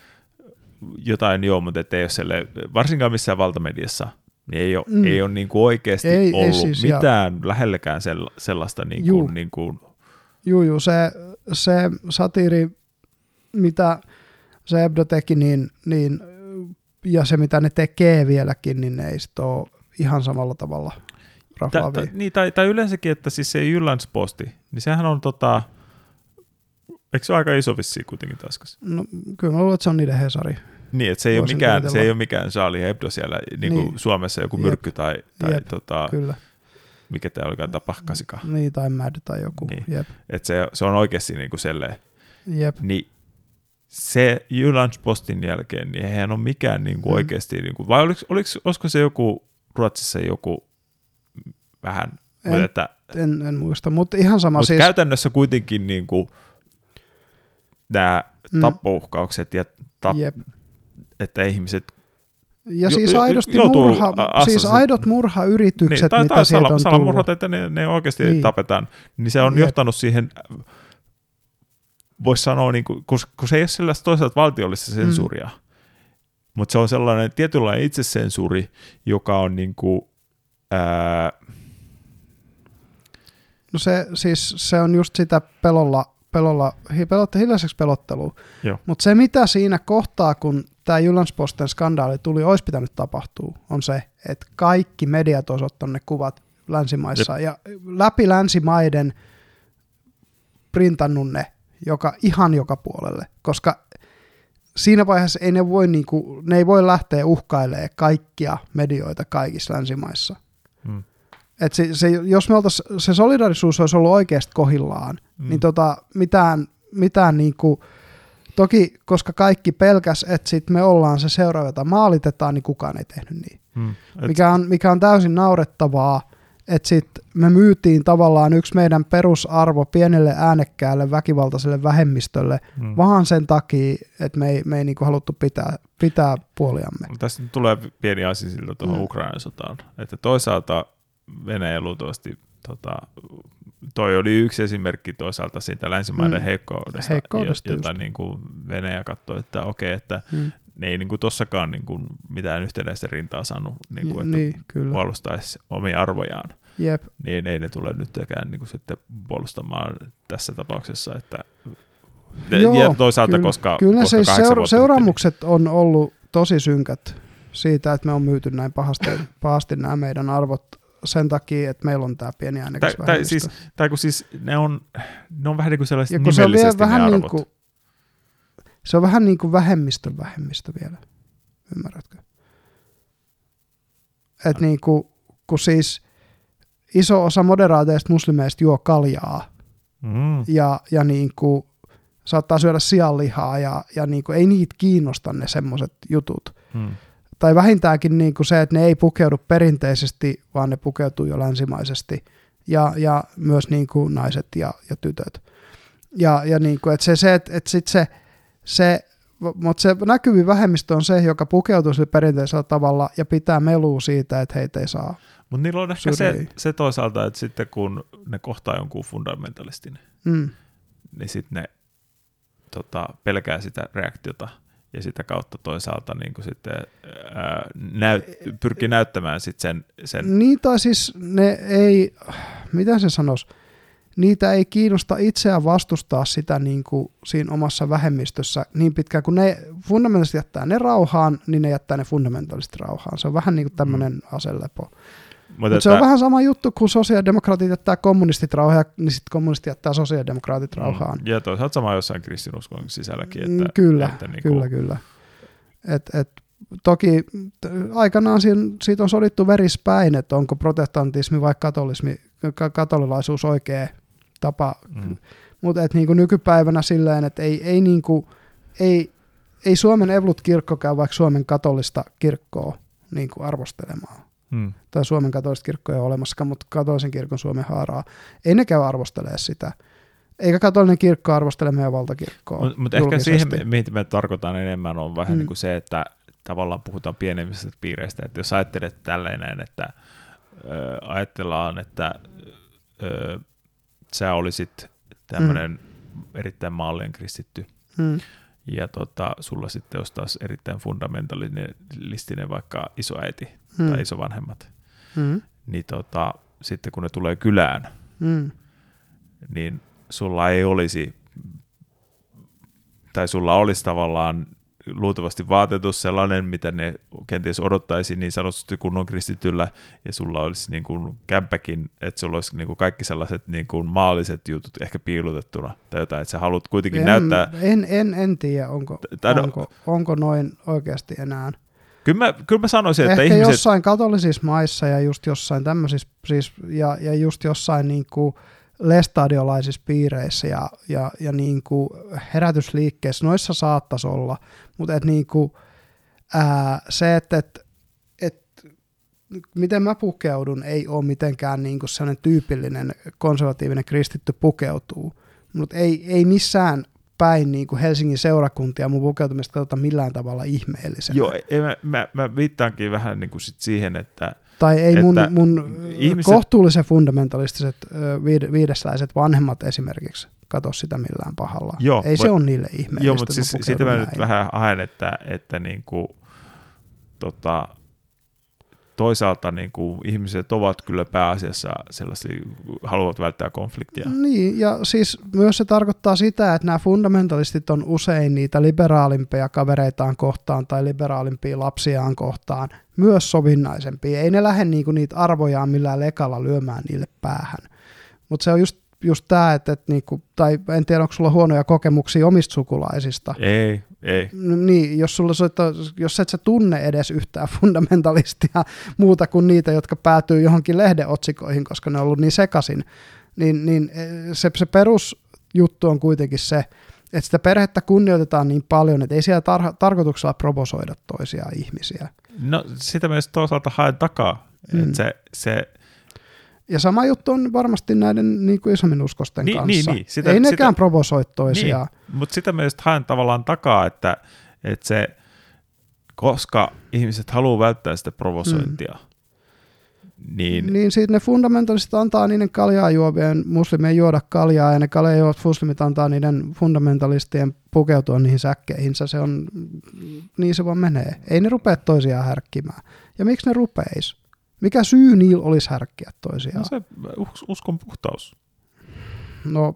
jotain joo, mutta ettei ole selle, varsinkaan missään valtamediassa, niin ei ole, mm. ei ole niinku oikeasti ei, ollut ei siis, mitään ja lähellekään sellaista. Niinku, juu, niinku, juu, juu, se, se satiiri, mitä se Hebdo teki, niin, niin, ja se mitä ne tekee vieläkin, niin ne ei sit ole ihan samalla tavalla raflaavia. Ta, ta, niin, tai, tai yleensäkin, että siis se Jyllands-Posti, niin sehän on tota, eikö se ole aika iso vissiin kuitenkin Tanskassa? No kyllä mä luulen, että se on niiden Hesari. Niin, että se ei, ole mikään, se ei ole mikään Charlie Hebdo siellä niin kuin niin. Suomessa joku myrkky tai, tai Jep, tota, kyllä. mikä tämä olikaan tapahkasikaan. Niin, tai Mad tai joku. Niin. Jep. Että se, se on oikeasti niin kuin selleen. Jep. Niin se Jyllands-Postin jälkeen, niin eihän ole mikään niin kuin mm. oikeasti, niin kuin, vai oliko, oliko, olisiko se joku Ruotsissa joku vähän, en, mutta että, en, en muista, mutta ihan sama mutta siis. Käytännössä kuitenkin niin kuin, nämä mm. tappouhkaukset ja tap, että ihmiset ja siis aidosti murha, siis aidot murhayritykset, niin, tai, mitä tai sieltä on salamurhat, että ne, ne oikeasti niin tapetaan, niin se on Jep. johtanut siihen, voisi sanoa, niin kuin, kun, kun se ei ole sellaista toisaalta valtiollista sensuuria, mm. mutta se on sellainen tietynlainen itsesensuuri, joka on niin kuin, ää... no se, siis, se on just sitä pelolla, pelolla pelotte, hiljaiseksi pelottelua, mutta se mitä siinä kohtaa, kun tämä Jyllands-Posten skandaali tuli, olisi pitänyt tapahtua, on se, että kaikki mediat olisi ottanut ne kuvat länsimaissa Jep. ja läpi länsimaiden printannut ne joka, ihan joka puolelle, koska siinä vaiheessa ei ne, voi niinku, ne ei voi lähteä uhkailemaan kaikkia medioita kaikissa länsimaissa. Hmm. Et se, se, jos me oltais, se solidarisuus olisi ollut oikeasti kohillaan, hmm. niin tota, mitään, mitään niinku, toki, koska kaikki pelkäs, että sit me ollaan se seuraava, jota maalitetaan, niin kukaan ei tehnyt niin. Hmm. Et... Mikä, on, mikä on täysin naurettavaa, että sit me myytiin tavallaan yksi meidän perusarvo pienelle äänekkäälle väkivaltaiselle vähemmistölle, hmm. vaan sen takia, että me ei, me ei niinku haluttu pitää, pitää puoliamme. Tässä tulee pieni asia siltä tuohon hmm. Ukrainan sotaan, että toisaalta Venäjä luultavasti tota, toi oli yksi esimerkki toisaalta siitä länsimaiden mm. heikkoudesta, heikkoudesta jota niin kuin Venäjä katsoi, että okei, että mm. ne ei niin kuin tossakaan niin kuin mitään yhtenäistä rintaa saanut, niin kuin, että niin, puolustaisi omia arvojaan. Jep. Niin ei ne tule nytkään niin kuin sitten puolustamaan tässä tapauksessa. Että Joo, ja toisaalta, kyllä, koska, kyllä koska siis seura- seuraamukset sitten on ollut tosi synkät siitä, että me on myyty näin pahasti, pahasti nämä meidän arvot sen takia, että meillä on tämä pieni äänekäs tai, tai, siis, tai kun siis ne on, ne on vähän niin kuin sellaiset kun nimellisesti vähän ne arvot. Niin kuin, se on vähän niin kuin vähemmistön vähemmistö vielä, ymmärrätkö? Että niin kuin, kun siis iso osa moderaateista muslimeista juo kaljaa mm. ja, ja niin kuin saattaa syödä sianlihaa ja, ja niin kuin ei niitä kiinnosta ne semmoiset jutut. Mm. Tai vähintäänkin niin kuin se, että ne ei pukeudu perinteisesti, vaan ne pukeutuu jo länsimaisesti. Ja, ja myös niin kuin naiset ja, ja tytöt. Ja, ja niin kuin, että se, se, että, että sit se, se, mutta se näkyvin vähemmistö on se, joka pukeutuu sillä perinteisellä tavalla ja pitää melua siitä, että heitä ei saa. Mutta niillä on ehkä se, se toisaalta, että sitten kun ne kohtaa jonkun fundamentalistin, mm. niin sitten ne tota, pelkää sitä reaktiota ja sitä kautta toisaalta niin kuin sitten, ää, näyt, pyrkii näyttämään sit sen, sen... Niin, tai siis ne ei, mitä se sanoisi, niitä ei kiinnosta itseään vastustaa sitä niin kuin siinä omassa vähemmistössä niin pitkään, kun ne fundamentalistit jättää ne rauhaan, niin ne jättää ne fundamentalistit rauhaan. Se on vähän niin kuin tämmöinen mm. aselepo. Mutta Mut se on vähän sama juttu, kun sosiaalidemokraatit jättää kommunistit rauhaan, niin sitten kommunistit jättää sosiaalidemokraatit rauhaan. Ja toisaalta sama jossain kristinuskon sisälläkin. Että, kyllä, että niin kyllä, kuin... kyllä. Et, et, toki aikanaan siinä, siitä on sodittu verispäin, että onko protestantismi vai katolismi, katolilaisuus oikea tapa. Mm. Mutta niinku nykypäivänä silleen, että ei, ei, niinku, ei, ei Suomen Evolut-kirkko käy vaikka Suomen katolista kirkkoa niinku arvostelemaan. Hmm. Tai Suomen katolista kirkkoa ei ole olemassakaan, mutta katolisen kirkon Suomen haaraa. Ei ne käy arvostelemaan sitä. Eikä katolinen kirkko arvostele meidän valtakirkkoa. Mutta mut ehkä siihen, mihin me tarkoitan enemmän, on vähän hmm. niin kuin se, että tavallaan puhutaan pienemmistä piireistä. Että jos ajattelet tällainen, että ö, ajatellaan, että ö, sä olisit tämmöinen hmm. erittäin maallinen kristitty, hmm. ja tota, sulla sitten olisi taas erittäin fundamentalistinen vaikka isoäiti hmm. tai isovanhemmat, hmm. niin tota, sitten kun ne tulee kylään, hmm. niin sulla ei olisi, tai sulla olisi tavallaan luultavasti vaatetus sellainen, mitä ne kenties odottaisi niin sanotusti kunnon kristityllä, ja sulla olisi niin kuin kämppäkin, että sulla olisi niin kuin kaikki sellaiset niin kuin maalliset jutut ehkä piilotettuna, tai jotain, että sä haluat kuitenkin en, näyttää. En, en, en tiedä, onko, onko, onko noin oikeasti enää. Kyllä mä, kyllä mä sanoisin, ehkä että ihmiset... Ehkä jossain katolisissa maissa ja just jossain tämmöisissä, siis, ja, ja just jossain niin kuin lestadiolaisissa piireissä ja, ja, ja niin kuin herätysliikkeissä, noissa saattaisi olla, mutta et niin kuin, ää, se, että et, et, miten mä pukeudun, ei ole mitenkään niin kuin sellainen tyypillinen konservatiivinen kristitty pukeutuu, mutta ei, ei missään päin niin kuin Helsingin seurakuntia mun pukeutumista katsotaan millään tavalla ihmeellisenä. Joo, ei, mä, mä, mä viittaankin vähän niin kuin sit siihen, että tai ei mun, mun ihmiset... kohtuullisen fundamentalistiset viidesläiset vanhemmat esimerkiksi katso sitä millään pahalla. Joo, ei se ole niille ihmeellistä. Joo, mutta siis, sitä mä nyt vähän haen, että, että niin kuin, tota, toisaalta niin kuin ihmiset ovat kyllä pääasiassa sellaisia, haluavat välttää konfliktia. Niin, ja siis myös se tarkoittaa sitä, että nämä fundamentalistit on usein niitä liberaalimpia kavereitaan kohtaan tai liberaalimpia lapsiaan kohtaan, myös sovinnaisempia. Ei ne lähde niinku niitä arvojaan millään lekalla lyömään niille päähän. Mutta se on just, just tämä, että et niinku, tai en tiedä, onko sulla huonoja kokemuksia omista sukulaisista. Ei, ei. Niin, jos, sulla, jos et sä tunne edes yhtään fundamentalistia muuta kuin niitä, jotka päätyy johonkin lehden otsikoihin, koska ne on ollut niin sekaisin, niin, niin se, se perusjuttu on kuitenkin se, että sitä perhettä kunnioitetaan niin paljon, että ei siellä tar- tarkoituksella provosoida toisia ihmisiä. No sitä myös toisaalta haen takaa. Mm. Että se, se... Ja sama juttu on varmasti näiden niin kuin isommin uskosten niin, kanssa. Niin, niin. Sitä, ei nekään sitä, provosoi toisiaan. Niin. Mutta sitä myös haen tavallaan takaa, että, että se, koska ihmiset haluaa välttää sitä provosointia, mm. niin... Niin siitä ne fundamentalistit antaa niiden kaljaa juovien muslimien juoda kaljaa, ja ne kaljaa juovat muslimit antaa niiden fundamentalistien pukeutua niihin säkkeihinsä. Se on, niin se vaan menee. Ei ne rupea toisiaan härkkimään. Ja miksi ne rupeis? Mikä syy niillä olisi härkkiä toisiaan? No se uskon puhtaus. No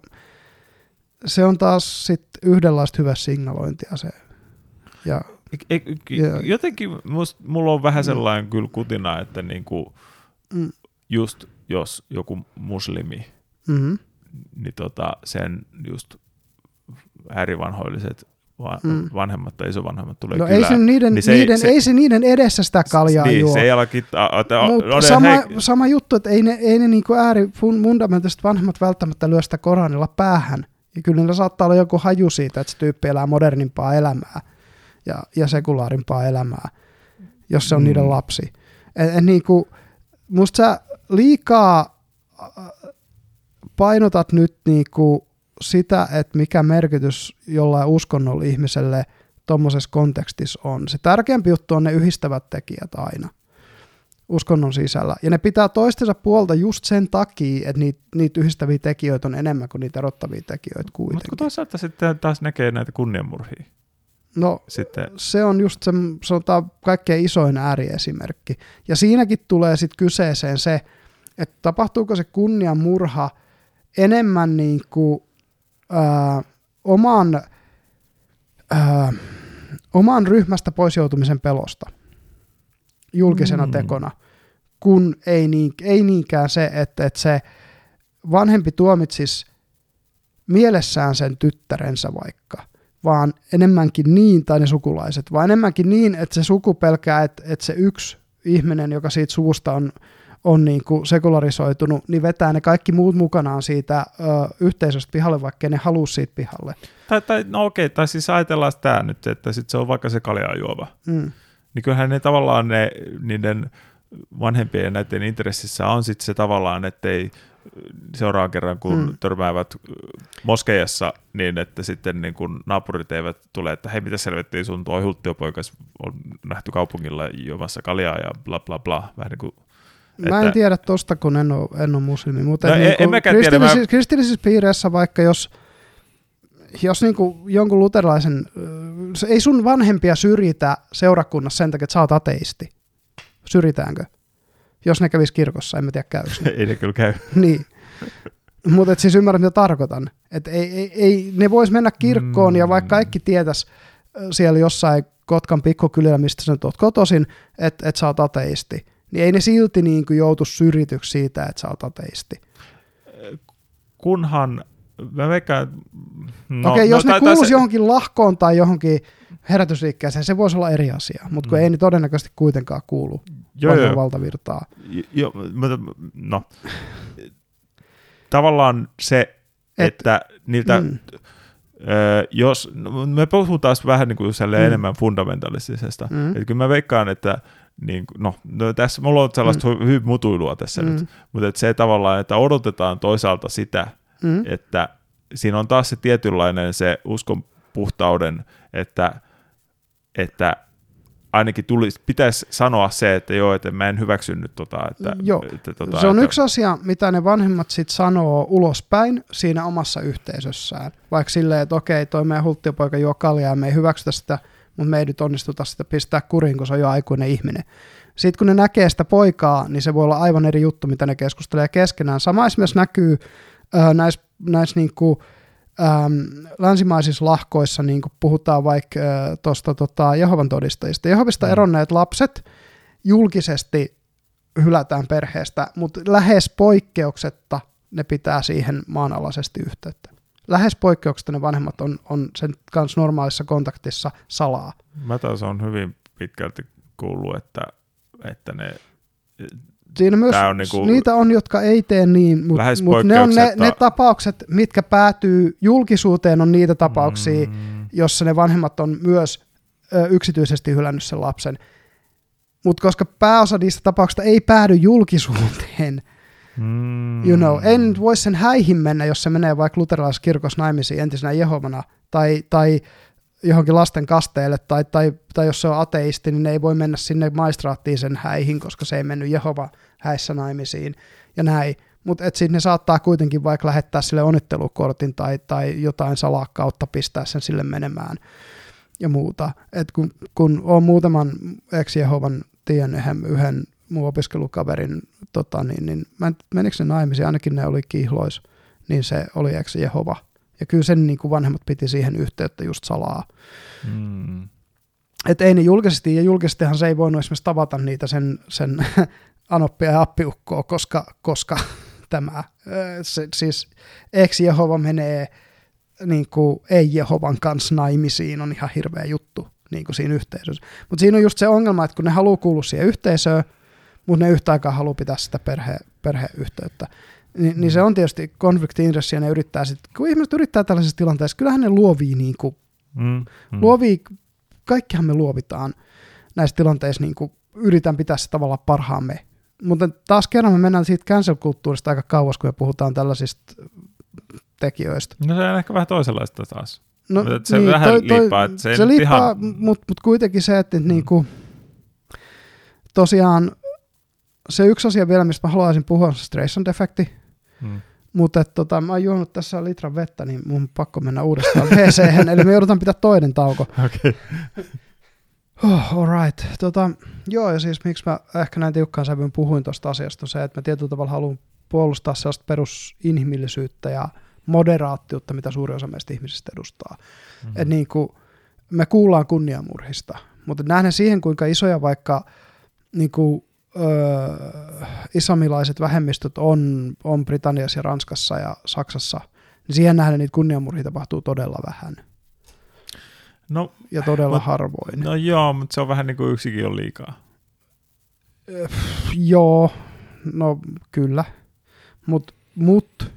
se on taas sitten yhdenlaista hyvä signalointia se. Ja, e, e, ja, jotenkin must, mulla on vähän sellainen mm. kyllä kutina, että niinku, mm. just jos joku muslimi, mm-hmm. niin tota, sen just äärivanhoilliset mm. vanhemmat tai isovanhemmat tulee no kylään. Ei se niiden, niin se, niiden, se, ei se niiden edessä sitä kaljaa niin, juo. Se ei alakin, no, sama, sama juttu, että ei ne, ei ne niinku äärifundamentaliset vanhemmat välttämättä lyö sitä Koranilla päähän. Ja kyllä niillä saattaa olla joku haju siitä, että se tyyppi elää modernimpaa elämää ja, ja sekulaarimpaa elämää, jos se on mm. niiden lapsi. Et, et niinku, musta sä liikaa painotat nyt niinku sitä, että mikä merkitys jollain uskonnolla ihmiselle tuommoisessa kontekstissa on. Se tärkeämpi juttu on ne yhdistävät tekijät aina uskonnon sisällä. Ja ne pitää toistensa puolta just sen takia, että niitä, niitä yhdistäviä tekijöitä on enemmän kuin niitä erottavia tekijöitä kuitenkin. Mutta toisaalta sitten taas näkee näitä kunnianmurhia. No sitten. Se on just se, sanotaan, kaikkein isoin ääriesimerkki. Ja siinäkin tulee sitten kyseeseen se, että tapahtuuko se kunnianmurha enemmän niin kuin, ää, oman, ää, oman ryhmästä pois joutumisen pelosta julkisena mm. tekona, kun ei, niin, ei niinkään se, että, että se vanhempi tuomitsisi mielessään sen tyttärensä vaikka, vaan enemmänkin niin, tai ne sukulaiset, vaan enemmänkin niin, että se suku pelkää, että, että se yksi ihminen, joka siitä suvusta on, on niin kuin sekularisoitunut, niin vetää ne kaikki muut mukanaan siitä ö, yhteisöstä pihalle, vaikka ne halua siitä pihalle. Tai, tai, no okei, tai siis ajatellaan tämä nyt, että sit se on vaikka se kaljaa juova. Mm. Niin kyllähän ne tavallaan ne, niiden vanhempien ja näiden intressissä on sitten se tavallaan, ettei seuraavan kerran, kun mm. törmäävät moskeijassa, niin että sitten niin kun naapurit eivät tule, että hei, mitä selvettiin, sun tuo hulttiopoikas on nähty kaupungilla juomassa kaljaa ja bla bla bla. Vähän niin kuin, mä että... en tiedä tosta, kun en ole, en ole muslimi, mutta no, niin en, en kristillisissä, tiedä, mä... kristillisissä piireissä vaikka jos, jos niin kuin jonkun luterilaisen, ei sun vanhempia syrjitä seurakunnassa sen takia, että sä oot ateisti. Syrjitäänkö? Jos ne kävis kirkossa, en mä tiedä käykö. Ei ne kyllä käy. Niin. Mutta siis ymmärrät, mitä tarkoitan. Että ei, ei, ei, ne vois mennä kirkkoon mm. ja vaikka kaikki tietäisi siellä jossain Kotkan pikkukylillä, mistä sä nyt oot kotoisin, että et sä oot ateisti, niin ei ne silti niin kuin joutu syrjityksi siitä, että sä oot ateisti. Kunhan, mä veikkaan... No, Okei, okay, jos no, ne kuuluisi se... johonkin lahkoon tai johonkin herätysliikkeeseen, se voisi olla eri asia, mutta kun mm. ei ne todennäköisesti kuitenkaan kuulu jo, valtavirtaa. Jo, no, tavallaan se, Et, että niiltä, mm. ö, jos, no, me puhutaan vähän niin kuin mm. enemmän fundamentalistisesta, mm. että kyllä mä veikkaan, että niin, no, no tässä mulla on sellaista mm. hyvin mutuilua tässä mm. nyt, mutta että se tavallaan, että odotetaan toisaalta sitä, mm. että siinä on taas se tietynlainen se uskon puhtauden, että, että ainakin tulisi, pitäisi sanoa se, että joo, että mä en hyväksynyt tota. Että, joo, että, tota, se on että... yksi asia, mitä ne vanhemmat sit sanoo ulospäin siinä omassa yhteisössään. Vaikka silleen, että okei, toi meidän hulttiopoika juo kaljaa, me ei hyväksytä sitä, mutta me ei nyt onnistuta sitä pistää kuriin, kun se on jo aikuinen ihminen. Sitten kun ne näkee sitä poikaa, niin se voi olla aivan eri juttu, mitä ne keskustelee keskenään. Sama esimerkiksi näkyy äh, näissä näis niinku, Ähm, länsimaisissa lahkoissa niin kuin puhutaan vaikka äh, tuosta tota, Jehovan todistajista. Jehovista mm. eronneet lapset julkisesti hylätään perheestä, mutta lähes poikkeuksetta ne pitää siihen maanalaisesti yhteyttä. Lähes poikkeuksetta ne vanhemmat on, on sen kanssa normaalissa kontaktissa salaa. Mä taas on hyvin pitkälti kuullut, että, että ne... Siinä myös on niinku niitä on, jotka ei tee niin, mutta mut ne on ne, ne tapaukset, mitkä päätyy julkisuuteen, on niitä tapauksia, mm. jossa ne vanhemmat on myös ö, yksityisesti hylännyt sen lapsen. Mutta koska pääosa niistä tapauksista ei päädy julkisuuteen, mm. you know, en voi sen häihin mennä, jos se menee vaikka luterilaisessa kirkossa naimisiin entisenä Jehovana, tai, tai johonkin lasten kasteelle, tai, tai, tai jos se on ateisti, niin ne ei voi mennä sinne maistraattiin sen häihin, koska se ei mennyt Jehova häissä naimisiin ja näin. Mutta sitten ne saattaa kuitenkin vaikka lähettää sille onnittelukortin tai, tai jotain salaa kautta pistää sen sille menemään ja muuta. Et kun, kun olen muutaman ex-Jehovan tiennyt yhden, yhden mun opiskelukaverin, tota, niin, niin mä en, menikö ne naimisiin, ainakin ne oli kihlois, niin se oli ex-Jehova. Ja kyllä sen niin kuin vanhemmat piti siihen yhteyttä just salaa. Mm. Että ei ne julkisesti, ja julkisestihan se ei voinut esimerkiksi tavata niitä sen, sen anoppia ja appiukkoa, koska, koska tämä, se, siis ex-Jehova menee niin kuin ei-Jehovan kanssa naimisiin, on ihan hirveä juttu niin kuin siinä yhteisössä. Mutta siinä on just se ongelma, että kun ne haluaa kuulua siihen yhteisöön, mutta ne yhtä aikaa haluaa pitää sitä perhe, perheyhteyttä. Ni, niin se on tietysti konflikti-intressi, ja ne yrittää sitten, kun ihmiset yrittää tällaisessa tilanteessa, kyllähän ne luovii, niin kuin, mm, mm. luovii, kaikkihan me luovitaan näissä tilanteissa, niin kuin yritän pitää se tavallaan parhaamme. Mutta taas kerran me mennään siitä cancel-kulttuurista aika kauas, kun me puhutaan tällaisista tekijöistä. No se on ehkä vähän toisenlaista taas. No, se niin, vähän toi, toi, liippaa, että se, se liippaa, ihan... mutta mut kuitenkin se, että Mm. niinku, tosiaan se yksi asia vielä, mistä mä haluaisin puhua, on se Streisand-efekti. Mm. Mutta tota, mä oon juonut tässä litran vettä, niin mun on pakko mennä uudestaan wee seehen, eli me joudutaan pitää toinen tauko. Okei. Okay. Oh, all right. Tota, joo, ja siis miksi mä ehkä näin tiukkaan sävyyn puhuin tuosta asiasta, on se, että mä tietyllä tavalla haluan puolustaa sellaista perusinhimillisyyttä ja moderaattiutta, mitä suuri osa meistä ihmisistä edustaa. Mm-hmm. Et niin kuin me kuullaan kunniamurhista, mutta nähdään siihen, kuinka isoja vaikka niin kuin, öö, islamilaiset vähemmistöt on, on Britanniassa ja Ranskassa ja Saksassa, niin siihen nähdään niitä kunniamurhia tapahtuu todella vähän. No, ja todella mut, harvoin. No joo, mutta se on vähän niin kuin yksikin on liikaa. Öf, joo, no kyllä. Mutta mut,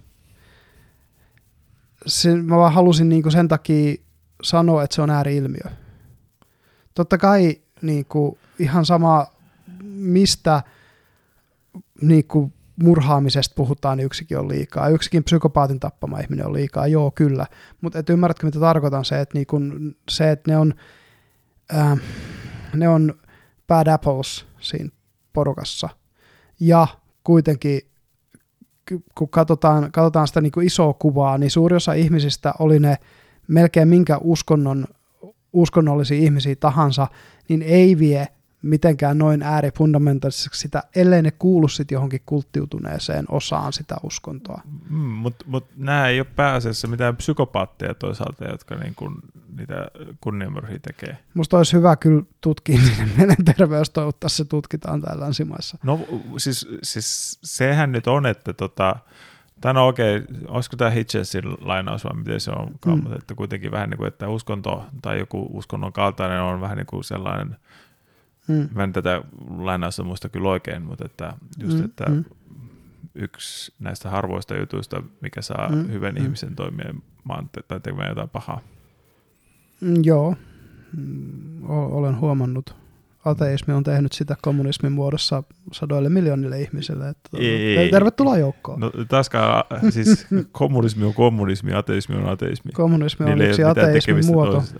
mä vaan halusin niinku sen takia sanoa, että se on ääri-ilmiö. Totta kai niinku, ihan sama, mistä niinku, murhaamisesta puhutaan, niin yksikin on liikaa. Yksikin psykopaatin tappama ihminen on liikaa, joo kyllä. Mutta et ymmärrätkö, mitä tarkoitan se, että niinku, se, että ne on, äh, ne on bad apples siinä porukassa. Ja kuitenkin, kun katsotaan, katsotaan sitä niin kuin isoa kuvaa, niin suuri osa ihmisistä oli ne melkein minkä uskonnon, uskonnollisia ihmisiä tahansa, niin ei vie mitenkään noin äärifundamentaliseksi sitä, ellei ne kuulu sitten johonkin kulttiutuneeseen osaan sitä uskontoa. Mm, Mutta mut nämä ei ole pääasiassa mitään psykopaatteja toisaalta, jotka niinku niitä kunniamurhia tekee. Musta olisi hyvä kyllä tutkia niiden mielenterveys, toivottavasti se tutkitaan täällä länsimaissa. No siis, siis sehän nyt on, että tota, tai no okei, olisiko tämä Hitchesin lainaus vai miten se on, mm. mutta että kuitenkin vähän niin kuin, että uskonto tai joku uskonnon kaltainen on vähän niin kuin sellainen, mm. mä en tätä lainausta muista kyllä oikein, mutta että just, mm. että mm. yksi näistä harvoista jutuista, mikä saa mm. hyvän mm. ihmisen toimia tai tekemään jotain pahaa. Mm, joo, o- olen huomannut. Ateismi on tehnyt sitä kommunismin muodossa sadoille miljoonille ihmisille. Että ei, tervetuloa joukkoon. No taaskaan, siis kommunismi on kommunismi, ateismi on ateismi. Kommunismi on yksi ateismin muoto. Toisesta.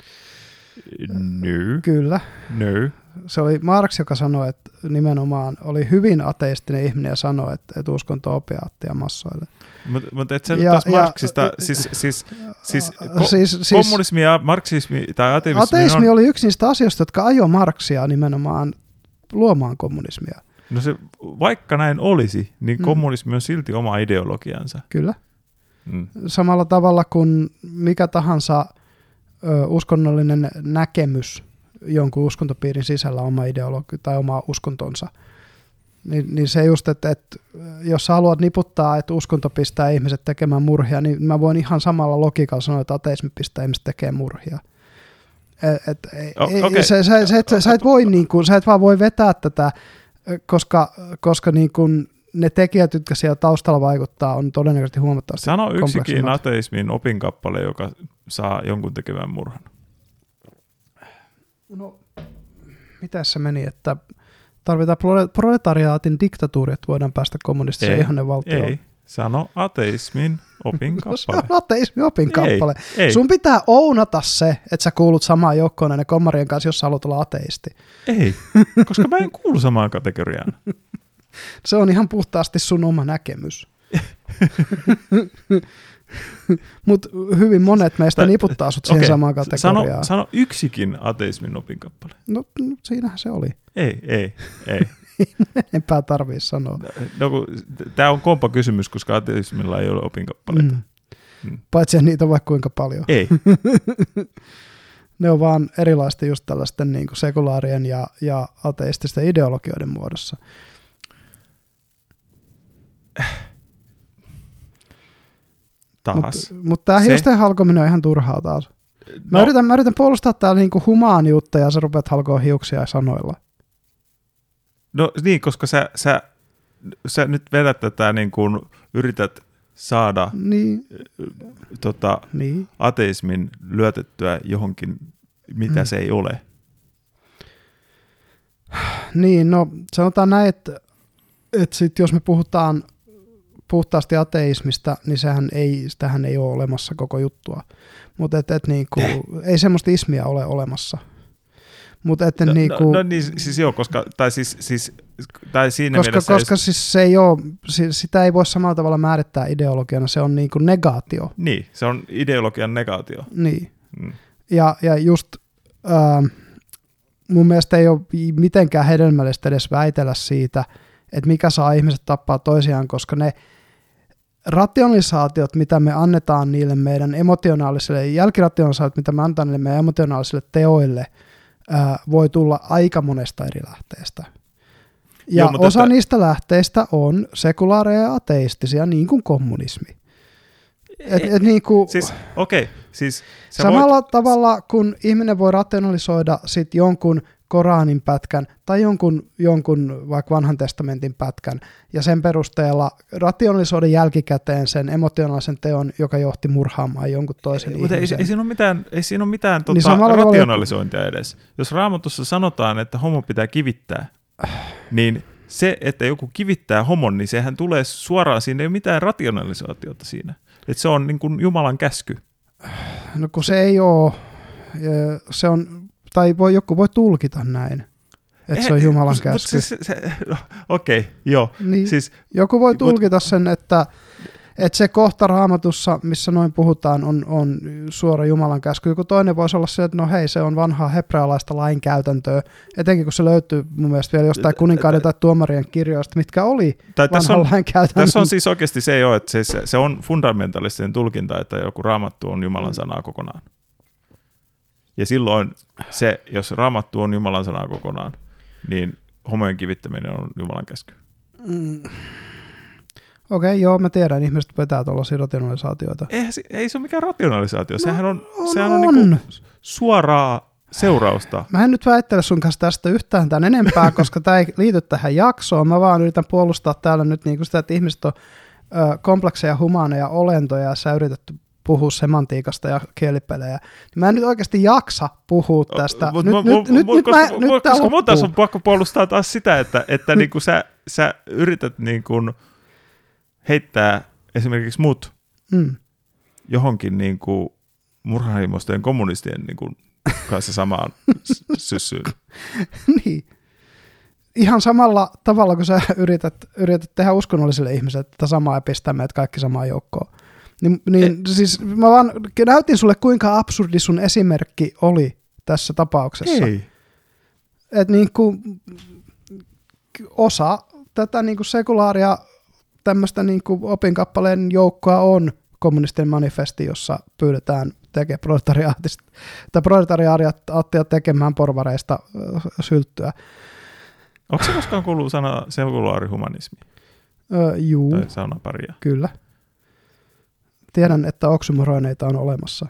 No. Kyllä. No. Se oli Marx, joka sanoi, että nimenomaan oli hyvin ateistinen ihminen ja sanoi, että, että uskonto on opiaattia massoille. Mutta mut et sä nyt taas Marxista, siis, siis, siis, ko- siis, siis kommunismi ja marksismi tai ateismi. Ateismi on... oli yksi niistä asioista, jotka ajoi Marxia nimenomaan luomaan kommunismia. No se, vaikka näin olisi, niin mm. kommunismi on silti oma ideologiansa. Kyllä. Mm. Samalla tavalla kuin mikä tahansa ö, uskonnollinen näkemys jonkun uskontopiirin sisällä oma ideologi tai oma uskontonsa. Niin, niin se just, että, että jos sä haluat niputtaa, että uskonto pistää ihmiset tekemään murhia, niin mä voin ihan samalla logiikalla sanoa, että ateismi pistää ihmiset tekemään murhia. Et, et, oh, okay. sä, sä, sä, et, sä, et voi, niin kuin, sä et vaan voi vetää tätä, koska, koska niin kuin ne tekijät, jotka siellä taustalla vaikuttaa, on todennäköisesti huomattavasti sano yksikin ateismin opinkappale, joka saa jonkun tekemään murhan. No, mitä se meni, että tarvitaan proletariaatin diktatuuri, että voidaan päästä kommunistiseen ihannevaltioon. Ei, sano ateismin opinkappale. Se on ateismin opinkappale. Ei, ei. Sun pitää ounata se, että sä kuulut samaan joukkoon näiden kommarien kanssa, jos sä haluat olla ateisti. Ei, koska mä en kuulu samaan kategoriaan. Se on ihan puhtaasti sun oma näkemys. Mutta hyvin monet meistä Tää, niputtaa sut siihen okay. samaan kategoriaan. Sano, sano yksikin ateismin opinkappale. No, no siinähän se oli. Ei, ei, ei. Enempää tarvii sanoa. No, tämä on kompa kysymys, koska ateismilla ei ole opinkappaleita. Mm. Mm. Paitsi niitä on vaikka kuinka paljon. Ei. Ne on vaan erilaisten just tällaisten niin kuin sekulaarien ja, ja ateististen ideologioiden muodossa. Mutta mut tämä hiusten halkominen on ihan turhaa taas. Mä, no. yritän, mä yritän puolustaa täällä niinku humaaniutta ja sä rupeat halkoa hiuksia sanoilla. No niin, koska sä, sä, sä nyt vedät tätä niin kuin yrität saada niin. Tota, niin. ateismin lyötettyä johonkin, mitä mm. se ei ole. Niin, no sanotaan näin, että, että sit jos me puhutaan puhtaasti ateismista, niin sehän ei, sitähän ei ole olemassa koko juttua. Mutta et, et niinku, ei semmoista ismiä ole olemassa. Mut et, no, niinku, no, no niin, siis joo, koska, tai siis, siis tai siinä koska, mielessä... Koska just... siis se ei ole, sitä ei voi samalla tavalla määrittää ideologiana, se on niinku negaatio. Niin, se on ideologian negaatio. Niin, mm. ja, ja just äh, mun mielestä ei ole mitenkään hedelmällistä edes väitellä siitä, että mikä saa ihmiset tappaa toisiaan, koska ne rationalisaatiot, mitä me annetaan niille meidän emotionaalisille, jälkirationalisaatiot, mitä me annetaan niille meidän emotionaalisille teoille, ää, voi tulla aika monesta eri lähteestä. Ja Joo, osa että... niistä lähteistä on sekulaareja ja ateistisia, niin kuin kommunismi. Et, et niin kuin, siis, okay, siis samalla voit... tavalla, kun ihminen voi rationalisoida sit jonkun Koranin pätkän tai jonkun, jonkun vaikka vanhan testamentin pätkän ja sen perusteella rationalisoida jälkikäteen sen emotionaalisen teon, joka johti murhaamaan jonkun toisen ei, ihmisen. Ei, ei siinä ole mitään, ei siinä ole mitään tota, niin rationalisointia tavalla... edes. Jos Raamatussa sanotaan, että homo pitää kivittää, niin se, että joku kivittää homon, niin sehän tulee suoraan, siinä ei ole mitään rationalisaatiota siinä. Että se on niin kuin Jumalan käsky. No kun se ei ole, se on... Tai voi, joku voi tulkita näin, että se on Jumalan käsky. Siis, no, Okei, okay, joo. Niin, siis, joku voi tulkita sen, että, että se kohta Raamatussa, missä noin puhutaan, on, on suora Jumalan käsky. Joku toinen voisi olla se, että no hei, se on vanhaa hebrealaista lainkäytäntöä, etenkin kun se löytyy mun mielestä vielä jostain kuninkaiden tai tuomarien kirjoista, mitkä oli vanhan lainkäytäntö. Tässä on siis oikeasti se jo, että se, se on fundamentalistinen tulkinta, että joku Raamattu on Jumalan sanaa kokonaan. Ja silloin se, jos Raamattu on Jumalan sanaa kokonaan, niin homojen kivittäminen on Jumalan käsky. Mm. Okei, okay, joo, mä tiedän, ihmiset vetää tuollaisia rationalisaatioita. Ei, ei se ole mikään rationalisaatio, no, sehän on, on, sehän on, on. Niinku suoraa seurausta. Mä en nyt väittele sun kanssa tästä yhtään tämän enempää, koska tämä ei liity tähän jaksoon. Mä vaan yritän puolustaa täällä nyt niinku sitä, että ihmiset on ö, komplekseja, humaaneja olentoja, ja sä yritetty puhua semantiikasta ja kielipelejä. Mä en nyt oikeasti jaksa puhua tästä. Mut, nyt, mut, nyt, mut, nyt, mut, nyt koska, mä, mut, nyt koska mun taas on pakko puolustaa taas sitä, että, että niinku sä, sä yrität niinku heittää esimerkiksi mut mm. johonkin niinku murhahimoisten kommunistien niinku kanssa samaan syssyyn. Niin. Ihan samalla tavalla, kun sä yrität, yrität tehdä uskonnollisille ihmisille tätä samaa ja pistää meidät kaikki samaan joukkoon. Niin, niin siis mä vaan näytin sulle, kuinka absurdi sun esimerkki oli tässä tapauksessa. Ei. Et niin kuin osa tätä niin kuin sekulaaria tämmöistä niin kuin opinkappaleen joukkoa on kommunistinen manifesti, jossa pyydetään tekemään proletariaatista tai proletariaattia tekemään porvareista äh, sylttyä. Onko se koskaan kuullut sana sekulaarihumanismi? Öö, juu. Tai sanaparia? Kyllä. Tiedän, että oksymoroineita on olemassa.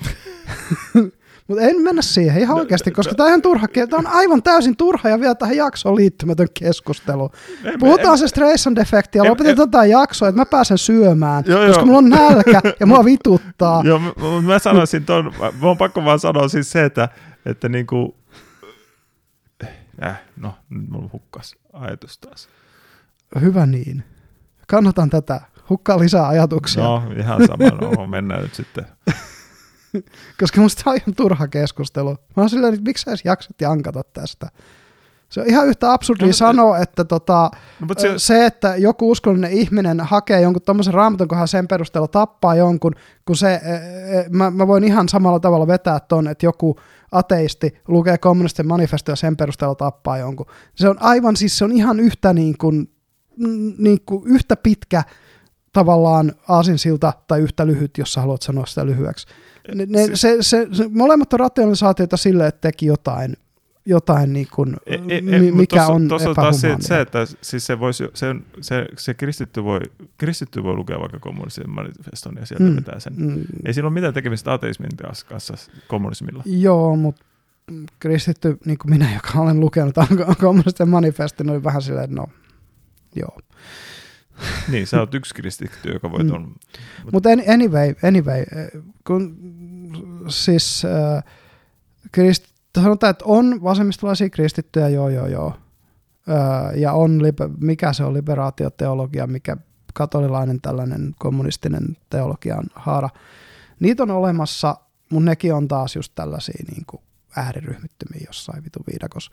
Mutta en mennä siihen ihan oikeasti, koska tämä on ihan turha. Tämä on aivan täysin turha ja vielä tähän jaksoon liittymätön keskustelu. Puhutaan se Streisand-efekti ja lopetetaan tämä jakso, että mä pääsen syömään, joo, koska joo. mulla on nälkä ja mua vituttaa. Joo, mä, mä sanoisin ton, mä oon pakko vaan sanoa siis se, että, että niinku, äh, no nyt mulla hukkas ajatus taas. Hyvä niin. Kannatan tätä. Hukkaa lisää ajatuksia. No, ihan sama. No, mennään nyt sitten. Koska musta on ihan turha keskustelu. Mä oon silleen, että miksi sä edes jaksat jankata tästä? Se on ihan yhtä absurdia no, sanoa, että tota, no, se, se, että joku uskollinen ihminen hakee jonkun tommosen raamatun, kun hän sen perusteella tappaa jonkun, kun se, mä, mä voin ihan samalla tavalla vetää ton, että joku ateisti lukee kommunistisen manifestoa ja sen perusteella tappaa jonkun. Se on aivan siis, se on ihan yhtä niin kuin, niin kuin yhtä pitkä tavallaan aasinsilta tai yhtä lyhyt, jos sä haluat sanoa sitä lyhyeksi. Ne, ne, se, se, se, molemmat on rationalisaatioita sille, että teki jotain, jotain niin kuin, e, e, e, mikä tossa, on tossa epähumaania. Se, se, että siis se, voisi, se, se, se kristitty, voi, kristitty voi lukea vaikka kommunistisen manifeston ja sieltä mm, vetää sen. Mm. Ei sillä ole mitään tekemistä ateismin kanssa kommunismilla. Joo, mutta kristitty, niin kuin minä, joka olen lukenut kommunistisen manifestin, oli vähän silleen, että no, joo. Niin, sä oot yksi kristitty, joka voi tuon. Mm. Mutta anyway, anyway, kun siis äh, krist, sanotaan, että on vasemmistolaisia kristittyjä, joo, joo, joo. Äh, ja on, liber, mikä se on liberaatioteologia, mikä katolilainen tällainen kommunistinen teologian haara. Niitä on olemassa, mutta nekin on taas just tällaisia niin kuin ääriryhmittymiä jossain vitu viidakossa.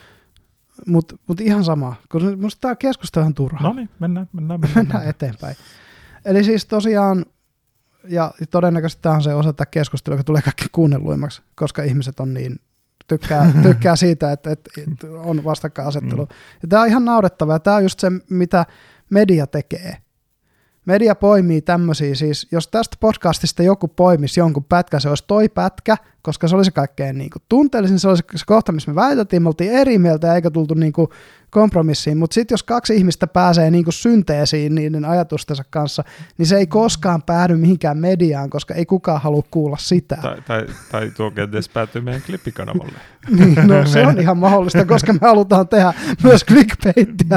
Mutta mut ihan sama, koska minusta tämä keskustelu on turha. No niin, mennään, mennään, mennään. mennään eteenpäin. Eli siis tosiaan, ja todennäköisesti tämä on se osa tätä keskustelua, joka tulee kaikki kuunnelluimmaksi, koska ihmiset on niin, tykkää, tykkää siitä, että, että on vastakkainasettelu. Ja tämä on ihan naurettavaa, ja tämä on just se, mitä media tekee. Media poimii tämmöisiä, siis jos tästä podcastista joku poimisi jonkun pätkä, se olisi toi pätkä, koska se oli se kaikkein niin kuin tunteellisin, se oli se kohta, missä me väitettiin, me oltiin eri mieltä eikä tultu niin kuin kompromissiin, mutta sitten jos kaksi ihmistä pääsee niin kuin synteesiin niiden ajatustensa kanssa, niin se ei koskaan päädy mihinkään mediaan, koska ei kukaan halua kuulla sitä. Tai, tai, tai tuo kenties päätyy meidän klippikanavalle. Niin, no se on ihan mahdollista, koska me halutaan tehdä myös clickbaittia.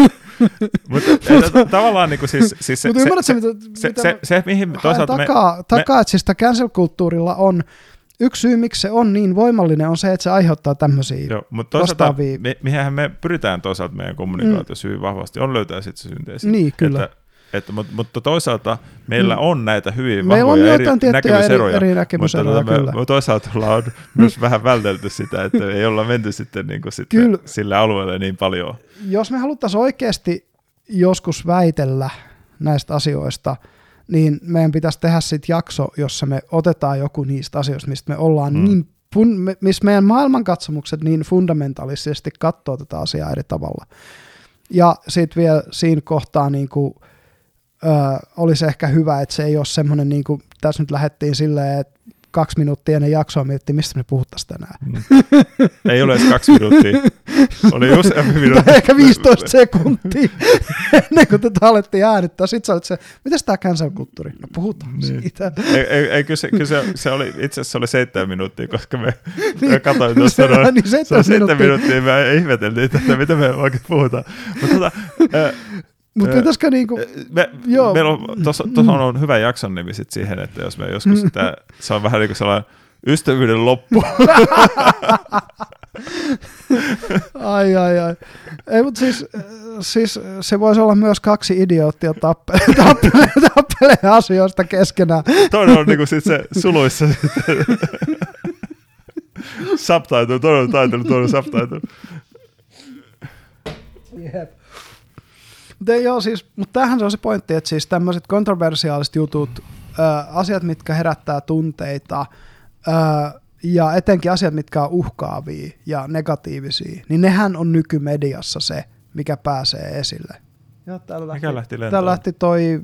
Mutta tavallaan niinku siis, siis se, Mut se, se, se, se, se, se, mihin toisaalta takaa, me... takaa me, että siis cancel-kulttuurilla on, yksi syy miksi se on niin voimallinen on se, että se aiheuttaa tämmöisiä joo, mutta toisaalta, vastaavia. Me, mihinhän me pyritään toisaalta meidän kommunikaatiossa mm. hyvin vahvasti, on löytää sitten se synteesi. Niin, kyllä. Että, että, mutta, mutta toisaalta meillä mm. on näitä hyvin meillä vahvoja eri näkemyseroja, eri, eri näkemyseroja mutta tota, me toisaalta ollaan myös vähän vältelty sitä, että ei olla menty sitten, niin kuin sitten kyllä, sille alueelle niin paljon. Jos me haluttaisiin oikeasti joskus väitellä näistä asioista, niin meidän pitäisi tehdä sitten jakso, jossa me otetaan joku niistä asioista, mistä me ollaan mm. niin, fun, missä meidän maailmankatsomukset niin fundamentaalisesti katsoo tätä asiaa eri tavalla. Ja sitten vielä siinä kohtaa niin kuin, ö, olisi ehkä hyvä, että se ei ole semmoinen, niin kuin tässä nyt lähdettiin silleen, että kaksi minuuttia ennen jaksoa miettii, mistä me puhuttaisiin tänään. Mm. Ei ole edes kaksi minuuttia. Oli useampi minuutti. Ehkä viisitoista sekuntia ennen kuin tätä alettiin äänittää. Sitten sä olet se, mitäs tää cancel-kulttuuri? No puhutaan niin. siitä. Ei, ei, ei kyllä, se, kyllä se, se oli, itse asiassa se oli seitsemän minuuttia, koska me, niin, me katsoin tuossa noin. Niin se on seitsemän minuuttia, me ihmeteltiin, että mitä me oikein puhutaan. Mutta tota... Äh, Mutta pitäisikö niinku... Me, joo. Meillä on, tuossa on hyvä jakson nimi sit siihen, että jos me joskus sitä, se on vähän niin kuin sellainen ystävyyden loppu. ai, ai, ai. Ei, mutta siis, siis se voisi olla myös kaksi idioottia tappelee, tappelee, tappelee asioista keskenään. Toinen on niinku sit se suluissa subtitle, toinen on title, toinen on subtitle. Jep. Mutta joo, siis, mutta tämähän se on se pointti, että siis tämmöiset kontroversiaaliset jutut, ää, asiat, mitkä herättää tunteita, ää, ja etenkin asiat, mitkä on uhkaavia ja negatiivisia, niin nehän on nykymediassa se, mikä pääsee esille. Ja täällä lähti, mikä lähti lentoon? Täällä lähti toi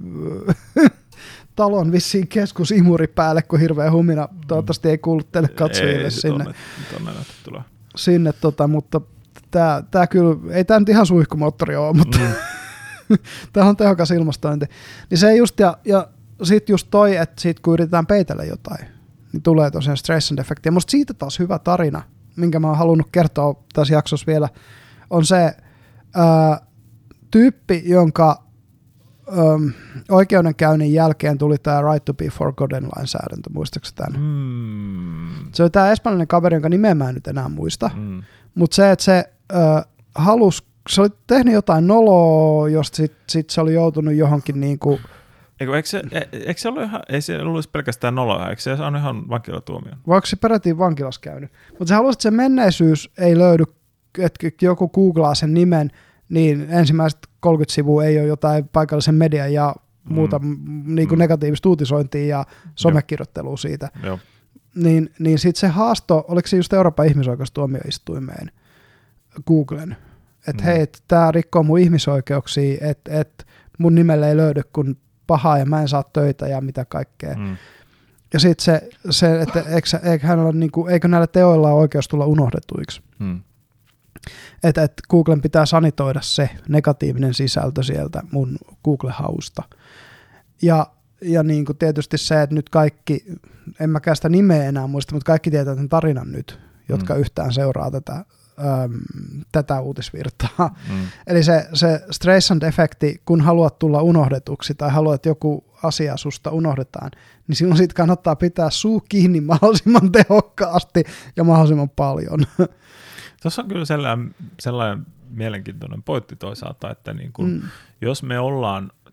talon vissiin keskusimuri päälle, kun hirveä humina. Toivottavasti ei kuulu teille katsojille ei, sinne. Tonne, tonne tulee. Sinne, tota, mutta tää, tää kyllä, ei tää nyt ihan suihkumoottori ole, mutta... Mm. Tämä on tehokas ilmastointi. Niin se just, ja, ja sitten just toi, että sit kun yritetään peitellä jotain, niin tulee tosiaan stress-efekti. Ja musta siitä taas hyvä tarina, minkä mä oon halunnut kertoa tässä jaksossa vielä, on se ää, tyyppi, jonka äm, oikeudenkäynnin jälkeen tuli tämä Right to be Forgotten -lainsäädäntö, muistatko tämän? Mm. Se oli tämä espanjalainen kaveri, jonka nimeä mä en nyt enää muista, mm. mutta se, että se äh, halusi, se oli tehnyt jotain noloa, josta sitten sit se oli joutunut johonkin niinku... Eikö, eikö, se, eikö se ollut ihan, ei se ollut pelkästään noloa, eikö se saanut ihan vankilatuomion? Vaikka se perätiin vankilassa käynyt. Mutta se halusi, että se menneisyys ei löydy, että joku googlaa sen nimen, niin ensimmäiset kolmekymmentä sivua ei ole jotain paikallisen median ja muuta mm. niin kuin negatiivista uutisointia ja somekirjoittelua siitä. Joo. Niin, niin sitten se haasto, oliko se just Euroopan ihmisoikeustuomioistuimeen Googlen, että mm. hei, tämä rikkoo mun ihmisoikeuksia, että et mun nimelle ei löydy kun pahaa ja mä en saa töitä ja mitä kaikkea. Mm. Ja sitten se, se, että eikö, eikö, hänellä, niin kuin, eikö näillä teoilla ole oikeus tulla unohdetuiksi. Mm. Että et Googlen pitää sanitoida se negatiivinen sisältö sieltä mun Google-hausta. Ja, ja niin kuin tietysti se, että nyt kaikki, en mäkään sitä nimeä enää muista, mutta kaikki tietää tämän tarinan nyt, jotka mm. yhtään seuraa tätä, äm, tätä uutisvirtaa. Mm. Eli se, se Streisand-efekti, kun haluat tulla unohdetuksi tai haluat, että joku asia susta unohdetaan, niin silloin siitä kannattaa pitää suu kiinni mahdollisimman tehokkaasti ja mahdollisimman paljon. Tuossa on kyllä sellainen, sellainen mielenkiintoinen pointti toisaalta, että niin kun, mm. jos me ollaan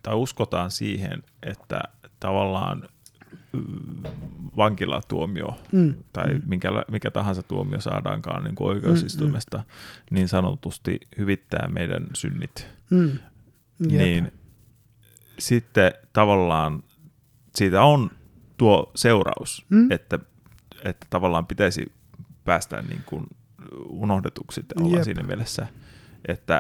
tai uskotaan siihen, että tavallaan vankilatuomio mm. tai mm. Mikä, mikä tahansa tuomio saadaankaan niin kuin oikeusistuimesta, mm. niin sanotusti hyvittää meidän synnit. Mm. Niin sitten tavallaan siitä on tuo seuraus, mm. että, että tavallaan pitäisi päästä niin kuin unohdetuksi olla siinä mielessä, että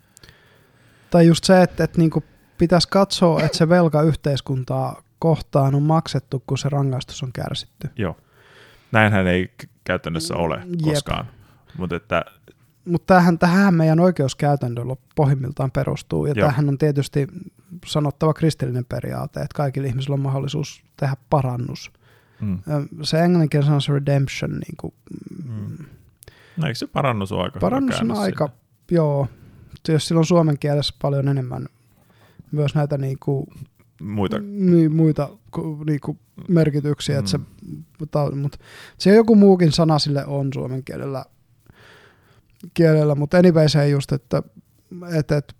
tai just se, että, että niin kuin pitäisi katsoa, että se velka yhteiskuntaa kohtaan on maksettu, kun se rangaistus on kärsitty. Joo. Näinhän ei käytännössä ole koskaan. Mutta että Mut tämähän, tähän meidän oikeuskäytännöllä pohjimmiltaan perustuu, ja Joo. tämähän on tietysti sanottava kristillinen periaate, että kaikilla ihmisillä on mahdollisuus tehdä parannus. Mm. Se englanninkielinen sana on se redemption. Niin kuin, mm. No eikö se parannus ole aika parannus on aika, sinne? Joo. Jos sillä on suomen kielessä paljon enemmän myös näitä niinku, muita, niin, muita niinku, merkityksiä, mm. että se, mutta, mutta se joku muukin sana sille on suomen kielellä, kielellä mutta anyway se just, että, että, että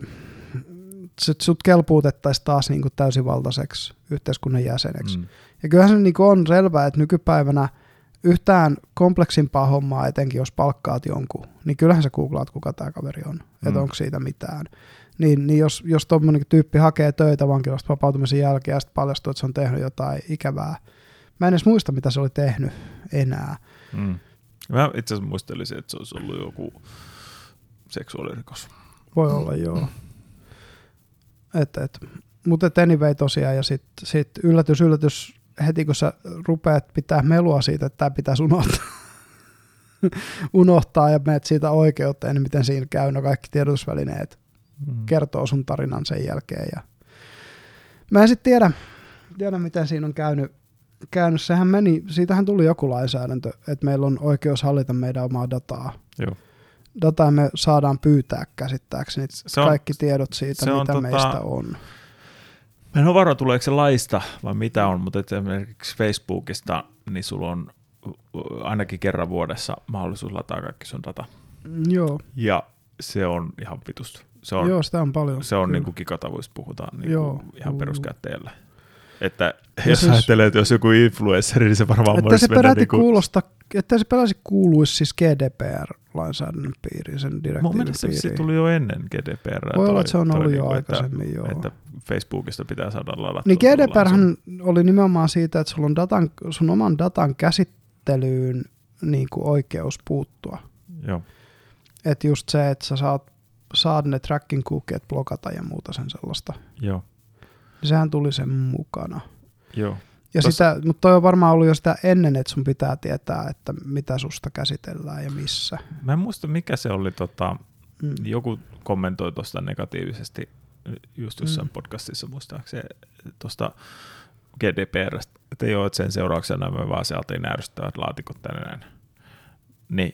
sut kelpuutettaisiin taas niinku täysivaltaiseksi yhteiskunnan jäseneksi. Mm. Ja kyllähän se niinku on selvää, että nykypäivänä yhtään kompleksimpaa hommaa, etenkin jos palkkaat jonkun, niin kyllähän sä googlaat, kuka tämä kaveri on, mm. että onko siitä mitään. Niin, niin jos, jos tuommoinen tyyppi hakee töitä vankilasta vapautumisen jälkeen ja sitten paljastuu, että se on tehnyt jotain ikävää. Mä en edes muista, mitä se oli tehnyt enää. Mm. Mä itse asiassa muistelisin, että se olisi ollut joku seksuaalirikos. Voi olla, joo. Et, et. Mutta anyway tosiaan, ja sitten sit yllätys, yllätys, heti kun sä rupeat pitää melua siitä, että tämä pitäisi unohtaa, unohtaa ja menet siitä oikeuteen, niin miten siinä käy, no kaikki tiedotusvälineet mm. kertoo sun tarinan sen jälkeen. Ja mä en sitten tiedä, tiedä, miten siinä on käynyt. käynyt. Sehän meni, siitähän tuli joku lainsäädäntö, että meillä on oikeus hallita meidän omaa dataa. Joo. Dataa me saadaan pyytää käsittääkseni on, kaikki tiedot siitä, mitä tota, meistä on. Mä en ole varma, tuleeko se laista vai mitä on, mutta esimerkiksi Facebookista, niin sulla on ainakin kerran vuodessa mahdollisuus lataa kaikki sun data. Joo. Ja se on ihan vitusta. Se on, Joo, sitä on paljon. Se on niin kuin gigatavuista puhutaan niin kuin ihan peruskäyttäjällä. Että ja jos siis, ajattelee, että jos joku influenssari, niin se varmaan voisi mennä peräti niin kuin kuulosta, että se peräti kuuluisi siis G D P R-lainsäädännön piiriin, sen direktiivin mun mielestä piiriin. se tuli jo ennen G D P R. Voi olla, että se on ollut toi, jo niin aikaisemmin, että, joo. Että Facebookista pitää saada ladattua. Niin G D P R:hän oli nimenomaan siitä, että sulla on datan, sun oman datan käsittelyyn niin kuin oikeus puuttua. Joo. Että just se, että sä saat, saat ne tracking cookieet blokata ja muuta sen sellaista. Joo. Niin sehän tuli sen mukana. Joo. Ja sitä, mutta toi on varmaan ollut jo sitä ennen, että sun pitää tietää, että mitä susta käsitellään ja missä. Mä en muista, mikä se oli. Tota, mm. Joku kommentoi tuosta negatiivisesti just jossain mm. podcastissa muistaakseni tuosta G D P R:stä, että joo, että sen seurauksena me vaan sieltiin ärsyttävät laatikot tänne näin. Niin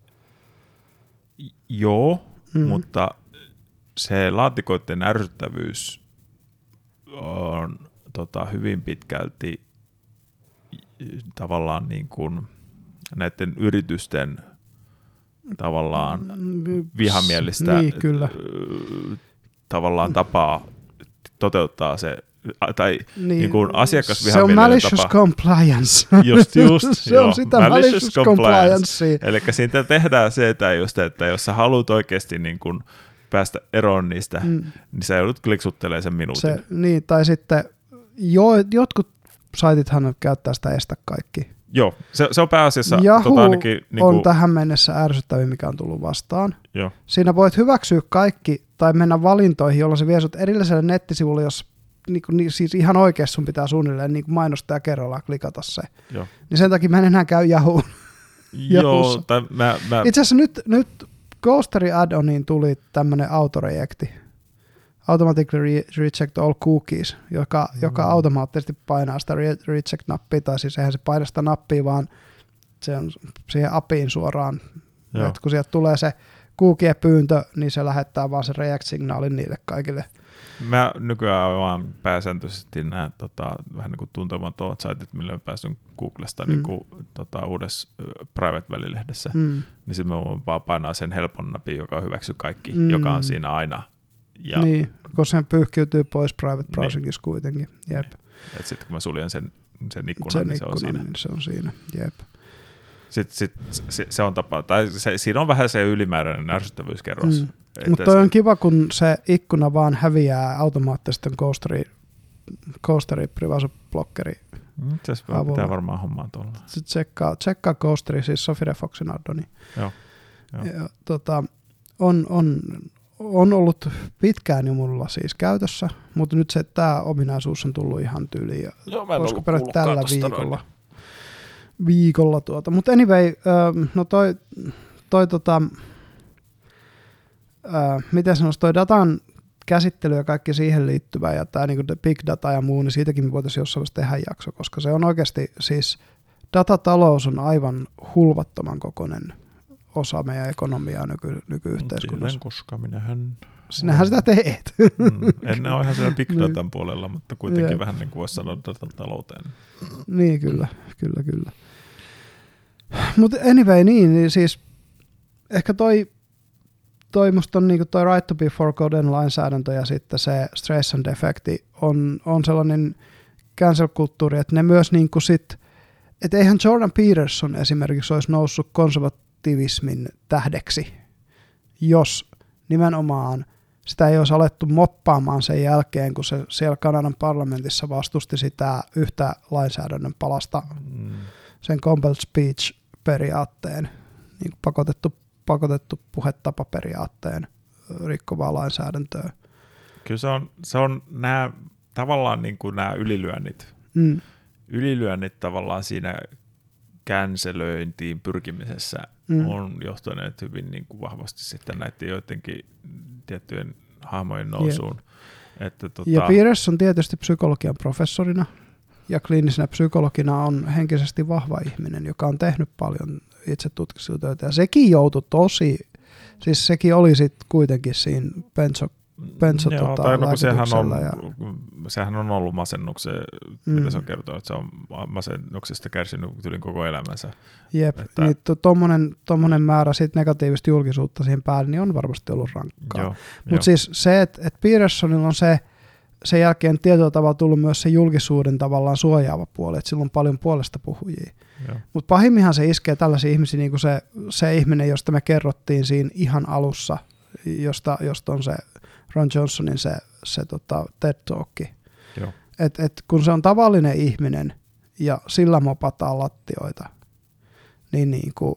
joo, mm. mutta se laatikoiden ärsyttävyys on tota, hyvin pitkälti tavallaan niin kuin näiden yritysten tavallaan vihamielistä niin, kyllä. tavallaan tapaa toteuttaa se, tai niin, niin kuin Se asiakasvihamielinen on malicious tapa. compliance. Just, just. se joo, on sitä malicious, malicious compliance. Eli siitä tehdään se, että, just, että jos sä haluat oikeasti niin kuin päästä eroon niistä, mm. niin sä joudut kliksuttelemaan sen minuutin. Se, niin, tai sitten jo, jotkut saitithan käyttää sitä estä kaikki. Joo, se, se on pääasiassa Yahoo tota ainakin niin kuin on tähän mennessä ärsyttävin, mikä on tullut vastaan. Joo. Siinä voit hyväksyä kaikki tai mennä valintoihin, jolloin se vie sut erilliselle nettisivulle, jos niin kuin, niin, siis ihan oikeasti sun pitää suunnilleen niin mainostaa ja kerrallaan klikata se. Joo. Niin sen takia mä en enää käy Yahoo. Joo, tai mä, mä... Itse asiassa nyt, nyt Ghostery add-oniin tuli tämmöinen autorejekti. Automatically reject all cookies, joka, mm. joka automaattisesti painaa sitä reject-nappia, tai siis eihän se paina sitä nappia, vaan se on siihen apiin suoraan. Et kun sieltä tulee se cookie-pyyntö, niin se lähettää vaan sen reject-signaalin niille kaikille. Mä nykyään vaan pääsääntöisesti nämä tota, vähän niin kuin tuntemattomat saitit, millä mä pääsyn Googlesta mm. niin kuin, tota, uudessa private-välilehdessä, mm. niin sitten mä voin vaan painaa sen helpon napin, joka hyväksyy kaikki, mm. joka on siinä aina. Ja, niin, koska se pyyhkiytyy pois private browsingissa kuitenkin. Jep. Sitten kun mä suljen sen, sen ikkunan, sen niin ikkunan, se on siinä. Niin se on siinä. Jep. Sitten sit, se, se on tapa, tai se, siinä on vähän se ylimääräinen ärsyttävyyskerros. Mm. Mutta toi se, on kiva, kun se ikkuna vaan häviää automaattisesti coasteri, coasteri privasublockeri. Se pitää varmaan hommaa tuolla. Sitten tsekkaa, tsekkaa coasteri, siis se on Firefoxin addoni. Joo. Joo. Ja, tota, on, on, on ollut pitkään jo mulla siis käytössä, mutta nyt se, tämä ominaisuus on tullut ihan tyyliin. Ja Joo, mä en olisiko ollut tällä viikolla. viikolla tuota. Mutta anyway, äh, no toi, toi tota, äh, miten sanoisi, toi datan käsittely ja kaikki siihen liittyvä ja tämä niinku big data ja muu, niin siitäkin me voitaisiin jossain vaiheessa tehdä jakso, koska se on oikeasti siis datatalous on aivan hulvattoman kokoinen osa meidän ekonomiaa nyky, nykyyhteiskunnassa. Koska minähän... Sinähän sitä teet. Mm, en ole ihan siellä big datan puolella, mutta kuitenkin ja. vähän niin kuin voisi sanoa datatalouteen. Niin, kyllä, kyllä, kyllä. Mutta anyway, niin, niin siis ehkä toi, toi musta on niinku toi right to be forgotten lainsäädäntö ja sitten se stress and defecti on, on sellainen cancel-kulttuuri, että ne myös niinku sit, että eihän Jordan Peterson esimerkiksi olisi noussut konservativismin tähdeksi, jos nimenomaan sitä ei olisi alettu moppaamaan sen jälkeen, kun se siellä Kanadan parlamentissa vastusti sitä yhtä lainsäädännön palasta, mm. sen compelled speech-periaatteen, niin kuin pakotettu, pakotettu puhetapaperiaatteen rikkovaa lainsäädäntöä. Kyllä se on, se on nämä, tavallaan niin kuin nämä ylilyönnit. Mm. Ylilyönnit tavallaan siinä känselöintiin pyrkimisessä mm. on johtaneet hyvin niin kuin vahvasti sitten näiden joidenkin tiettyjen hahmojen nousuun. Yeah. Että, tota... Ja Peterson on tietysti psykologian professorina ja kliinisenä psykologina on henkisesti vahva ihminen, joka on tehnyt paljon itse tutkimustyötä ja sekin joutui tosi, siis sekin oli sitten kuitenkin siinä benzo Benzo, Joo, tota, tai no, sehän, on, ja... sehän on ollut masennuksen, mm. mitä se on kertonut, että se on masennuksesta kärsinyt tylin koko elämänsä. Jep, että... niin tommonen, tommonen määrä sit negatiivista julkisuutta siihen päälle, niin on varmasti ollut rankkaa. Mutta siis se, että et Petersonilla on se, sen jälkeen tietyllä tavalla tullut myös se julkisuuden tavallaan suojaava puoli, että sillä on paljon puolesta puhujia. Mutta pahimminhan se iskee tällaisia ihmisiä, niin kuin se, se ihminen, josta me kerrottiin siinä ihan alussa, josta, josta on se Ron Johnsonin se, se tota TED-talkki. Et, et kun se on tavallinen ihminen ja sillä mopataan lattioita, niin, niin kun,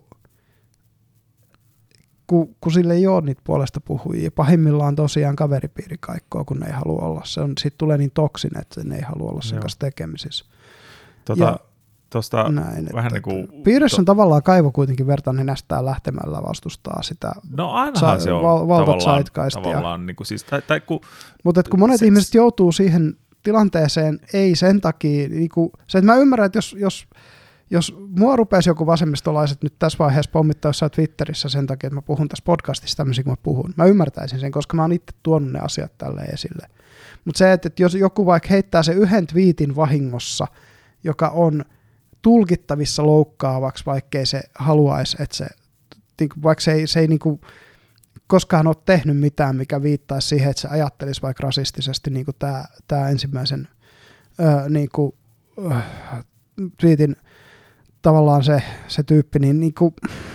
kun, kun sille ei ole niitä puolesta puhujia, pahimmillaan tosiaan kaveripiirikaikkoa, kun ne ei halua olla. Se on, siitä tulee niin toksinen, että ne ei halua olla sen Joo. kanssa tekemisissä. Tota, ja tosta näin, vähän niin kuin... Peterson to... tavallaan kaivo kuitenkin verta nenästään lähtemällä vastustaa sitä no ainahan sa- se on val- tavallaan, tavallaan niin kuin siis, tai, tai kun... Mutta kun monet se, ihmiset joutuu siihen tilanteeseen, ei sen takia, niin kuin, se, että mä ymmärrän, että jos, jos, jos mua rupeisi joku vasemmistolaiset nyt tässä vaiheessa pommittaa jossain Twitterissä sen takia, että mä puhun tässä podcastissa tämmöisiä, kun mä puhun, mä ymmärtäisin sen, koska mä oon itse tuonut ne asiat tälle esille. Mutta se, että, että jos joku vaikka heittää se yhden twiitin vahingossa, joka on tulkittavissa loukkaavaksi, vaikkei se haluaisi, että se, vaikka se ei, se ei niin kuin koskaan ole tehnyt mitään, mikä viittaisi siihen, että se ajattelisi vaikka rasistisesti, niin kuin tämä, tämä ensimmäisen öö, niin kuin, öö, twiitin tavallaan se, se tyyppi, niin, niin kuin,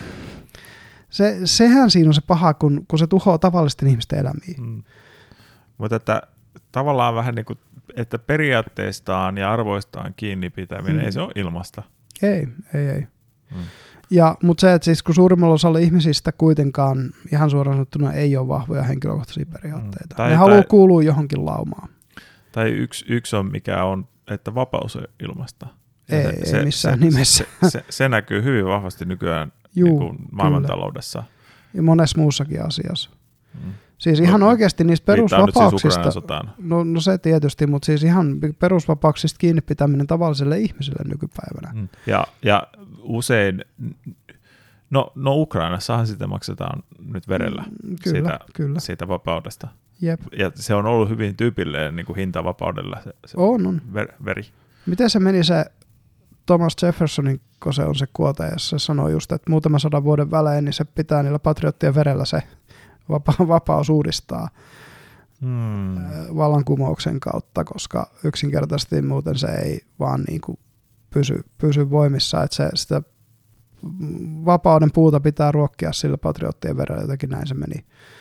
se, sehän siinä on se paha, kun, kun se tuhoaa tavallisten ihmisten elämiä. Hmm. Mutta että tavallaan vähän niin kuin että periaatteistaan ja arvoistaan kiinni pitäminen, mm. ei se ole ilmasta. Ei, ei, ei. Mm. Ja, mutta se, että siis kun suurimmalla osalla ihmisistä kuitenkaan ihan suoraan sanottuna ei ole vahvoja henkilökohtaisia periaatteita. Mm. Tai, ne tai, haluaa kuulua johonkin laumaan. Tai yksi, yksi on, mikä on, että vapaus on ilmasta. Ei, se, ei se, missään se, nimessä. Se, se, se näkyy hyvin vahvasti nykyään Juu, niin kuin maailmantaloudessa. Kyllä. Ja monessa muussakin asiassa. Mm. Siis ihan oikeasti niistä perusvapauksista, siis no, no se tietysti, mutta siis ihan perusvapauksista kiinni pitäminen tavalliselle ihmiselle nykypäivänä. Mm. Ja, ja usein, no, no Ukrainassahan sitä maksetaan nyt verellä mm, kyllä, siitä, kyllä. siitä vapaudesta. Jep. Ja se on ollut hyvin tyypillinen niin kuin hinta vapaudella, se, se on, on. Ver, veri. Miten se meni se Thomas Jeffersonin, kun se on se kuote, ja se sanoo just, että muutaman sadan vuoden välein, niin se pitää niillä patriottien verellä se Vapa- vapaus uudistaa. hmm. vallankumouksen kautta, koska yksinkertaisesti muuten se ei vaan niin kuin pysy, pysy voimissa, että se, sitä vapauden puuta pitää ruokkia sillä patriottien verran, jotenkin näin se meni.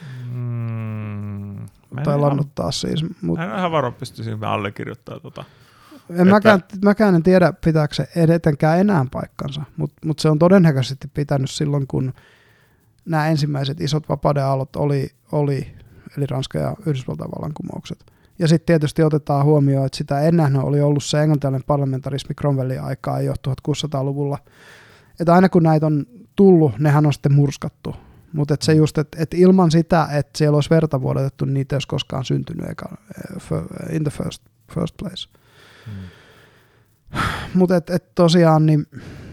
Hmm. Tai lannuttaa siis. Mut... Mä en ihan varo pystyisin allekirjoittamaan tota. En että... mäkään, mäkään en tiedä, pitääkö se etenkään enää paikkansa, mutta mut se on todennäköisesti pitänyt silloin, kun nämä ensimmäiset isot vapauden aallot oli, oli, eli Ranskan ja Yhdysvaltain vallankumoukset. Ja sitten tietysti otetaan huomioon, että sitä ennenhän oli ollut se englantilainen parlamentarismi Cromwellin aikaa jo tuhatkuusisataaluvulla. Että aina kun näitä on tullut, nehän on sitten murskattu. Mutta se just, että et ilman sitä, että siellä olisi verta vuodatettu, niin niitä ei olisi koskaan syntynyt eka, in the first, first place. Hmm. Mutta et, et tosiaan, niin,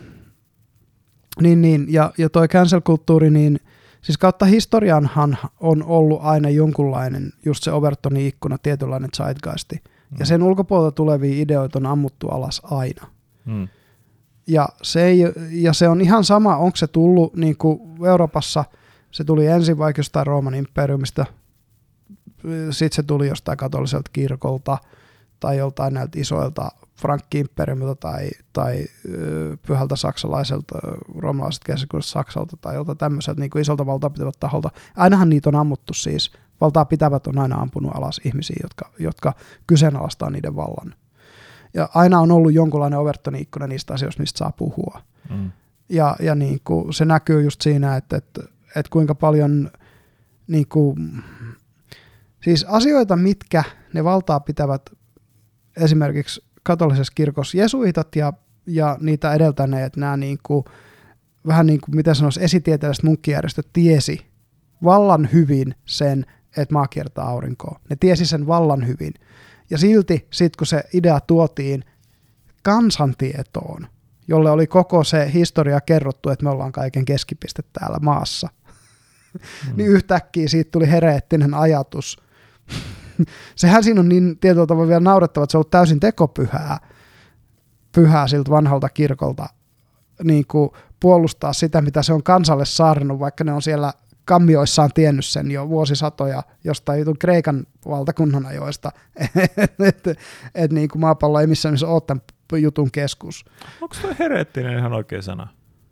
niin, niin ja, ja toi cancel-kulttuuri, niin siis kautta historianhan on ollut aina jonkunlainen, just se Overtonin ikkuna, tietynlainen zeitgeisti. Hmm. Ja sen ulkopuolelta tulevia ideoita on ammuttu alas aina. Hmm. Ja, se ei, ja se on ihan sama, onko se tullut niin kuin Euroopassa, se tuli ensin vaikka jostain Rooman imperiumista, sitten se tuli jostain katoliselta kirkolta tai joltain näiltä isoilta Frankki-imperiumilta tai, tai pyhältä saksalaiselta, roomalaiset käsikulta Saksalta tai joltain tämmöiseltä niin kuin isolta valtaa pitävät taholta. Ainahan niitä on ammuttu siis. Valtaa pitävät on aina ampunut alas ihmisiä, jotka, jotka kyseenalaistaa niiden vallan. Ja aina on ollut jonkunlainen Overtonin ikkuna niistä asioista, mistä saa puhua. Mm. Ja, ja niin kuin se näkyy just siinä, että, että, että kuinka paljon niin kuin, siis asioita, mitkä ne valtaa pitävät esimerkiksi katolisessa kirkossa jesuitat ja, ja niitä edeltäneet nämä niin kuin, vähän niin kuin, miten sanoisi, esitieteelliset munkkijärjestöt tiesi vallan hyvin sen, että maa kiertää aurinkoa. Ne tiesi sen vallan hyvin. Ja silti sitten kun se idea tuotiin kansantietoon, jolle oli koko se historia kerrottu, että me ollaan kaiken keskipiste täällä maassa, mm. niin yhtäkkiä siitä tuli hereettinen ajatus. Sehän siinä on niin tietyllä tavalla vielä naurettava, että se on ollut täysin tekopyhää pyhää siltä vanhalta kirkolta niin kuin puolustaa sitä, mitä se on kansalle saarnannut, vaikka ne on siellä kammioissaan tiennyt sen jo vuosisatoja jostain jutun Kreikan valtakunnan ajoista, että et, et, niin kuin maapallo ei missään missä ole tämän jutun keskus. Onko tuo hereettinen ihan oikea sana?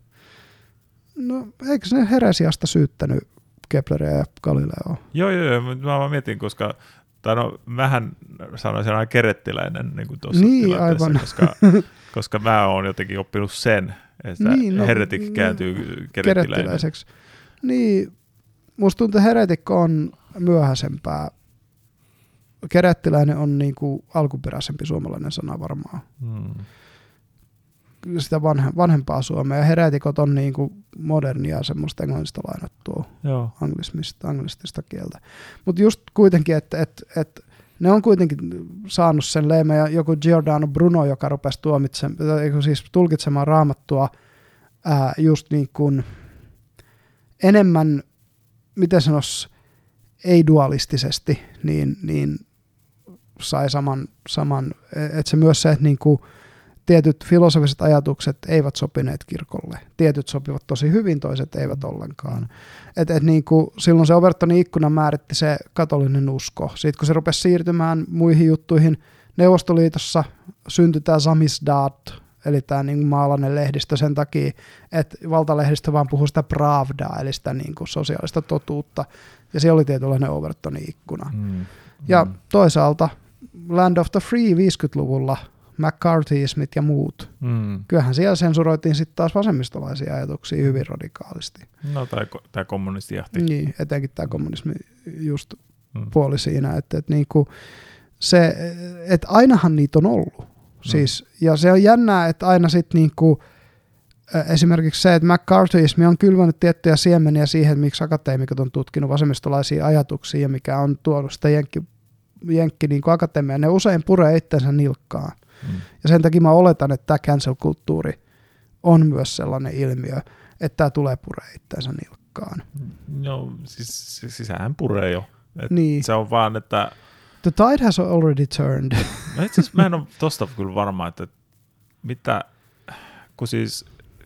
No eikö ne heresiasta syyttänyt Kepleria ja Galileoa? Joo, joo, joo, mä vaan mietin, koska tai no, mähän sanoisin aina kerettiläinen niin kuin tuossa niin, tilanteessa, aivan. koska, koska mä oon jotenkin oppinut sen, että niin, no, heretik kääntyy kerettiläinen. kerettiläiseksi. Niin, musta tuntuu, että heretikko on myöhäisempää. Kerettiläinen on niin kuin alkuperäisempi suomalainen sana varmaan. Hmm. Sitä vanhe, vanhempaa suomea. Ja heretikot on niin kuin modernia semmoista englannista lainattua anglismista, anglistista kieltä. Mutta just kuitenkin, että et, et, ne on kuitenkin saanut sen leima. Ja joku Giordano Bruno, joka rupesi tuomitsemaan, siis tulkitsemaan Raamattua ää, just niin kuin enemmän, miten sanoisi, ei-dualistisesti, niin, niin sai saman, saman että se myös se, että niin kuin tietyt filosofiset ajatukset eivät sopineet kirkolle. Tietyt sopivat tosi hyvin, toiset eivät ollenkaan. Et, et niin kuin silloin se Overtonin ikkuna määritti se katolinen usko. Sitten kun se rupesi siirtymään muihin juttuihin, Neuvostoliitossa syntyi tämä Samizdat, eli tämä niin kuin maalainen lehdistö sen takia, että valtalehdistö vaan puhui sitä pravdaa, eli sitä niin kuin sosiaalista totuutta. Ja siellä oli tietynlainen Overtonin ikkuna. Mm. Ja mm. toisaalta Land of the Free viisikymmentäluvulla McCarthyismit ja muut. Mm. Kyllähän siellä sensuroitiin sitten taas vasemmistolaisia ajatuksia hyvin radikaalisti. No tai tämä kommunistijahti. Niin, etenkin tämä kommunismi just mm. puoli siinä, että, että, niinku se, että ainahan niitä on ollut. Mm. Siis, ja se on jännää, että aina sitten niinku, esimerkiksi se, että McCarthyismi on kylvänyt tiettyjä siemeniä siihen, että miksi akateemikot on tutkinut vasemmistolaisia ajatuksia ja mikä on tuonut sitä jenkki, jenkki niin kuin akateemia. Ne usein puree itsensä nilkkaan. Mm. Ja sen takia mä oletan, että tämä cancel-kulttuuri on myös sellainen ilmiö, että tämä tulee puree itsensä nilkkaan. No siis, siis sehän puree jo. Et niin. Se on vaan, että the tide has already turned. No itse asiassa mä en ole tosta kyllä varma, että mitä, kun siis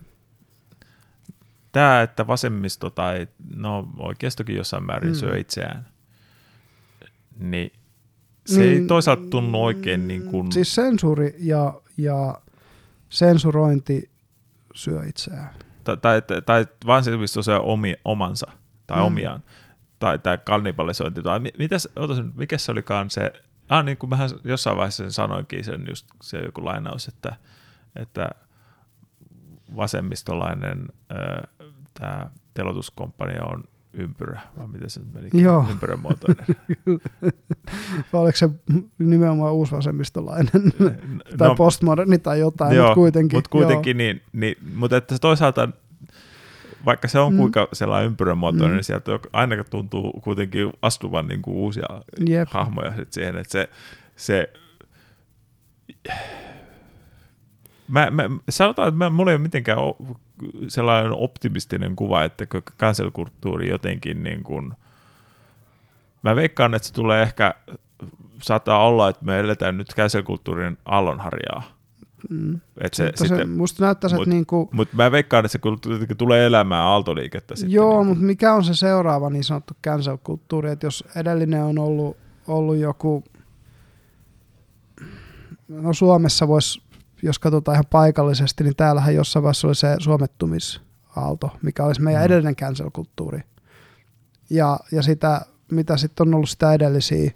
tämä, että vasemmisto tai no oikeistokin jossain määrin mm. syö itseään, niin se niin, ei toisaalta tunnu oikein niin kuin... Siis sensuuri ja, ja sensurointi syö itseään. Tai, tai, tai vaan se missä on se omi, omansa tai mm. omiaan. Tai tämä kannibalisointi. Tai mitäs, otas, mikä se olikaan se... Ah, niin kuin mähän jossain vaiheessa sen sanoinkin, sen just se joku lainaus, että, että vasemmistolainen äh, tämä telotuskomppania on ympyrä, vai miten se menikin? Joo. Ympyrän muotoinen. Vai oliko se nimenomaan uusvasemmistolainen tai no, postmoderni tai jotain, joo, mutta kuitenkin. Mutta kuitenkin, niin, niin, mutta että toisaalta, vaikka se on mm. kuinka sellainen ympyrän muotoinen, mm. niin sieltä aina tuntuu kuitenkin astuvan niin kuin uusia Jep. hahmoja sit siihen, että se, se mä, mä, sanotaan, että mä, mulla ei ole mitenkään sellainen optimistinen kuva, että cancel-kulttuuri jotenkin niin kuin, mä veikkaan, että se tulee ehkä, saattaa olla, että me eletään nyt cancel-kulttuurin aallonharjaa. Mm. Et se, se, sitten, musta näyttäisi, mut, että niinku... Mutta mä veikkaan, että se tulee elämään aaltoliikettä. Sitten joo, niinku. mutta mikä on se seuraava niin sanottu cancel-kulttuuri, että jos edellinen on ollut, ollut joku... No Suomessa voisi, jos katsotaan ihan paikallisesti, niin täällähän jossain vaiheessa oli se suomettumisaalto, mikä olisi meidän mm. edellinen cancel-kulttuuri. Ja, ja sitä, mitä sitten on ollut sitä edellisiä.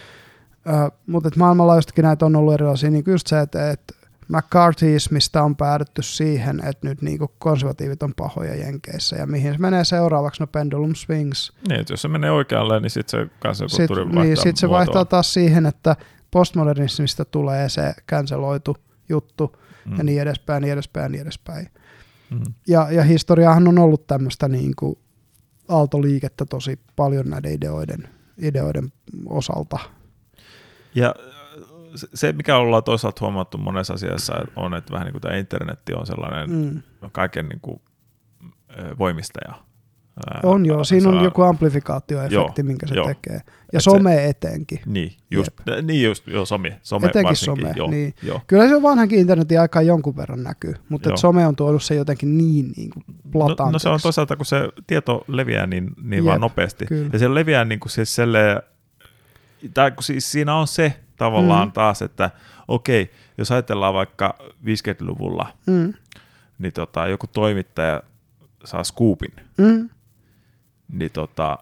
Ö, mutta maailmanlaajuisestikin näitä on ollut erilaisia, niin just se, että, että McCarthyismista on päädytty siihen, että nyt niin konservatiivit on pahoja Jenkeissä, ja mihin se menee seuraavaksi, no pendulum swings. Niin, että jos se menee oikealle, niin sitten se cancel-kulttuuri sit, vaihtaa niin, sitten se muotoa. vaihtaa taas siihen, että postmodernismista tulee se canceloitu juttu, mm. ja niin edespäin, niin edespäin, niin edespäin. Mm. Ja, ja historiahan on ollut tämmöistä niin kuin aaltoliikettä tosi paljon näiden ideoiden, ideoiden osalta. Ja se, mikä ollaan toisaalta huomattu monessa asiassa, on, että vähän niin kuin tämä internetti on sellainen mm. kaiken niin kuin voimistaja. On joo, siinä on joku amplifikaatioefekti, minkä se joo. tekee. Ja Et some se, etenkin. Niin, just, niin just joo, some, some etenkin varsinkin. some, joo, niin. joo. Kyllä se vanhankin internetin aikaan jonkun verran näkyy, mutta some on tuonut se jotenkin niin, niin kuin platanteeksi. No, no se on toisaalta, kun se tieto leviää niin, niin Jep, vaan nopeasti. Kyllä. Ja se leviää niin kuin siis selleen, tai kun siis siinä on se tavallaan mm. taas, että okei, jos ajatellaan vaikka viisikymmentäluvulla, mm. niin tota, joku toimittaja saa scoopin, mm. niin tota,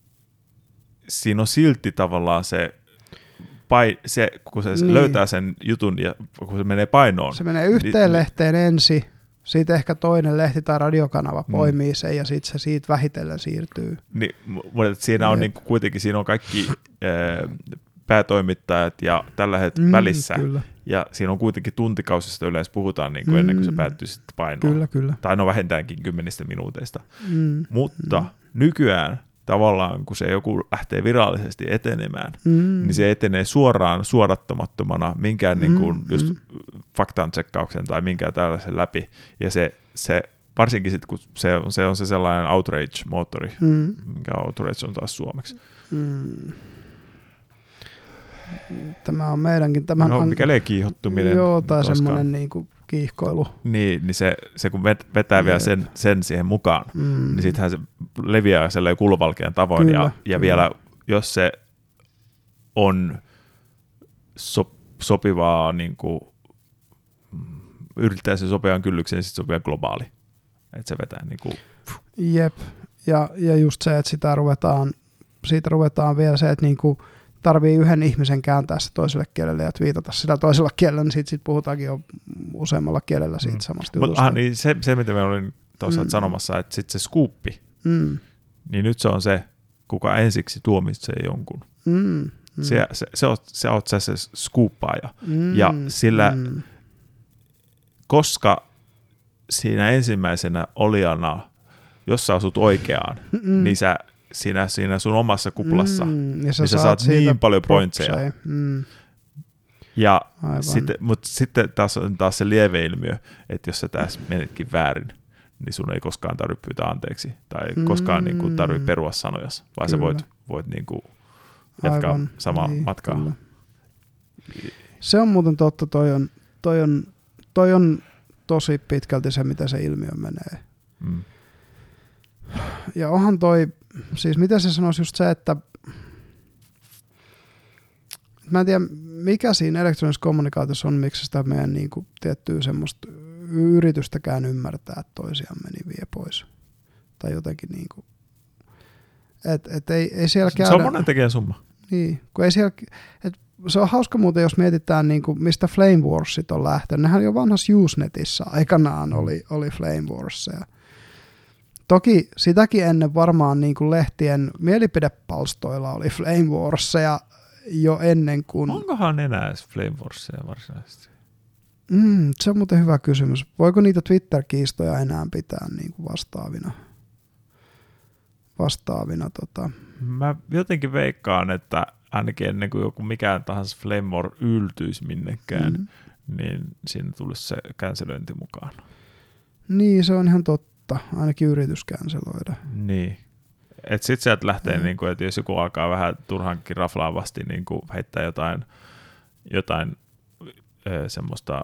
siinä on silti tavallaan se, pai, se kun se niin. löytää sen jutun ja kun se menee painoon. Se menee yhteen niin, lehteen ensin, siitä ehkä toinen lehti tai radiokanava poimii mm. sen ja sitten se siitä vähitellen siirtyy. Niin, mutta siinä on niin, kuitenkin siinä on kaikki äh, päätoimittajat ja tällä hetkellä mm, välissä. Kyllä. Ja siinä on kuitenkin tuntikausista yleensä puhutaan niin kuin mm. ennen kuin se päättyy sitten painoon. Kyllä, kyllä. Tai no vähintäänkin kymmenistä minuuteista. Mm. Mutta mm. nykyään tavallaan, kun se joku lähtee virallisesti etenemään, mm. niin se etenee suoraan suodattamattomana minkään mm. niin kuin just mm. faktan-tsekkauksen tai minkään tällaisen läpi. Ja se, se varsinkin sitten, kun se on, se on se sellainen outrage-moottori, mm. mikä outrage on taas suomeksi. Mm. Tämä on meidänkin. Tämän no, an... mikä kiihottuminen. Joo, tai semmoinen niin kuin kiihkoilu. Niin, niin se, se kun vetää vielä sen, sen siihen mukaan, mm. niin sittenhän se leviää sellainen kulvalkean tavoin. Kyllä, ja, ja vielä, jos se on so, sopivaa, niin kuin, yrittää se sopivan kyllykseen, niin sitten se on vielä globaali. Että se vetää niin kuin... Jep, ja, ja just se, että sitä ruvetaan, siitä ruvetaan vielä se, että niin kuin tarvii yhden ihmisen kääntää se toiselle kielelle ja viitata sitä toisella kielellä, niin siitä sit puhutaankin jo useammalla kielellä siitä mm. samasta jutusta. Ah, niin se, se, mitä me olin tuossa mm. sanomassa, että sitten se skuuppi, mm. niin nyt se on se, kuka ensiksi tuomitsee jonkun. Mm. Mm. Se, se, se, on, se on se, se skuuppaaja. Mm. Ja sillä, mm. koska siinä ensimmäisenä olijana, jos sä asut oikeaan, mm. niin sä Siinä, siinä sun omassa kuplassa, mm, ja sä, niin sä saat niin paljon pointseja. Mm. Ja sitten, mutta sitten taas on taas se lieveilmiö, että jos sä tässä menetkin väärin, niin sun ei koskaan tarvitse pyytää anteeksi, tai mm. koskaan niin kuin tarvitse perua sanojas, vaan kyllä. sä voit, voit niin kuin jatkaa Aivan. samaa niin, matkaa. Kyllä. Se on muuten totta, toi on, toi on, toi on tosi pitkälti se, mitä se ilmiö menee. Mm. Ja onhan toi, siis mitä se sanoisi just se, että mä en tiedä, mikä siinä elektronisessa kommunikaatiossa on, miksi sitä meidän niin kuin, tiettyä semmoista yritystäkään ymmärtää, että toisiamme niin vie pois. Tai jotenkin niin kuin, et, et ei, ei siellä käydä. Se on monen tekijän summa. Niin, kun ei siellä, et se on hauska muuten, jos mietitään, niin kuin, mistä Flame Warsit on lähtenyt. Nehän jo vanhassa Usenetissä aikanaan oli, oli Flame Warsia. Toki sitäkin ennen varmaan niin kuin lehtien mielipidepalstoilla oli Flame Warsia jo ennen kuin... Onkohan enää edes Flame Warsia varsinaisesti? Mm, se on muuten hyvä kysymys. Voiko niitä Twitter-kiistoja enää pitää niin kuin vastaavina? vastaavina tota. Mä jotenkin veikkaan, että ainakin ennen kuin joku mikään tahansa Flame War yltyisi minnekään, mm-hmm. niin siinä tulisi se cancelöinti mukaan. Niin, se on ihan totta. Ainakin yritys canceloida. Niin. Että sitten sieltä lähtee, mm. niin kuin, että jos joku alkaa vähän turhankin raflaavasti niin kuin heittää jotain, jotain ö, semmoista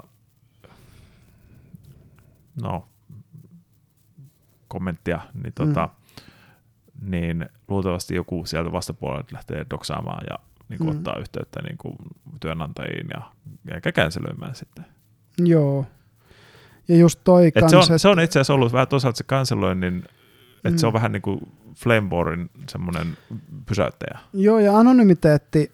no, kommenttia, niin, tota, mm. niin luultavasti joku sieltä vastapuolelta lähtee doksaamaan ja niin kuin, mm. ottaa yhteyttä niin kuin, työnantajiin ja eikä cancelöimään sitten. Joo. Ja just toi kans, se, on, se on itse asiassa ollut vähän toisaalta se canceloinnin, että mm. se on vähän niin kuin Flame Warin semmoinen pysäyttäjä. Joo, ja anonymiteetti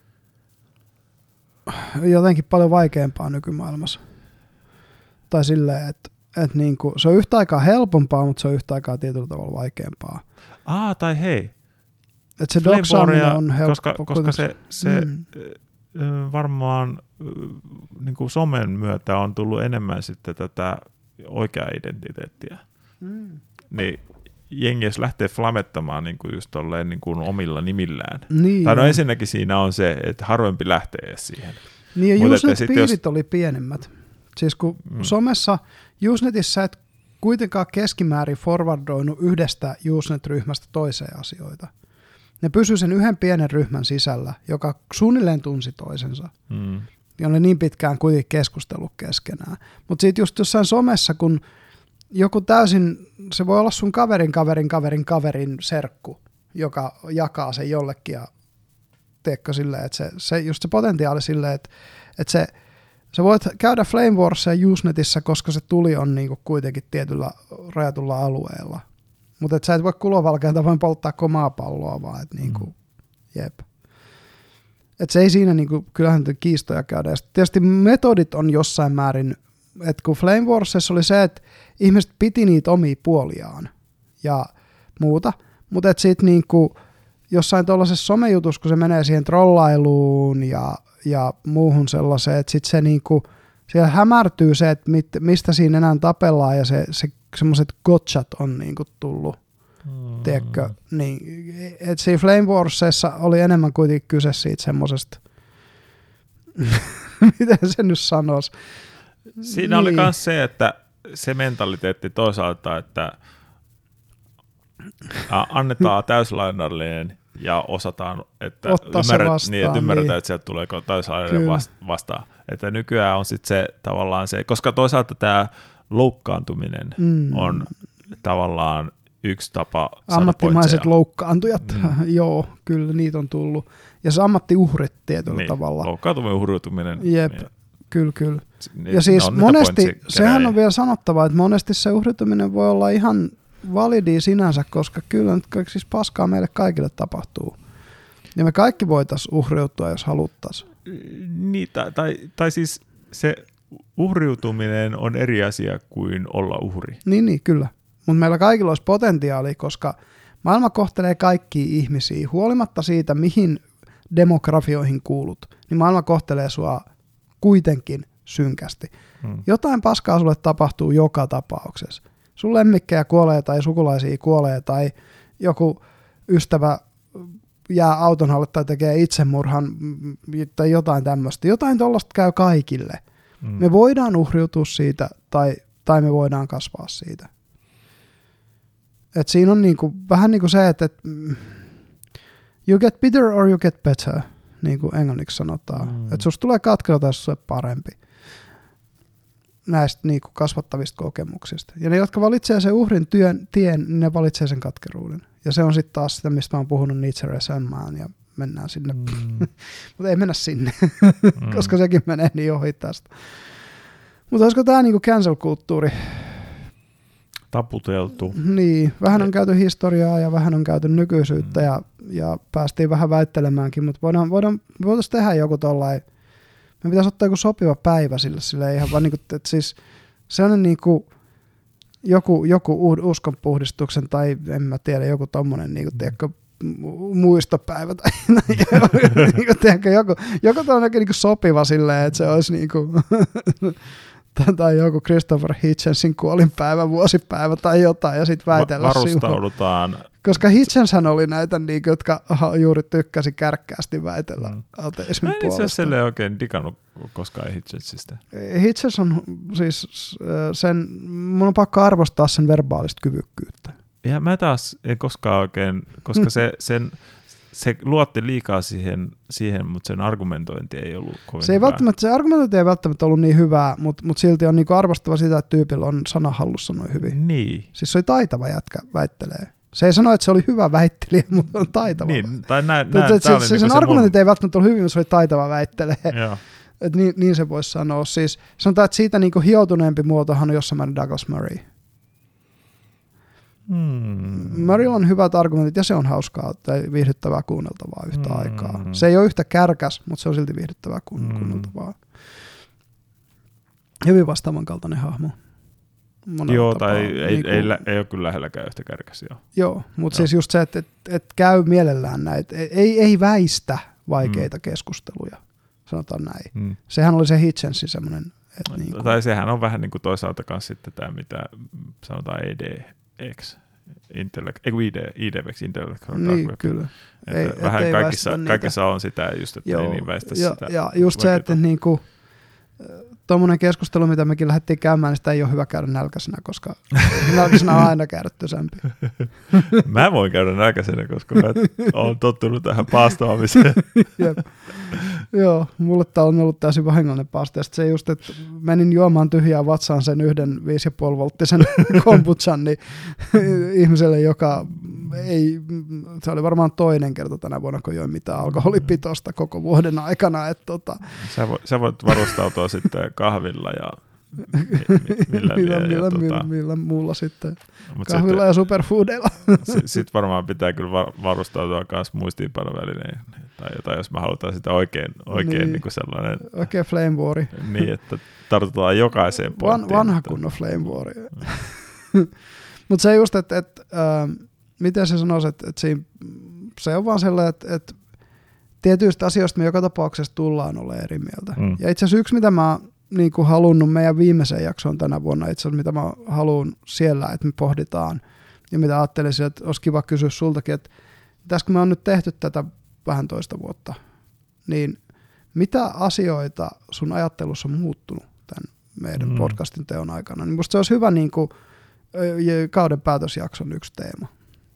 jotenkin paljon vaikeampaa nykymaailmassa. Tai silleen, että et niinku, se on yhtä aikaa helpompaa, mutta se on yhtä aikaa tietyllä tavalla vaikeampaa. Ah, tai hei. Että se doksaaminen on helppo. Koska, koska se, se mm. varmaan niin kuin somen myötä on tullut enemmän sitten tätä oikeaa identiteettiä. Mm. Niin jengi jos lähtee flamettamaan niin kuin just tolleen niin kuin omilla nimillään. Niin, tai no ensinnäkin siinä on se, että harvempi lähtee edes siihen. Niin ja Usenet piivit jos... oli pienemmät. Siis kun mm. somessa Usenetissä et kuitenkaan keskimäärin forwardoinut yhdestä Usenet-ryhmästä toiseen asioita. Ne pysyi sen yhden pienen ryhmän sisällä, joka suunnilleen tunsi toisensa. Mm. Ja oli niin pitkään kuitenkin keskustellut keskenään. Mutta sitten just jossain somessa, kun joku täysin, se voi olla sun kaverin, kaverin, kaverin, kaverin serkku, joka jakaa sen jollekin ja teekö silleen, että se, se, just se potentiaali silleen, että, että se, sä voit käydä Flame Warsia Usenetissä, koska se tuli on niinku kuitenkin tietyllä rajatulla alueella. Mutta sä et voi kulovalkean tavoin polttaa koko maapalloa vaan, että niinku, mm. jep. Et se ei siinä, niinku, kyllähän kiistoja käydä. Ja tietysti metodit on jossain määrin, että kun Flame Warsissa oli se, että ihmiset piti niitä omia puoliaan ja muuta, mutta että sitten niinku, jossain tuollaisessa somejutussa, kun se menee siihen trollailuun ja, ja muuhun sellaiseen, että sitten se niinku, siellä hämärtyy se, että mit, mistä siinä enää tapellaan ja se, se semmoiset gotchat on niinku tullut, mm. tiedätkö, niin, että siinä Flame Warsissa oli enemmän kuitenkin kyse siitä semmoisesta, miten se nyt sanoisi. Siinä niin. Oli myös se, että se mentaliteetti toisaalta, että annetaan täyslainallinen ja osataan, että, ymmärrät, vastaan, niin, että ymmärretään, niin. Että sieltä tulee täyslainallinen vastaan. Että nykyään on sitten se tavallaan se, koska toisaalta tämä loukkaantuminen mm. on tavallaan yksi tapa ammattimaiset loukkaantujat, mm. joo, kyllä niitä on tullut. Ja se ammattiuhrit tietyllä niin, tavalla. Loukkaantuminen, uhriutuminen. Jep, niin. kyllä, kyllä. Niin, ja siis monesti, sehän on vielä sanottava, että monesti se uhriutuminen voi olla ihan validi sinänsä, koska kyllä nyt siis paskaa meille kaikille tapahtuu. Ja me kaikki voitaisiin uhriutua, jos haluttaisiin. Niin, tai, tai, tai siis se uhriutuminen on eri asia kuin olla uhri. Niin, niin kyllä. Mutta meillä kaikilla olisi potentiaali, koska maailma kohtelee kaikkia ihmisiä, huolimatta siitä, mihin demografioihin kuulut, niin maailma kohtelee sua kuitenkin synkästi. Hmm. Jotain paskaa sulle tapahtuu joka tapauksessa. Sun lemmikkejä kuolee tai sukulaisia kuolee tai joku ystävä jää auton alle tai tekee itsemurhan tai jotain tämmöistä. Jotain tollaista käy kaikille. Mm. Me voidaan uhriutua siitä tai, tai me voidaan kasvaa siitä. Et siinä on niinku, vähän niin kuin se, että et, you get bitter or you get better, niin kuin englanniksi sanotaan. Mm. Että susta tulee katkera tai sulle parempi näistä niinku kasvattavista kokemuksista. Ja ne, jotka valitsee sen uhrin työn, tien, niin ne valitsee sen katkeruuden. Ja se on sitten taas sitä, mistä mä oon puhunut Nietzsche ja Sandman ja mennään sinne. Mm. Mutta ei mennä sinne, mm. koska sekin menee niin ohi tästä. Mutta olisiko tämä niinku cancel-kulttuuri? Taputeltu. Niin, vähän on käyty historiaa ja vähän on käyty nykyisyyttä mm. ja, ja päästiin vähän väittelemäänkin, mutta voidaan, voidaan, voitaisiin tehdä joku tollain, me pitäisi ottaa joku sopiva päivä sille, sille ihan vaan niinku, että siis sellainen niinku joku, joku uskonpuhdistuksen tai en mä tiedä, joku tommonen niinku, tiedätkö, muistopäivä tai niinku, tiedätkö, joku, joku tollainen niinku sopiva silleen, että se olisi niinku tai joku Christopher Hitchensin kuolinpäivä, vuosipäivä tai jotain, ja sitten väitellä Va- varustaudutaan. Silloin. Koska Hitchenshän oli näitä, niin, jotka juuri tykkäsi kärkkäästi väitellä mm. ateismin puolesta. Mä en itse asiassa silleen oikein digannut koskaan Hitchensistä. Hitchens on siis sen, mun on pakko arvostaa sen verbaalista kyvykkyyttä. Ja mä taas en koskaan oikein, koska se, sen, se luotti liikaa siihen, siihen, mutta sen argumentointi ei ollut kovin se ei välttämättä, se argumentointi ei välttämättä ollut niin hyvää, mutta, mutta silti on niinku arvostava sitä, että tyypillä on sana hallussa noin hyvin. Niin. Siis se oli taitava jätkä väittelee. Se ei sano, että se oli hyvä väittelijä, mutta on taitava. Niin, tai näin, näin, se, se, se, sen se argumentit mun... ei välttämättä ollut hyvin, mutta se oli taitava väittelee. Joo. Et niin, niin se voisi sanoa. Siis sanotaan, että siitä niinku hioutuneempi muotohan on jossain määrin Douglas Murray. Hmm. Murraylla on hyvät argumentit ja se on hauskaa tai viihdyttävää kuunneltavaa yhtä hmm. aikaa. Se ei ole yhtä kärkäs, mutta se on silti viihdyttävää kuunneltavaa. Hmm. Hyvin vastaavan kaltainen hahmo. Monella joo, tapaa, tai ei, niin kuin, ei, ei, ei ole kyllä lähelläkään yhtä kärkäs. Joo, joo mutta siis just se, että et, et käy mielellään näitä, ei, ei väistä vaikeita hmm. keskusteluja, sanotaan näin. Hmm. Sehän oli se Hitchensin semmoinen. Niin kuin, tai sehän on vähän niin kuin toisaalta kanssa sitten tämä, mitä sanotaan E D X, Intellect, ei I D, I D X, Intellect. Niin, kyllä. Ei, vähän kaikissa, kaikissa on sitä just, että joo, ei niin väistä ja, sitä. Ja just se, että niin kuin, tuommoinen keskustelu, mitä mekin lähdettiin käymään, niin sitä ei ole hyvä käydä nälkäisenä, koska nälkäisenä on aina kärryttysämpi. Mä voin käydä nälkäisenä, koska mä oon tottunut tähän paastoamiseen. Joo, mulle tää on ollut täysin vahingollinen paasto. Ja se just, että menin juomaan tyhjää vatsaan sen yhden viisi pilkku viisi volttisen kombuchan, niin ihmiselle, joka ei, se oli varmaan toinen kerta tänä vuonna, kun join mitään alkoholipitoista koko vuoden aikana. Että tota. Sä, voit, sä voit varustautua sitten kahvilla ja millä, millä, ja, millä, tota, millä, millä muulla sitten, mut kahvilla sitten, ja superfoodeilla. Sitten sit varmaan pitää kyllä varustautua myös muistiinpanovälineen, tai jotain, jos me halutaan sitä oikein, oikein niin. Niin kuin sellainen. Oikein flame war. Niin, että tartutaan jokaiseen pointtiin. Van, vanha kunnon flame war. Mutta se just, että et, äh, miten se sanoisi, että et siinä, se on vaan sellainen, että et, tietyistä asioista me joka tapauksessa tullaan olemaan eri mieltä. Mm. Ja itse asiassa yksi, mitä mä niin kuin halunnut meidän viimeiseen jaksoon tänä vuonna, itse asiassa mitä mä haluan siellä, että me pohditaan, ja mitä ajattelisin, että olisi kiva kysyä sultakin, että tässä kun me on nyt tehty tätä vähän toista vuotta, niin mitä asioita sun ajattelussa on muuttunut tämän meidän mm. podcastin teon aikana? Niin musta se olisi hyvä niin kuin, kauden päätösjakson yksi teema.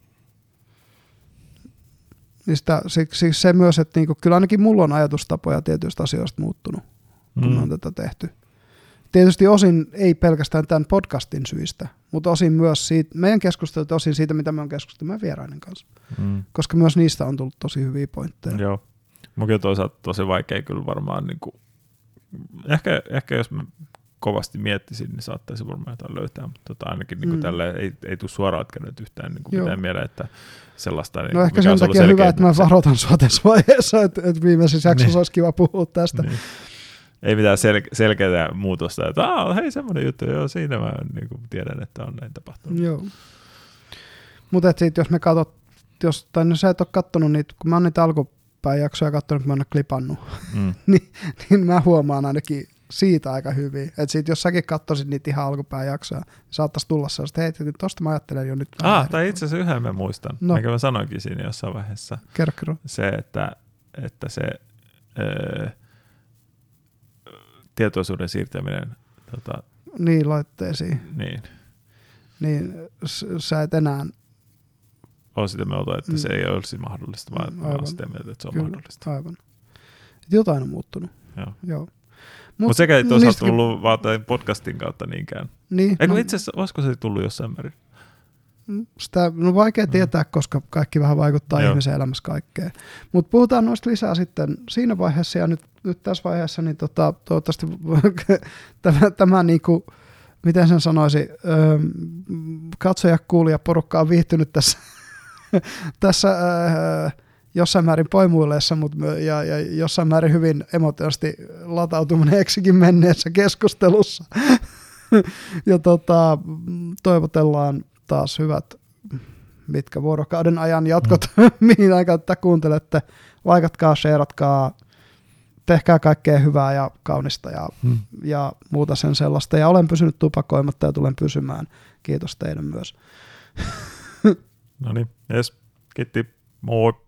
Niin sitä, siksi se myös, että niin kuin, kyllä ainakin mulla on ajatustapoja tietyistä asioista muuttunut, kun mm. on tätä tehty. Tietysti osin ei pelkästään tämän podcastin syistä, mutta osin myös siitä, meidän keskustelut osin siitä, mitä me on keskustellut meidän vieraiden kanssa. Mm. Koska myös niistä on tullut tosi hyviä pointteja. Joo. Munkin on toisaalta tosi vaikea kyllä varmaan, niin kuin, ehkä, ehkä jos mä kovasti miettisin, niin saattaisi varmaan jotain löytää, mutta tota, ainakin niin kuin mm. tälleen ei, ei tule suoraan kädet yhtään niin kuin mitään mieleen, että sellaista. No ehkä sen takia hyvä, että mä varoitan sua tässä vaiheessa, että, että viimeisessä jaksossa niin. Olisi kiva puhua tästä. Niin. Ei mitään sel- selkeää muutosta, että Aa, hei semmoinen juttu, joo, siinä mä niin kuin tiedän, että on näin tapahtunut. Joo. Mutta sitten jos me katsot, jos, tai no sä et ole kattonut niitä, kun mä oon niitä alkupäin jaksoja katsonut, kun mä oon klipannut, mm. niin, niin mä huomaan ainakin siitä aika hyvin. Että sit jos säkin katsoisit niitä ihan alkupäin jaksoja, niin saattaisi tulla sellaista, hei, tosta mä ajattelen jo nyt. Ah, tai itse asiassa yhden mä muistan, no. mikä mä sanoinkin siinä jossain vaiheessa. Kerro. Se, että, että se öö, tietoisuuden siirtäminen tota, niin, laitteisiin. Niin. Niin s- sä et enää on sitä mieltä, että mm. se ei olisi mahdollista, vaan mm, on sitä mieltä, että se on Kyllä, mahdollista. Aivan. Et jotain on muuttunut. Joo. Joo. Mutta Mut sekä ei toisaalta tullut vaan podcastin kautta niinkään. Niin, Eikö no, itse asiassa, olisiko se tullut jossain määrin? sitä no vaikea tietää, mm. koska kaikki vähän vaikuttaa Joo. ihmisen elämässä kaikkeen. Mutta puhutaan noista lisää sitten siinä vaiheessa, ja nyt, nyt tässä vaiheessa, niin tota, toivottavasti tämä, tämä niinku, miten sen sanoisi, öö, katsoja, kuulija, porukka on viihtynyt tässä, tässä öö, jossain määrin poimuilleessa, mutta ja, ja jossain määrin hyvin emotionaalisesti latautuneeksikin menneessä keskustelussa. Ja tota, toivotellaan taas hyvät, mitkä vuorokauden ajan jatkot, mm. mihin aikaan tätä kuuntelette. Laikatkaa, shareatkaa, tehkää kaikkea hyvää ja kaunista ja, mm. ja muuta sen sellaista. Ja olen pysynyt tupakoimatta ja tulen pysymään. Kiitos teidän myös. No niin, jes, kiitti, moi.